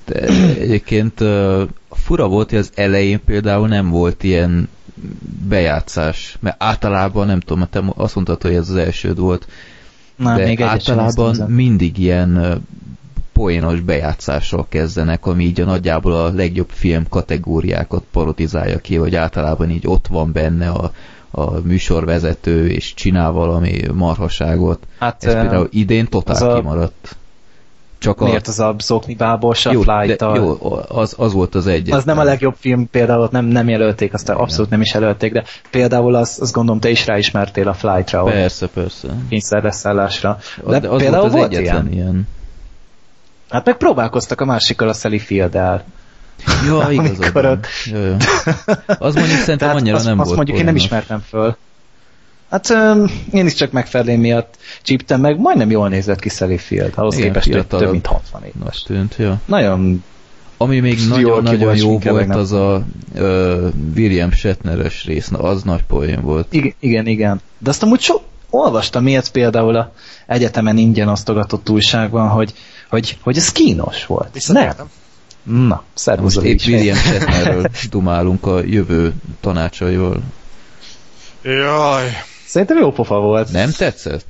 De egyébként fura volt, hogy az elején például nem volt ilyen bejátszás, mert általában, nem tudom, te azt mondtad, hogy ez az elsőd volt, de még általában mindig ilyen poénos bejátszással kezdenek, ami így a nagyjából a legjobb film kategóriákat parodizálja ki, hogy általában így ott van benne a műsorvezető, és csinál valami marhaságot. Hát, ez például idén totál kimaradt. Csak miért az a Zoknibábos, a Flight-tal? Jó, az volt az egyetlen. Az nem a legjobb film, például nem jelölték, aztán abszolút nem is jelölték, de például azt gondolom, te is ráismertél a Flight-ra. Persze. Kényszerleszállásra. De az például volt az egyetlen ilyen. Hát meg próbálkoztak a másikkal, a Sally Field-el. Ja, igazad van. Az mondjuk szerintem annyira nem volt. Azt mondjuk én nem ismertem föl. Hát én is csak McFarlane miatt csíptem meg, majdnem jól nézett ki Sally Field, ahhoz képest több mint 60 éves. Tűnt, ja. Nagyon ami még nagyon jó volt, az a William Shatner-es rész, na az nagy poén volt. Igen. De azt amúgy olvastam ilyet például a egyetemen ingyen osztogatott újságban, hogy ez kínos volt. Visszatértem. Na, szervusz. Most épp William Shatnerről dumálunk a jövő tanácsaival. Jaj. Szerintem jó pofa volt. Nem tetszett?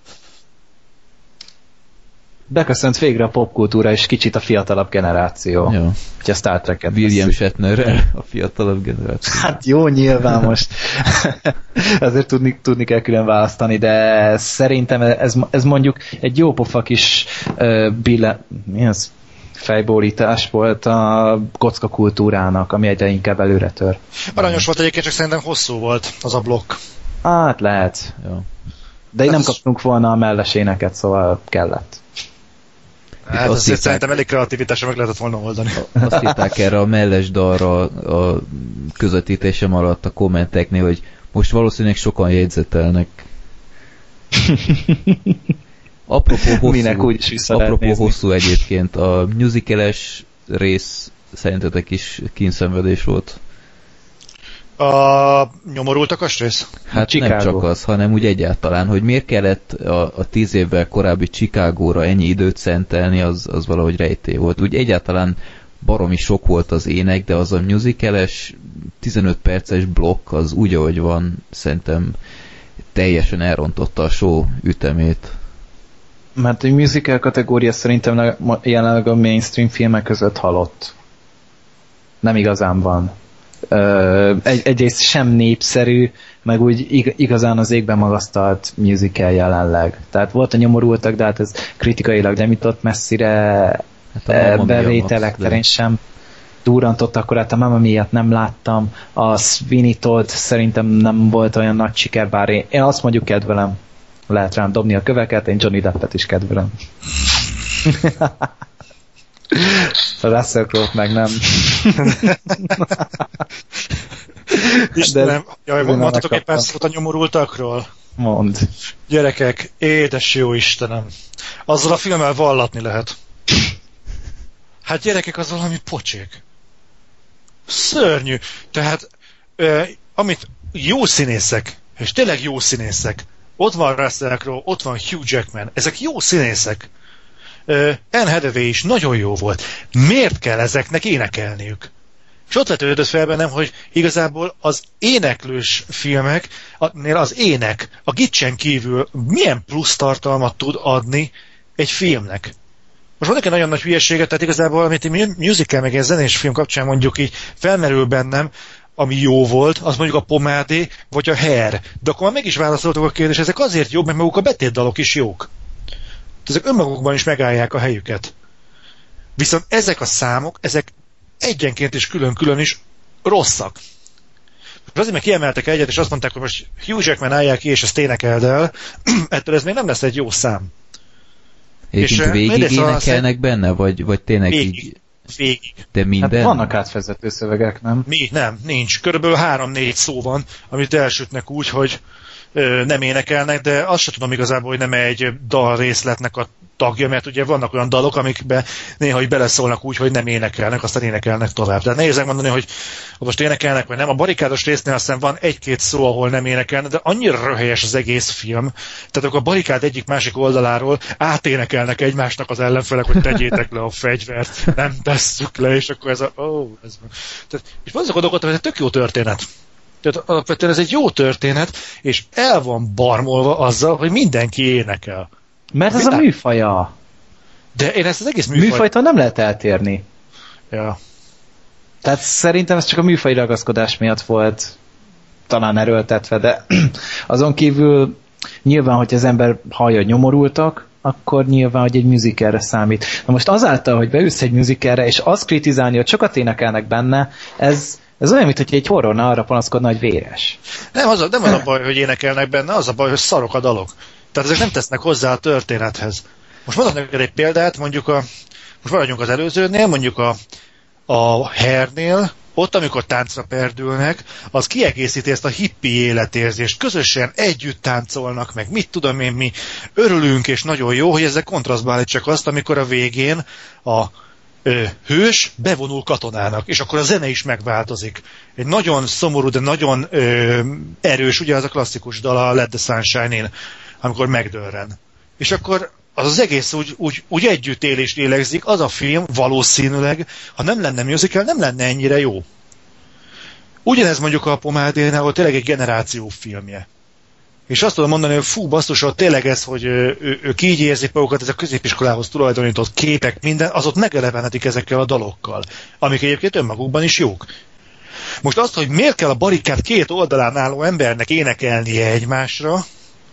Beköszönt végre a popkultúra és kicsit a fiatalabb generáció. Ja. Hogy a Star Trek-et William Shatnerrel a fiatalabb generáció. Hát jó, nyilván most. Azért tudni kell külön választani, de szerintem ez mondjuk egy jó pofa kis mi az? Fejbólítás volt a kocka kultúrának, ami egyre inkább előre tör. Aranyos volt egyébként, csak szerintem hosszú volt az a blokk. Hát lehet. Ja. De így nem kaptunk volna a melleséneket, szóval kellett. Hát azt szerintem elég kreativitásra meg lehetett volna oldani. Azt írták erre a melles dalra a közvetítésem alatt a kommenteknél, hogy most valószínűleg sokan jegyzetelnek. Apropó hosszú egyébként, a musical-es rész szerintetek is kínszenvedés volt? A nyomorultakas rész? Hát Chicago. Nem csak az, hanem úgy egyáltalán, hogy miért kellett a 10 évvel korábbi Chicagóra ennyi időt szentelni, az valahogy rejtély volt. Úgy egyáltalán baromi sok volt az ének, de az a musical-es 15 perces blokk, az úgy, ahogy van, szerintem teljesen elrontotta a show ütemét. Mert egy musical kategória szerintem jelenleg a mainstream filmek között halott. Nem igazán van. Egyrészt sem népszerű, meg úgy igazán az égben magasztalt musical jelenleg. Tehát volt a nyomorultak, de hát ez kritikailag nem jutott messzire, hát bevételek terén sem durrantott, akkor hát a Mamma Miát nem láttam, a Sweeney Todd szerintem nem volt olyan nagy siker, bár én azt mondjuk kedvelem. Lehet rám dobni a köveket, én Johnny Deppet is kedvelem. A Russell Crowe-t meg nem. Istenem, jaj, mondhatok egy pár szót a nyomorultakról? Mondd. Gyerekek, édes jó Istenem. Azzal a filmmel vallatni lehet. Hát gyerekek, az valami pocsék. Szörnyű. Tehát, amit jó színészek, és tényleg jó színészek, ott van Russell Crowe, ott van Hugh Jackman, ezek jó színészek. Anne Hathaway is nagyon jó volt. Miért kell ezeknek énekelniük? És ott vetődött fel bennem, hogy igazából az éneklős filmeknél az ének a gicsen kívül milyen plusz tartalmat tud adni egy filmnek. Most mondok egy nagyon nagy hülyeséget, tehát igazából, amit egy musical meg egy zenés film kapcsán mondjuk így felmerül bennem, ami jó volt, az mondjuk a Pomádé, vagy a Hair. De akkor már meg is válaszoltuk a kérdést, ezek azért jobb, mert maguk a betétdalok is jók. Ezek önmagukban is megállják a helyüket. Viszont ezek a számok, ezek egyenként és külön-külön is rosszak. Azért meg kiemeltek egyet, és azt mondták, hogy most Hugh Jackman állják ki, és ezt énekeld el, ettől ez még nem lesz egy jó szám. És végig énekelnek benne, vagy tényleg végig. Végig. De minden? Hát vannak átvezető szövegek, nem? Nem, nincs. Körülbelül 3-4 szó van, amit elsütnek úgy, hogy nem énekelnek, de azt sem tudom igazából, hogy nem egy dal részletnek a tagja, mert ugye vannak olyan dalok, amikbe néha így beleszólnak úgy, hogy nem énekelnek, aztán énekelnek tovább. Tehát nehéz megmondani, hogy most énekelnek, vagy nem. A barikádos résznél aztán van egy-két szó, ahol nem énekelnek, de annyira röhelyes az egész film. Tehát akkor a barikád egyik-másik oldaláról áténekelnek egymásnak az ellenfelek, hogy tegyétek le a fegyvert, nem tesszük le, és akkor ez a... Tehát, és azok a dolgokat, hogy ez egy tök jó történet. Tehát alapvetően ez egy jó történet, és el van barmolva azzal, hogy mindenki énekel. Mert ez a műfaja. De én ezt az egész műfajtól nem lehet eltérni. Ja. Tehát szerintem ez csak a műfai ragaszkodás miatt volt talán erőltetve, de azon kívül nyilván, hogy az ember hallja, hogy nyomorultak, akkor nyilván, hogy egy musicalre számít. Na most azáltal, hogy beülsz egy musicalre, és azt kritizálni, hogy sokat énekelnek benne, ez olyan, mint hogy egy horrornál arra panaszkodna, hogy véres. Nem az a baj, hogy énekelnek benne, az a baj, hogy szarok a dalok. Tehát ezek nem tesznek hozzá a történethez. Most mondok neked egy példát, mondjuk most maradjunk az előzőnél, mondjuk a Hairnél, ott, amikor táncra perdülnek, az kiegészíti ezt a hippi életérzést. Közösen együtt táncolnak, meg mit tudom én, mi örülünk, és nagyon jó, hogy ezzel kontrasztba állítsak azt, amikor a végén a hős bevonul katonának, és akkor a zene is megváltozik. Egy nagyon szomorú, de nagyon erős, ugye az a klasszikus dal a Let the Sunshine-in, amikor megdörren. És akkor az egész úgy együttélést lélegzik, az a film valószínűleg, ha nem lenne musical, nem lenne ennyire jó. Ugyanez mondjuk a Pomádénál, ahol tényleg egy generáció filmje. És azt tudom mondani, hogy fú, basszus, hogy tényleg ez, hogy ők így érzik magukat, ez a középiskolához tulajdonított képek, minden, az ott megelevenedik ezekkel a dalokkal, amik egyébként önmagukban is jók. Most azt, hogy miért kell a barikád két oldalán álló embernek énekelnie egymásra,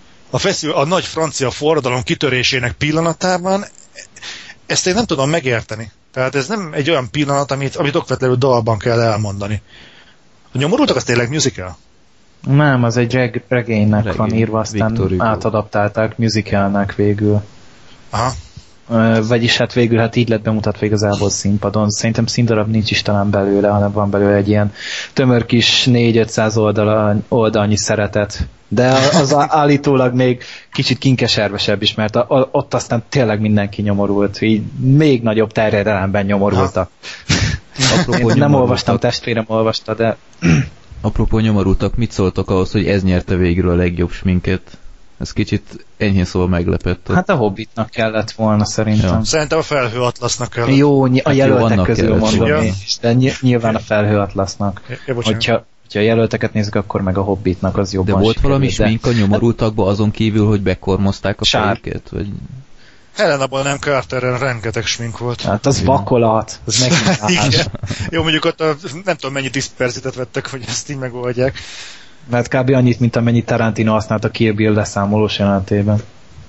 a nagy francia forradalom kitörésének pillanatában, ezt én nem tudom megérteni. Tehát ez nem egy olyan pillanat, amit okvetlenül dalban kell elmondani. A nyomorultak, az tényleg musical? Nem, az egy regénynek van írva, aztán átadaptálták musicalnek végül. Aha. Vagyis hát végül így lett bemutatva igazából színpadon. Szerintem színdarab nincs is talán belőle, hanem van belőle egy ilyen tömör kis 400-500 oldalnyi szeretet. De az állítólag még kicsit kinkeservesebb is, mert ott aztán tényleg mindenki nyomorult. Így még nagyobb terjedelemben nyomorultak. Nem olvastam, testvérem olvasta, de... Apropó nyomorultak, mit szóltok ahhoz, hogy ez nyerte végül a legjobb sminket? Ez kicsit enyhén szóval meglepett. Hát a Hobbitnak kellett volna szerintem. Ja. Szerintem a Felhő Atlasznak kellett. Jó, a jelöltek közül mondom én is, de nyilván a Felhő Atlasznak. Hogyha a jelölteket nézzük, akkor meg a Hobbitnak az jobban. De volt valami smink a nyomorultakban azon kívül, hogy bekormozták a fejüket? Vagy... Helena Bonham Carteren rengeteg smink volt. Hát az vakolat, az megint Jó, mondjuk ott nem tudom mennyi diszperzitet vettek, hogy ezt így megoldják. Mert kb. Annyit, mint amennyi Tarantino használt a Kill Bill leszámolós jelenetében.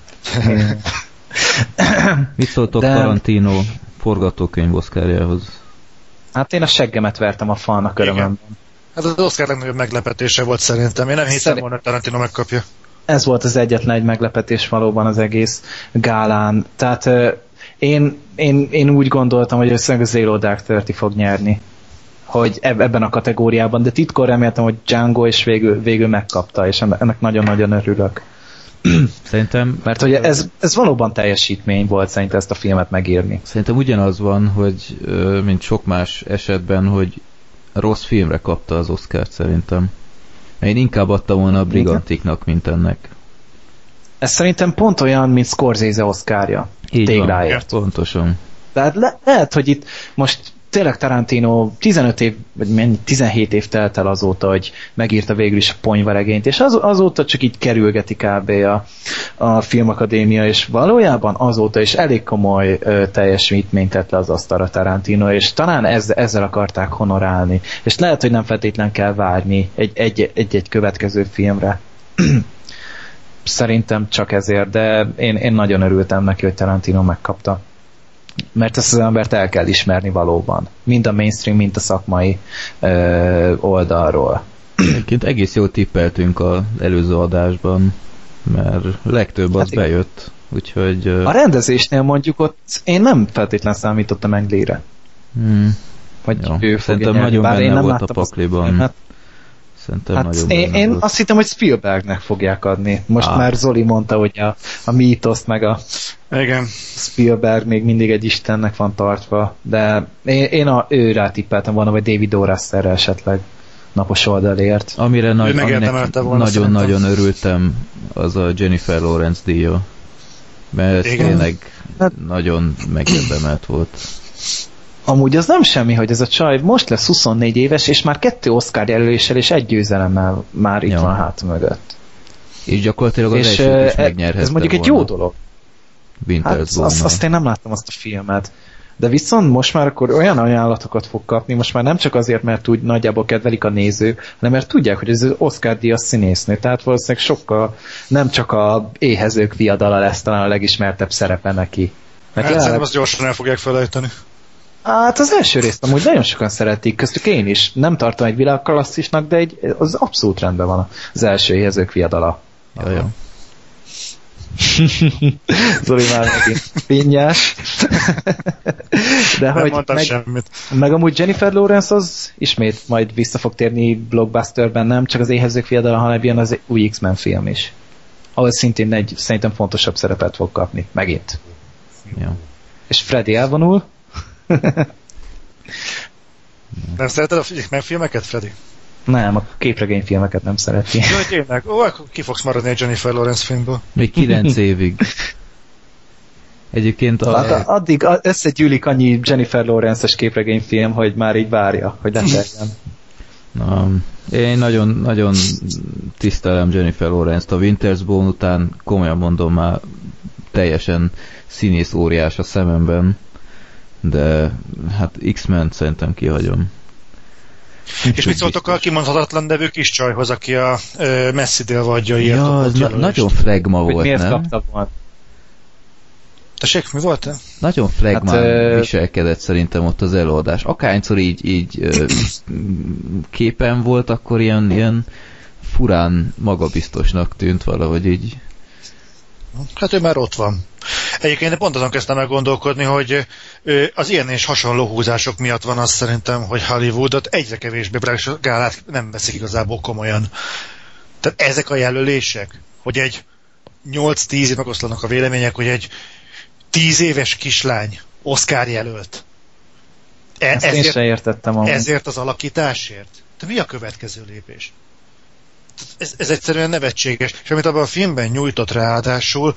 Mit szóltok Tarantino forgatókönyv Oscarjához? Hát én a seggemet vertem a falnak örömömben. Hát az Oscar legnagyobb meglepetése volt szerintem. Én nem hiszem volna, hogy Tarantino megkapja. Ez volt az egyetlen egy meglepetés valóban az egész gálán. Tehát én úgy gondoltam, hogy összeg a Zero Dark Thirty fog nyerni. Hogy ebben a kategóriában, de titkon reméltem, hogy Django és végül megkapta, és ennek nagyon-nagyon örülök. Szerintem... Mert hogy ez valóban teljesítmény volt szerintem ezt a filmet megírni. Szerintem ugyanaz van, hogy mint sok más esetben, hogy rossz filmre kapta az Oscart szerintem. Én inkább adtam volna a Brigantiknak, mint ennek. Ez szerintem pont olyan, mint Scorsese Oscarja. Tégláért. Pontosan. Tehát lehet, hogy itt most tényleg Tarantino 15 év, vagy 17 év telt el azóta, hogy megírta végül is a Ponyvaregényt, és azóta csak így kerülgeti kb. A Filmakadémia, és valójában azóta is elég komoly teljesítményt tett le az asztalra Tarantino, és talán ezzel akarták honorálni. És lehet, hogy nem feltétlen kell várni egy következő filmre. Szerintem csak ezért, de én nagyon örültem neki, hogy Tarantino megkapta. Mert ezt az embert el kell ismerni valóban. Mind a mainstream, mind a szakmai oldalról. Egyébként egész jól tippeltünk az előző adásban, mert legtöbb az bejött. Úgyhogy, a rendezésnél mondjuk ott én nem feltétlen számítottam Englére. Vagy ő szerintem nagyon benne volt a pakliban. Szerintem Hát nagyon én azt hittem, hogy Spielbergnek fogják adni. Most már Zoli mondta, hogy a mítoszt meg a Igen. Spielberg még mindig egy istennek van tartva, de én ő rátippeltem volna, vagy David O. Russellre esetleg napos oldalért. Amire nagyon-nagyon örültem, az a Jennifer Lawrence díja. Mert ez tényleg nagyon megérdemelt volt. Amúgy az nem semmi, hogy ez a csaj most lesz 24 éves, és már 2 Oscar jelöléssel és 1 győzelemmel már itt van hát mögött. És gyakorlatilag az elsőt is megnyerhette. Ez mondjuk egy jó dolog. Hát azt én nem láttam azt a filmet. De viszont most már akkor olyan ajánlatokat fog kapni, most már nem csak azért, mert úgy nagyjából kedvelik a nézők, hanem mert tudják, hogy ez az Oscar-díjas színésznő, tehát valószínűleg sokkal nem csak a éhezők viadala lesz talán a legismertebb szerepe neki. Hát szerintem azt gyorsan el fogják felejteni. Hát az első részt amúgy nagyon sokan szeretik, köztük én is. Nem tartom egy világklasszisnak, de az abszolút rendben van az első éhezők viadala. Jaj. Zoli már megint finnyás. De nem mondtam semmit. Meg amúgy Jennifer Lawrence az ismét majd vissza fog térni blockbusterben, nem csak az éhezők fiadala, hanem jön az új X-Men film is. Ahol szintén egy szerintem fontosabb szerepet fog kapni. Megint. Ja. És Freddy elvonul. Nem szereted a X-Men filmeket, Freddy? Nem, a képregényfilmeket nem szereti. Jó, tényleg. Akkor ki fogsz maradni a Jennifer Lawrence filmből? Még 9 évig. Egyébként addig összegyűlik annyi Jennifer Lawrence-es képregényfilm, hogy már így várja, hogy leterjen. Én nagyon tisztelem Jennifer Lawrence-t. A Winter's Bone után komolyan mondom, már teljesen színész óriás a szememben, de hát X-Men szerintem kihagyom. És mit szóltok a kimondhatatlan nevű kis csajhoz, aki a Messi-dél vadja írt? Ja, az nagyon flegma volt, miért nem? kaptam volna? Tessék, mi volt? Nagyon flegmán viselkedett szerintem ott az előadás. Akárhányszor így képen volt, akkor ilyen furán magabiztosnak tűnt valahogy így. Hát ő már ott van. Egyébként pont azon kezdtem el gondolkodni, hogy az ilyen és hasonló húzások miatt van az szerintem, hogy Hollywoodot egyre kevésbé gálát nem veszik igazából komolyan. Tehát ezek a jelölések, hogy egy 8-10 év megoszlanak a vélemények, hogy egy 10 éves kislány Oscar jelölt. Én sem értettem amúgy. Ezért az alakításért? De mi a következő lépés? Ez egyszerűen nevetséges. És amit abban a filmben nyújtott ráadásul,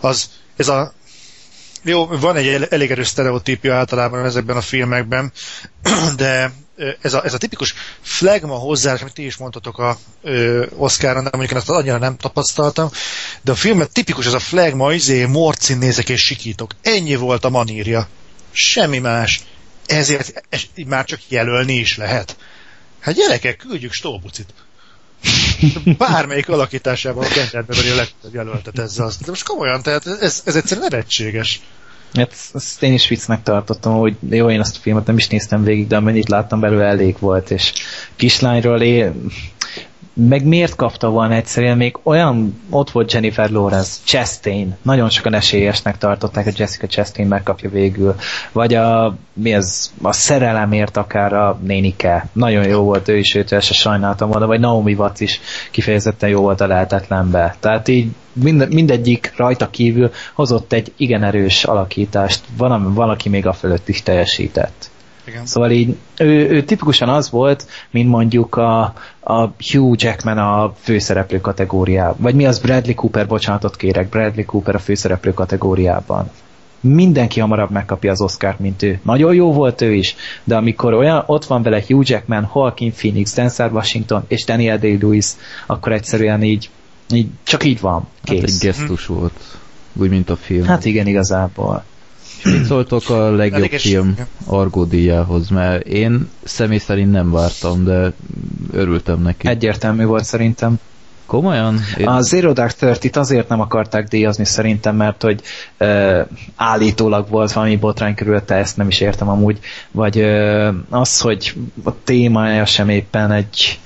jó, van egy elég erős sztereotípia általában ezekben a filmekben, de ez a tipikus flegma hozzáállás, amit ti is mondtatok a Oscaron, de mondjuk én azt annyira nem tapasztaltam, de a filmben tipikus ez a flegma, morcin nézek és sikítok. Ennyi volt a manírja. Semmi más. Ezért már csak jelölni is lehet. Hát gyerekek, küldjük Stolbucit. Bármelyik alakításában a Canterbury a legtöbb jelöltet ezzel azt. De most komolyan, tehát ez egyszerűen nevetséges. Ezt én is viccnek tartottam, hogy jó, én azt a filmet nem is néztem végig, de amennyit láttam belőle elég volt, és kislányról meg miért kapta volna egyszerűen még olyan, ott volt Jennifer Lawrence, Chastain, nagyon sokan esélyesnek tartották, hogy Jessica Chastain megkapja végül, vagy a szerelemért akár a nénike, nagyon jó volt ő is, őt el se sajnáltam volna, vagy Naomi Watts is kifejezetten jó volt a lehetetlenbe. Tehát így mindegyik rajta kívül hozott egy igen erős alakítást, valaki még a fölött is teljesített. Igen. Szóval így ő tipikusan az volt, mint mondjuk a Hugh Jackman a főszereplő kategóriában. Vagy mi az Bradley Cooper, bocsánatot kérek, Bradley Cooper a főszereplő kategóriában. Mindenki hamarabb megkapja az Oscart, mint ő. Nagyon jó volt ő is, de amikor ott van vele Hugh Jackman, Joaquin Phoenix, Denzel Washington és Daniel Day-Lewis, akkor egyszerűen így csak így van. Kész. Hát egy gesztus volt. Úgy, mint a film. Hát igen, igazából. És mit szóltok a legjobb film Argo díjához? Mert én személy szerint nem vártam, de örültem neki. Egyértelmű volt szerintem. Komolyan? A Zero Dark Thirty-t azért nem akarták díjazni szerintem, mert hogy állítólag volt valami botrány körülötte, ezt nem is értem amúgy, vagy az, hogy a témája sem éppen egy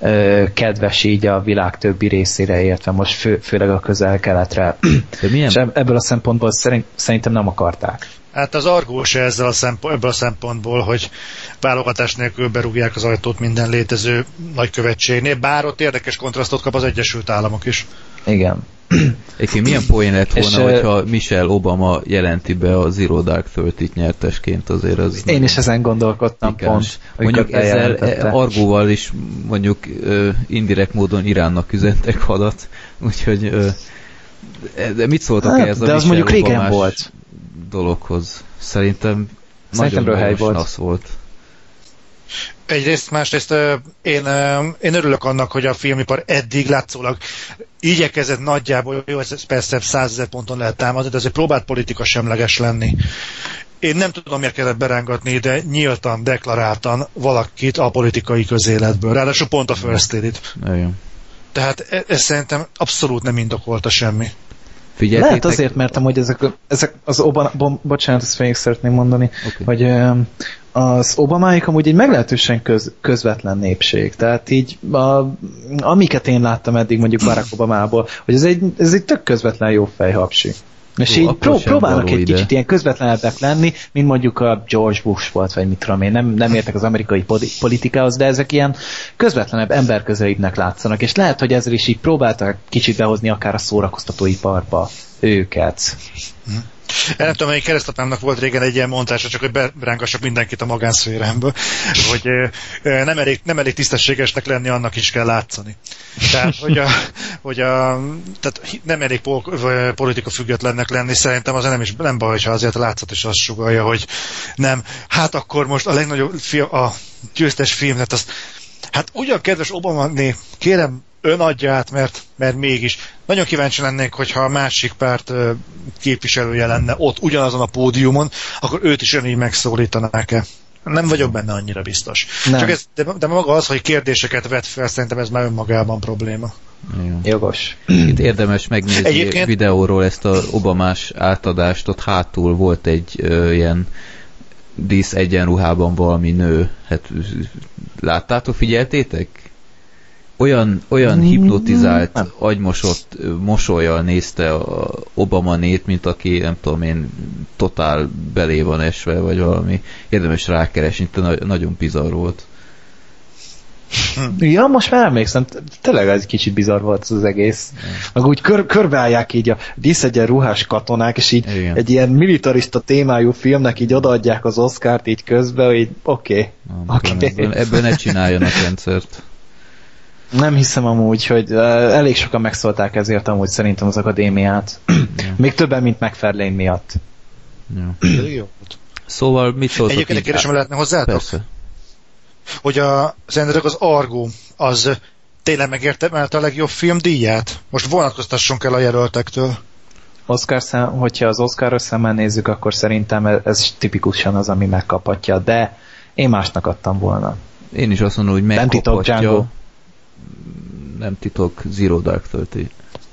kedves így a világ többi részére, értve most főleg a Közel-Keletre. És ebből a szempontból szerintem nem akarták. Hát az Argó se ebből a szempontból, hogy válogatás nélkül berúgják az ajtót minden létező nagykövetségnél, bár ott érdekes kontrasztot kap az Egyesült Államok is. Igen. Egyébként milyen poén lett volna, hogyha Michelle Obama jelenti be a Zero Dark Thirty-t nyertesként, azért az... Én is ezen gondolkodtam pont. Mondjuk ezzel Argóval is mondjuk indirekt módon Iránnak üzentek hadat, úgyhogy de mit szóltak ehhez a Michelle mondjuk régen volt dologhoz? Szerintem nagyon rossz volt. Egyrészt, másrészt én örülök annak, hogy a filmipar eddig látszólag igyekezett nagyjából, jó, ez persze 100 000 ponton lehet támadni, de azért próbált politika semleges lenni. Én nem tudom, miért kellett berángatni, de nyíltan, deklaráltan valakit a politikai közéletből. Ráadásul pont a First Lady-t. Tehát ez szerintem abszolút nem indokolta semmi. Figyeltétek? Lehet azért, mert amúgy ezek az Obama... Bocsánat, ezt még szeretném mondani, hogy az Obamáik amúgy egy meglehetősen közvetlen népség. Tehát így, amiket én láttam eddig mondjuk Barack Obamából, hogy ez egy tök közvetlen jó fejhapsi. És így próbálnak egy kicsit ilyen közvetlenebbek lenni, mint mondjuk a George Bush volt, vagy mit tudom én, nem értek az amerikai politikához, de ezek ilyen közvetlenebb, emberközelibbnek látszanak, és lehet, hogy ezzel is így próbáltak kicsit behozni akár a szórakoztatóiparba őket. Én nem tudom, melyik keresztapámnak volt régen egy ilyen mondása, csak hogy berángassak mindenkit a magánszféremből, hogy nem elég tisztességesnek lenni, annak is kell látszani. Tehát, tehát nem elég politika függetlennek lenni, szerintem az nem baj, hogyha azért a látszat is azt sugallja, hogy nem. Hát akkor most a legnagyobb a győztes filmnet, azt hát ugyan kedves Obama-né, kérem, ön adja át, mert mégis. Nagyon kíváncsi lennék, hogyha a másik párt képviselője lenne ott ugyanazon a pódiumon, akkor őt is így megszólítanák-e. Nem vagyok benne annyira biztos. Csak de maga az, hogy kérdéseket vet fel, szerintem ez már önmagában probléma. Jogos. Itt érdemes megnézni egyébként videóról ezt az Obamás átadást, ott hátul volt egy ilyen dísz egyenruhában valami nő. Hát láttátok, figyeltétek? Olyan hipnotizált, agymosott mosollyal nézte a Obama-nét, mint aki, nem tudom én, totál belé van esve, vagy valami. Érdemes rákeresni, nagyon bizarr volt. Ja, most már emlékszem, tényleg egy kicsit bizarr volt az egész. Meg úgy körbeállják így a díszegyen ruhás katonák, és így igen, egy ilyen militarista témájú filmnek így odaadják az Oscart így közben, hogy oké. Ebből ne csináljanak rendszert. Nem hiszem amúgy, hogy elég sokan megszólták ezért amúgy szerintem az akadémiát. Ja. Még többen, mint McFarlane miatt. Ja. Szóval mit szóltok? Egyébként egy kérdésem lehetne hozzátok? Persze. Hogy szerintetek az Argo az tényleg megérdemelte a legjobb film díját? Most vonatkoztassunk el a jelöltektől. Hogyha az Oscar-os szemmel nézzük, akkor szerintem ez tipikusan az, ami megkaphatja, de én másnak adtam volna. Én is azt mondom, hogy megkaphatja. Nem titok, Zero Dark Thirty.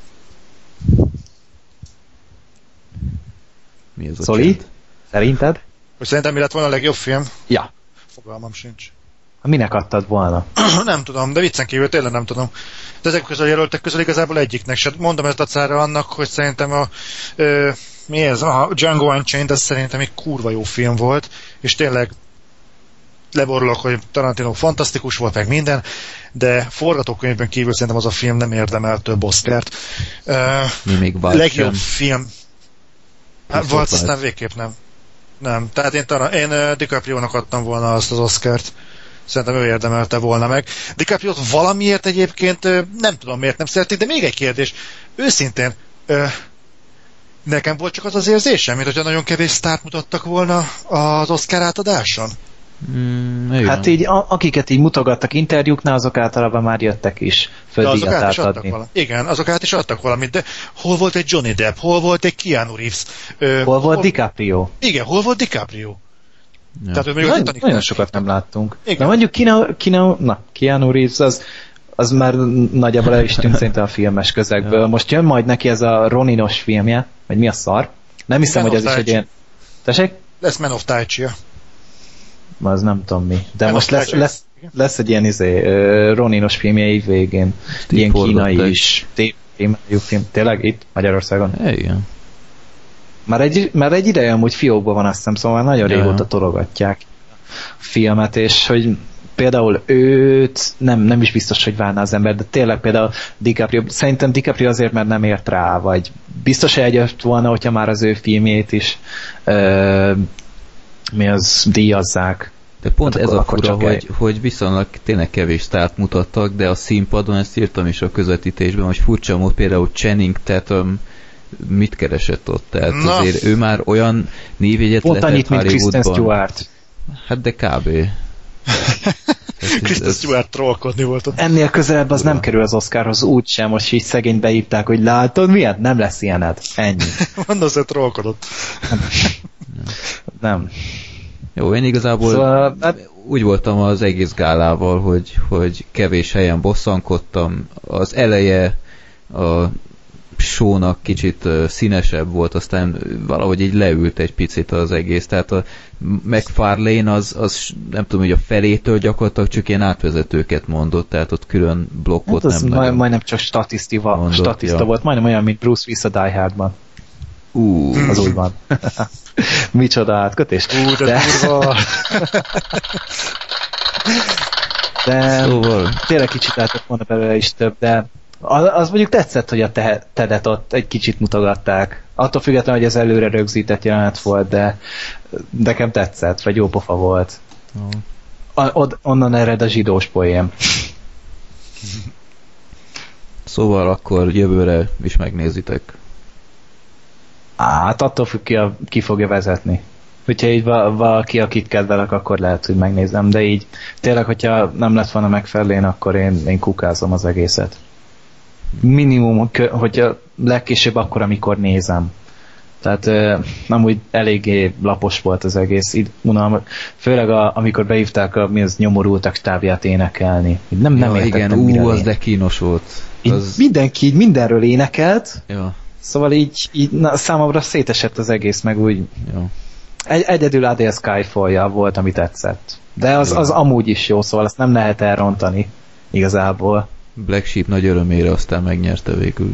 Mi ez a Zoli? Szerinted? Hogy szerintem mi lett volna a legjobb film? Ja. Fogalmam sincs. Minek adtad volna? Nem tudom, de viccen kívül tényleg nem tudom. De ezek közül a jelöltek közül igazából egyiknek se. Mondom ezt a cára annak, hogy szerintem mi ez? A Django Unchained, ez szerintem egy kurva jó film volt, és tényleg leborulok, hogy Tarantino fantasztikus volt, meg minden, de forgatókönyvben kívül szerintem az a film nem érdemel több Oscart. Legjobb film. Volt, aztán végképp nem. Nem. Tehát én DiCaprio-nak adtam volna azt az Oscart. Szerintem ő érdemelte volna meg. DiCaprio-t valamiért egyébként nem tudom miért nem szerették, de még egy kérdés. Őszintén, nekem volt csak az az érzésem, mint hogyha nagyon kevés sztárt mutattak volna az Oscar átadáson. Hát így, akiket így mutogattak interjúknál, azok általában már jöttek is földíjat átadni. Igen, azok át is adtak valamit, de hol volt egy Johnny Depp, hol volt egy Keanu Reeves? Hol volt DiCaprio? Igen, hol volt DiCaprio? Ja. Tehát, nagyon sokat nem láttunk. Igen. De mondjuk Keanu Reeves az már nagyjából el is tűnt szerintem a filmes közegből. Ja. Most jön majd neki ez a Roninos filmje, vagy mi a szar? Nem hiszem, hogy ez is egy ilyen... Tessék? Lesz Man of Tai Chi. az nem tudom mi. De Nem, most azt lesz egy ilyen Roninos filmje év végén. Ilyen kínai is. Film. Tényleg itt Magyarországon? Igen. Már egy ideje amúgy fiókban van, azt hiszem, szóval nagyon régóta tologatják a filmet, és hogy például őt nem is biztos, hogy várná az ember, de tényleg például DiCaprio, szerintem DiCaprio azért, mert nem ért rá, vagy biztos eljött volna, hogyha már az ő filmjét is díjazzák. De pont hát ez a fura, hogy viszonylag tényleg kevés sztárt mutattak, de a színpadon, ezt írtam is a közvetítésben, hogy furcsa mód például Channing Tatum mit keresett ott? Tehát azért ő már olyan névjegyet letett Hollywoodban. Pont annyit, mint Kristen Stewart. Hát de kb. Kristen Stewart trollkodni volt ott. Ennél közelebb az nem kerül az Oscarhoz úgysem, most így szegény beívták, hogy látod miért? Nem lesz ilyened. Ennyi. Van azért trollkodott. Nem. Jó, én igazából szóval, úgy voltam az egész gálával, hogy kevés helyen bosszankodtam. Az eleje a show-nak kicsit színesebb volt, aztán valahogy így leült egy picit az egész. Tehát a McFarlane az nem tudom, hogy a felétől gyakorlatilag csak ilyen átvezetőket mondott, tehát ott külön blokkot hát nem nagyon majdnem csak statiszta volt, majdnem olyan, mint Bruce Willis a Die Hardban. Az úgy van. Micsoda átkötés. De durva. De szóval tényleg kicsit lehetett volna belőle is több, de az mondjuk tetszett, hogy a Tedet ott egy kicsit mutogatták. Attól függetlenül, hogy ez előre rögzített jelenet volt, de nekem tetszett, vagy jó pofa volt. Onnan ered a zsidós poém. Szóval akkor jövőre is megnézitek. Hát attól függ, ki fogja vezetni. Hogyha így valaki, akit kedvelek, akkor lehet, hogy megnézem, de így tényleg, hogyha nem lett volna megfelelően, akkor én kukázom az egészet. Minimum, hogyha legkésőbb akkor, amikor nézem. Tehát nem úgy eléggé lapos volt az egész. Főleg amikor beívták az nyomorultak stábját énekelni. Nem értettem, igen, az de kínos volt. Mindenki így mindenről énekelt. Ja. Szóval így számomra szétesett az egész, meg úgy egyedül Adele Skyfall-ja volt, ami tetszett. De az amúgy is jó, szóval ezt nem lehet elrontani igazából. Black Sheep nagy örömére aztán megnyerte végül.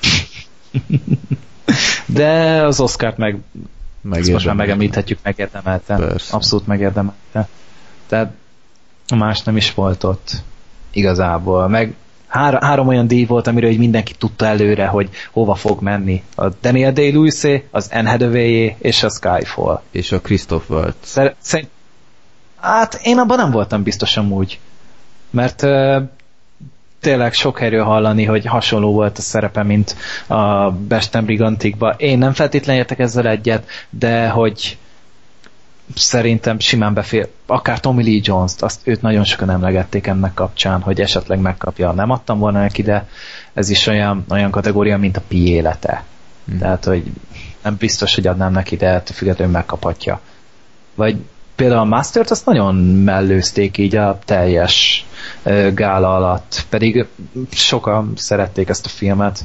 De az Oscart most már megemlíthetjük, megérdemelte. Persze. Abszolút megérdemelte. Tehát más nem is volt ott igazából. Meg három olyan díj volt, amiről így mindenki tudta előre, hogy hova fog menni. A Daniel Day-Lewis-é, az Anne Hathaway-é és a Skyfall. És a Christoph Waltz. Hát én abban nem voltam biztos amúgy. Mert tényleg sok helyről hallani, hogy hasonló volt a szerepe, mint a Besten Brigantikban. Én nem feltétlenül értek ezzel egyet, de hogy szerintem simán befér, akár Tommy Lee Jones-t, őt nagyon sokan emlegették ennek kapcsán, hogy esetleg megkapja. Nem adtam volna neki, de ez is olyan kategória, mint a Pi élete. Tehát, hogy nem biztos, hogy adnám neki, de függetlenül megkaphatja. Vagy például a Mastert azt nagyon mellőzték így a teljes gála alatt, pedig sokan szerették ezt a filmet.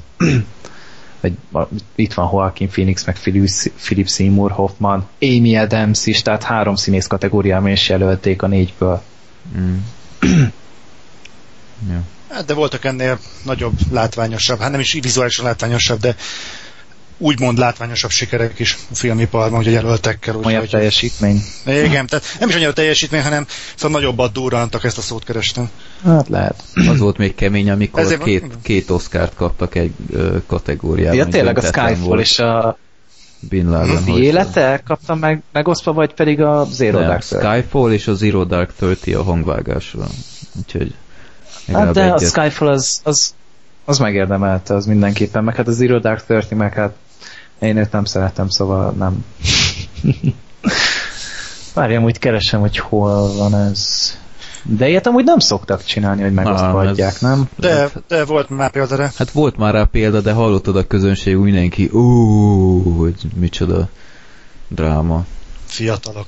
Itt van Joaquin Phoenix, meg Philip Seymour Hoffman, Amy Adams is, tehát 3 színész kategóriában is jelölték a 4-ből. De voltak ennél nagyobb, látványosabb, hát nem is vizuálisan látványosabb, de úgymond látványosabb sikerek is a filmiparban, hogy a jelöltekkel. Olyan teljesítmény. Igen, tehát nem is annyira teljesítmény, hanem szóval nagyobbat durrantak, ezt a szót kerestem. Hát lehet. Az volt még kemény, amikor két Oscart kaptak egy kategóriában. Ja, tényleg a Skyfall és a Bin Laden. Élete kaptam megosztva, vagy pedig a Zero Dark Thirty? Skyfall és a Zero Dark Thirty a hangvágásra. Úgyhogy hát de a Skyfall az megérdemelte, az mindenképpen, meg hát a Zero Dark Thirty, meg hát én őt nem szeretem, szóval nem. Várjam, úgy keresem, hogy hol van ez. De ilyet amúgy nem szoktak csinálni, hogy megosztva adják, nem? De volt már példa rá. Hát volt már rá példa, de hallottad a közönség, mindenki, hogy micsoda dráma. Fiatalok.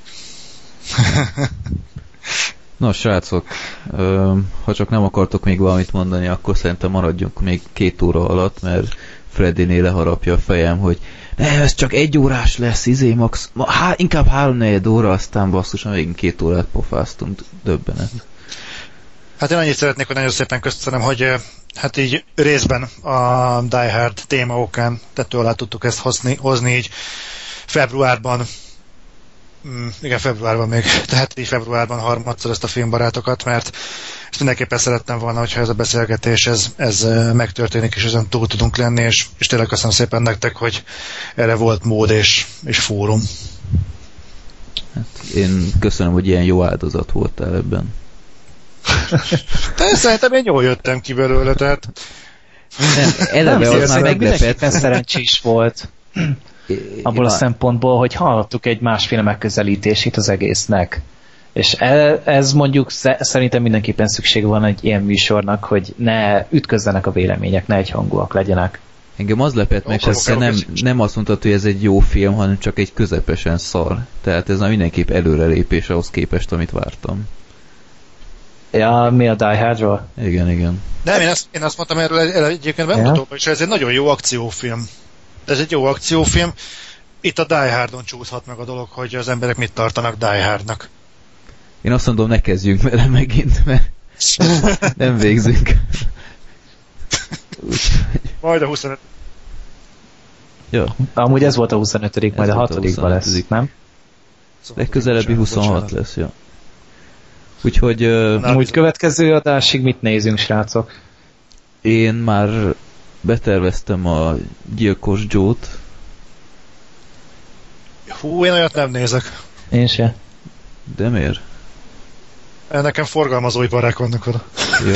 Nos, srácok, ha csak nem akartok még valamit mondani, akkor szerintem maradjunk még 2 óra alatt, mert Freddynél leharapja a fejem, hogy Nem, ez csak 1 órás lesz, max. Inkább 3-4 óra, aztán basszus, még 2 órát pofáztunk, döbbenet. Hát én annyit szeretnék, hogy nagyon szépen köszönöm, hogy hát így részben a Die Hard téma okán tettől alá tudtuk ezt hozni így februárban. Igen, februárban még, tehát így februárban harmadszor ezt a filmbarátokat, mert ezt mindenképpen szerettem volna, hogyha ez a beszélgetés ez megtörténik, és ezen túl tudunk lenni, és tényleg köszönöm szépen nektek, hogy erre volt mód és fórum. Hát én köszönöm, hogy ilyen jó áldozat voltál ebben. De szerintem én jól jöttem ki belőle, tehát... Eleve az már meglepett. Szerencsés volt. Abból a szempontból, hogy hallottuk egy másféle megközelítését az egésznek. És ez mondjuk szerintem mindenképpen szükség van egy ilyen műsornak, hogy ne ütközzenek a vélemények, ne egyhangúak legyenek. Engem az lepett meg, hogy nem azt mondtad, hogy ez egy jó film, hanem csak egy közepesen szar. Tehát ez mindenképp előrelépés ahhoz képest, amit vártam. Ja, mi a Die Hardról? Igen. Nem, én azt mondtam erről egyébként bemutatóban, és ez egy nagyon jó akciófilm. Ez egy jó akciófilm. Itt a Die Hardon csúszhat meg a dolog, hogy az emberek mit tartanak Die Hardnak. Én azt mondom, ne kezdjünk vele megint, mert nem végzünk. Majd a 25. Jó. Amúgy ez volt a 25. majd a 6-ban lesz, nem? Legközelebbi 26 lesz, jó. Úgyhogy... Úgy következő adásig mit nézünk, srácok? Én már beterveztem a Gyilkos Joe-t. Hú, én olyat nem nézek. Én se. De miért? Nekem forgalmazói barák vannak oda.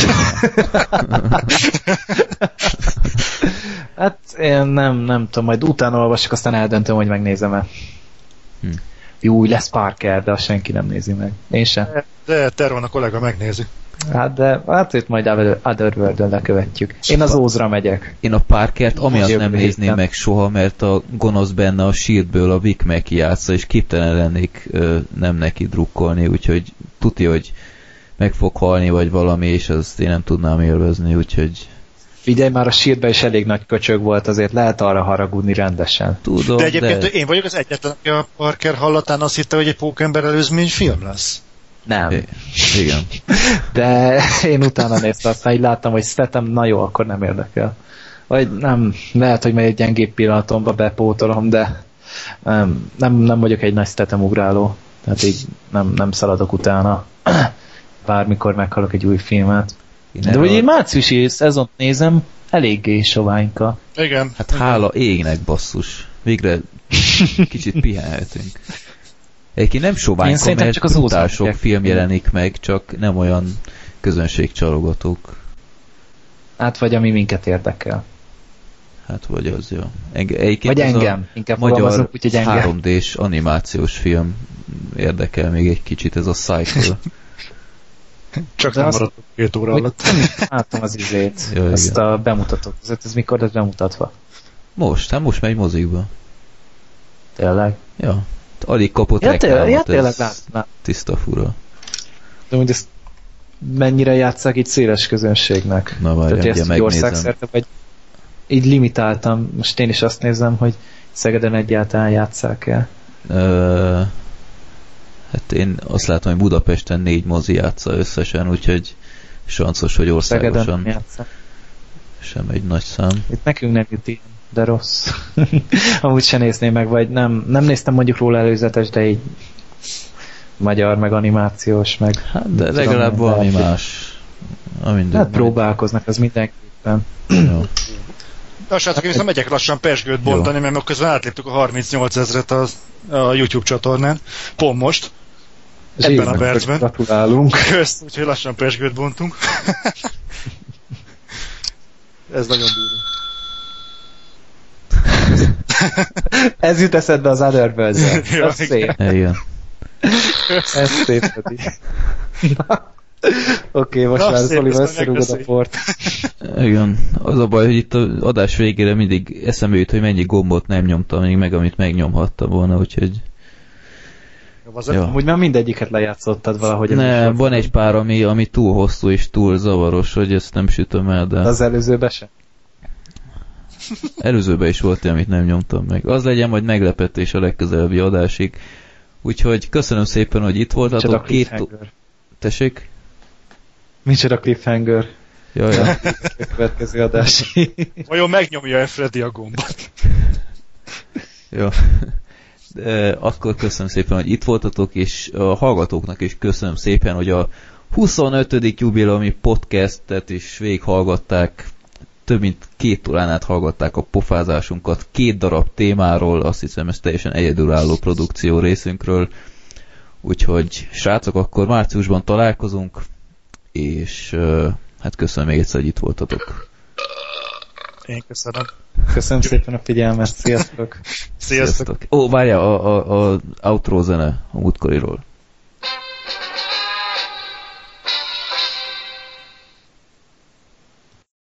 Hát én nem tudom, majd utána olvasok, aztán eldöntöm, hogy megnézem-e. Jó, lesz Parker, de azt senki nem nézi meg. Én sem. De Teron a kollega megnézi. Hát itt majd Otherworld-ön lekövetjük. Én az Ózra megyek. Én a Parkert amiatt nem nézném meg soha, mert a gonosz benne a Shieldből a Vic Mackey játsza, és képtelen lennék nem neki drukkolni, úgyhogy tudja, hogy meg fog halni, vagy valami, és azt én nem tudnám élvezni, úgyhogy... Figyelj, már a Shieldben is elég nagy köcsög volt, azért lehet arra haragudni rendesen. Tudom, de egyébként én vagyok az egyetlen, aki a Parker hallatán azt hitte, hogy egy Pókember előzmény film lesz. Nem. Igen. De én utána néztem, aztán így láttam, hogy Statham, na jó, akkor nem érdekel. Vagy nem, lehet, hogy majd egy gyengébb pillanatomba bepótolom, de nem vagyok egy nagy Statham ugráló. Tehát így nem szaladok utána. Bármikor meghalok egy új filmet. De hogy én márciusi szezont nézem, eléggé soványka. Igen. Hát hála égnek, basszus. Végre kicsit pihenhetünk. Egyébként nem soványka, mert csak az sok film jelenik meg, csak nem olyan közönségcsalogatók. Hát vagy ami minket érdekel. Hát vagy az, jó. Vagy engem. Inkább magyar úgyhogy engem. 3D-s animációs film érdekel még egy kicsit, ez a Cycle. Csak nem maradtok 2 óra alatt. Láttam az izét. Ezt a bemutatót. Ez mikor lett bemutatva? Most megy mozikba. Tényleg? Ja. Alig kapott reklámot, tényleg ez tiszta fura. De úgy ezt mennyire játsszák itt széles közönségnek? Na várjál, ugye megnézem. Országszerte, vagy így limitáltam. Most én is azt nézem, hogy Szegeden egyáltalán játsszák el. Hát én azt látom, hogy Budapesten 4 mozi játsza összesen, úgyhogy sancos, hogy országosan sem egy nagy szám. Itt nekünk nem jut ilyen, de rossz. Amúgy se nézném meg, vagy nem néztem mondjuk róla előzetes, de így magyar, meg animációs, meg... Hát de legalább valami más. Hát próbálkoznak, az mindenképpen. Jó. Srácok, én viszont megyek lassan pezsgőt bontani, mert közben átléptük a 38 000-et a YouTube csatornán. Pont most. Ebben a percben. Gratulálunk. Kösz, úgyhogy lassan pezsgőt bontunk. Ez nagyon durva. Ez jut eszedbe az Otherworld-zel. Ja, ez szép. Igen. Ez szép pedig. Oké, most már Zolival összerúgod a port. Igen. Az a baj, hogy itt az adás végére mindig eszembe jut, hogy mennyi gombot nem nyomtam még meg, amit megnyomhattam volna, úgyhogy... Ja. Amúgy már mindegyiket lejátszottad valahogy. Ne, van egy pár, ami túl hosszú és túl zavaros, hogy ezt nem sütöm el, de... Az előzőbe se? Előzőben is volt, amit nem nyomtam meg. Az legyen majd meglepetés a legközelebbi adásig. Úgyhogy köszönöm szépen, hogy itt voltatok. Tessék? Micsoda cliffhanger. Jaj. A következő adásig. Vajon megnyomja-e Freddy a gombot? Jó. De akkor köszönöm szépen, hogy itt voltatok, és a hallgatóknak is köszönöm szépen, hogy a 25. jubileumi podcastet is végighallgatták. Több mint 2 órán át hallgatták a pofázásunkat 2 darab témáról, azt hiszem ez teljesen egyedülálló produkció részünkről. Úgyhogy srácok, akkor márciusban találkozunk, és hát köszönöm még egyszer, hogy itt voltatok. Én köszönöm. Köszönöm szépen a figyelmet, sziasztok! Sziasztok! Ó, várjál, a outro zene a múltkoriról.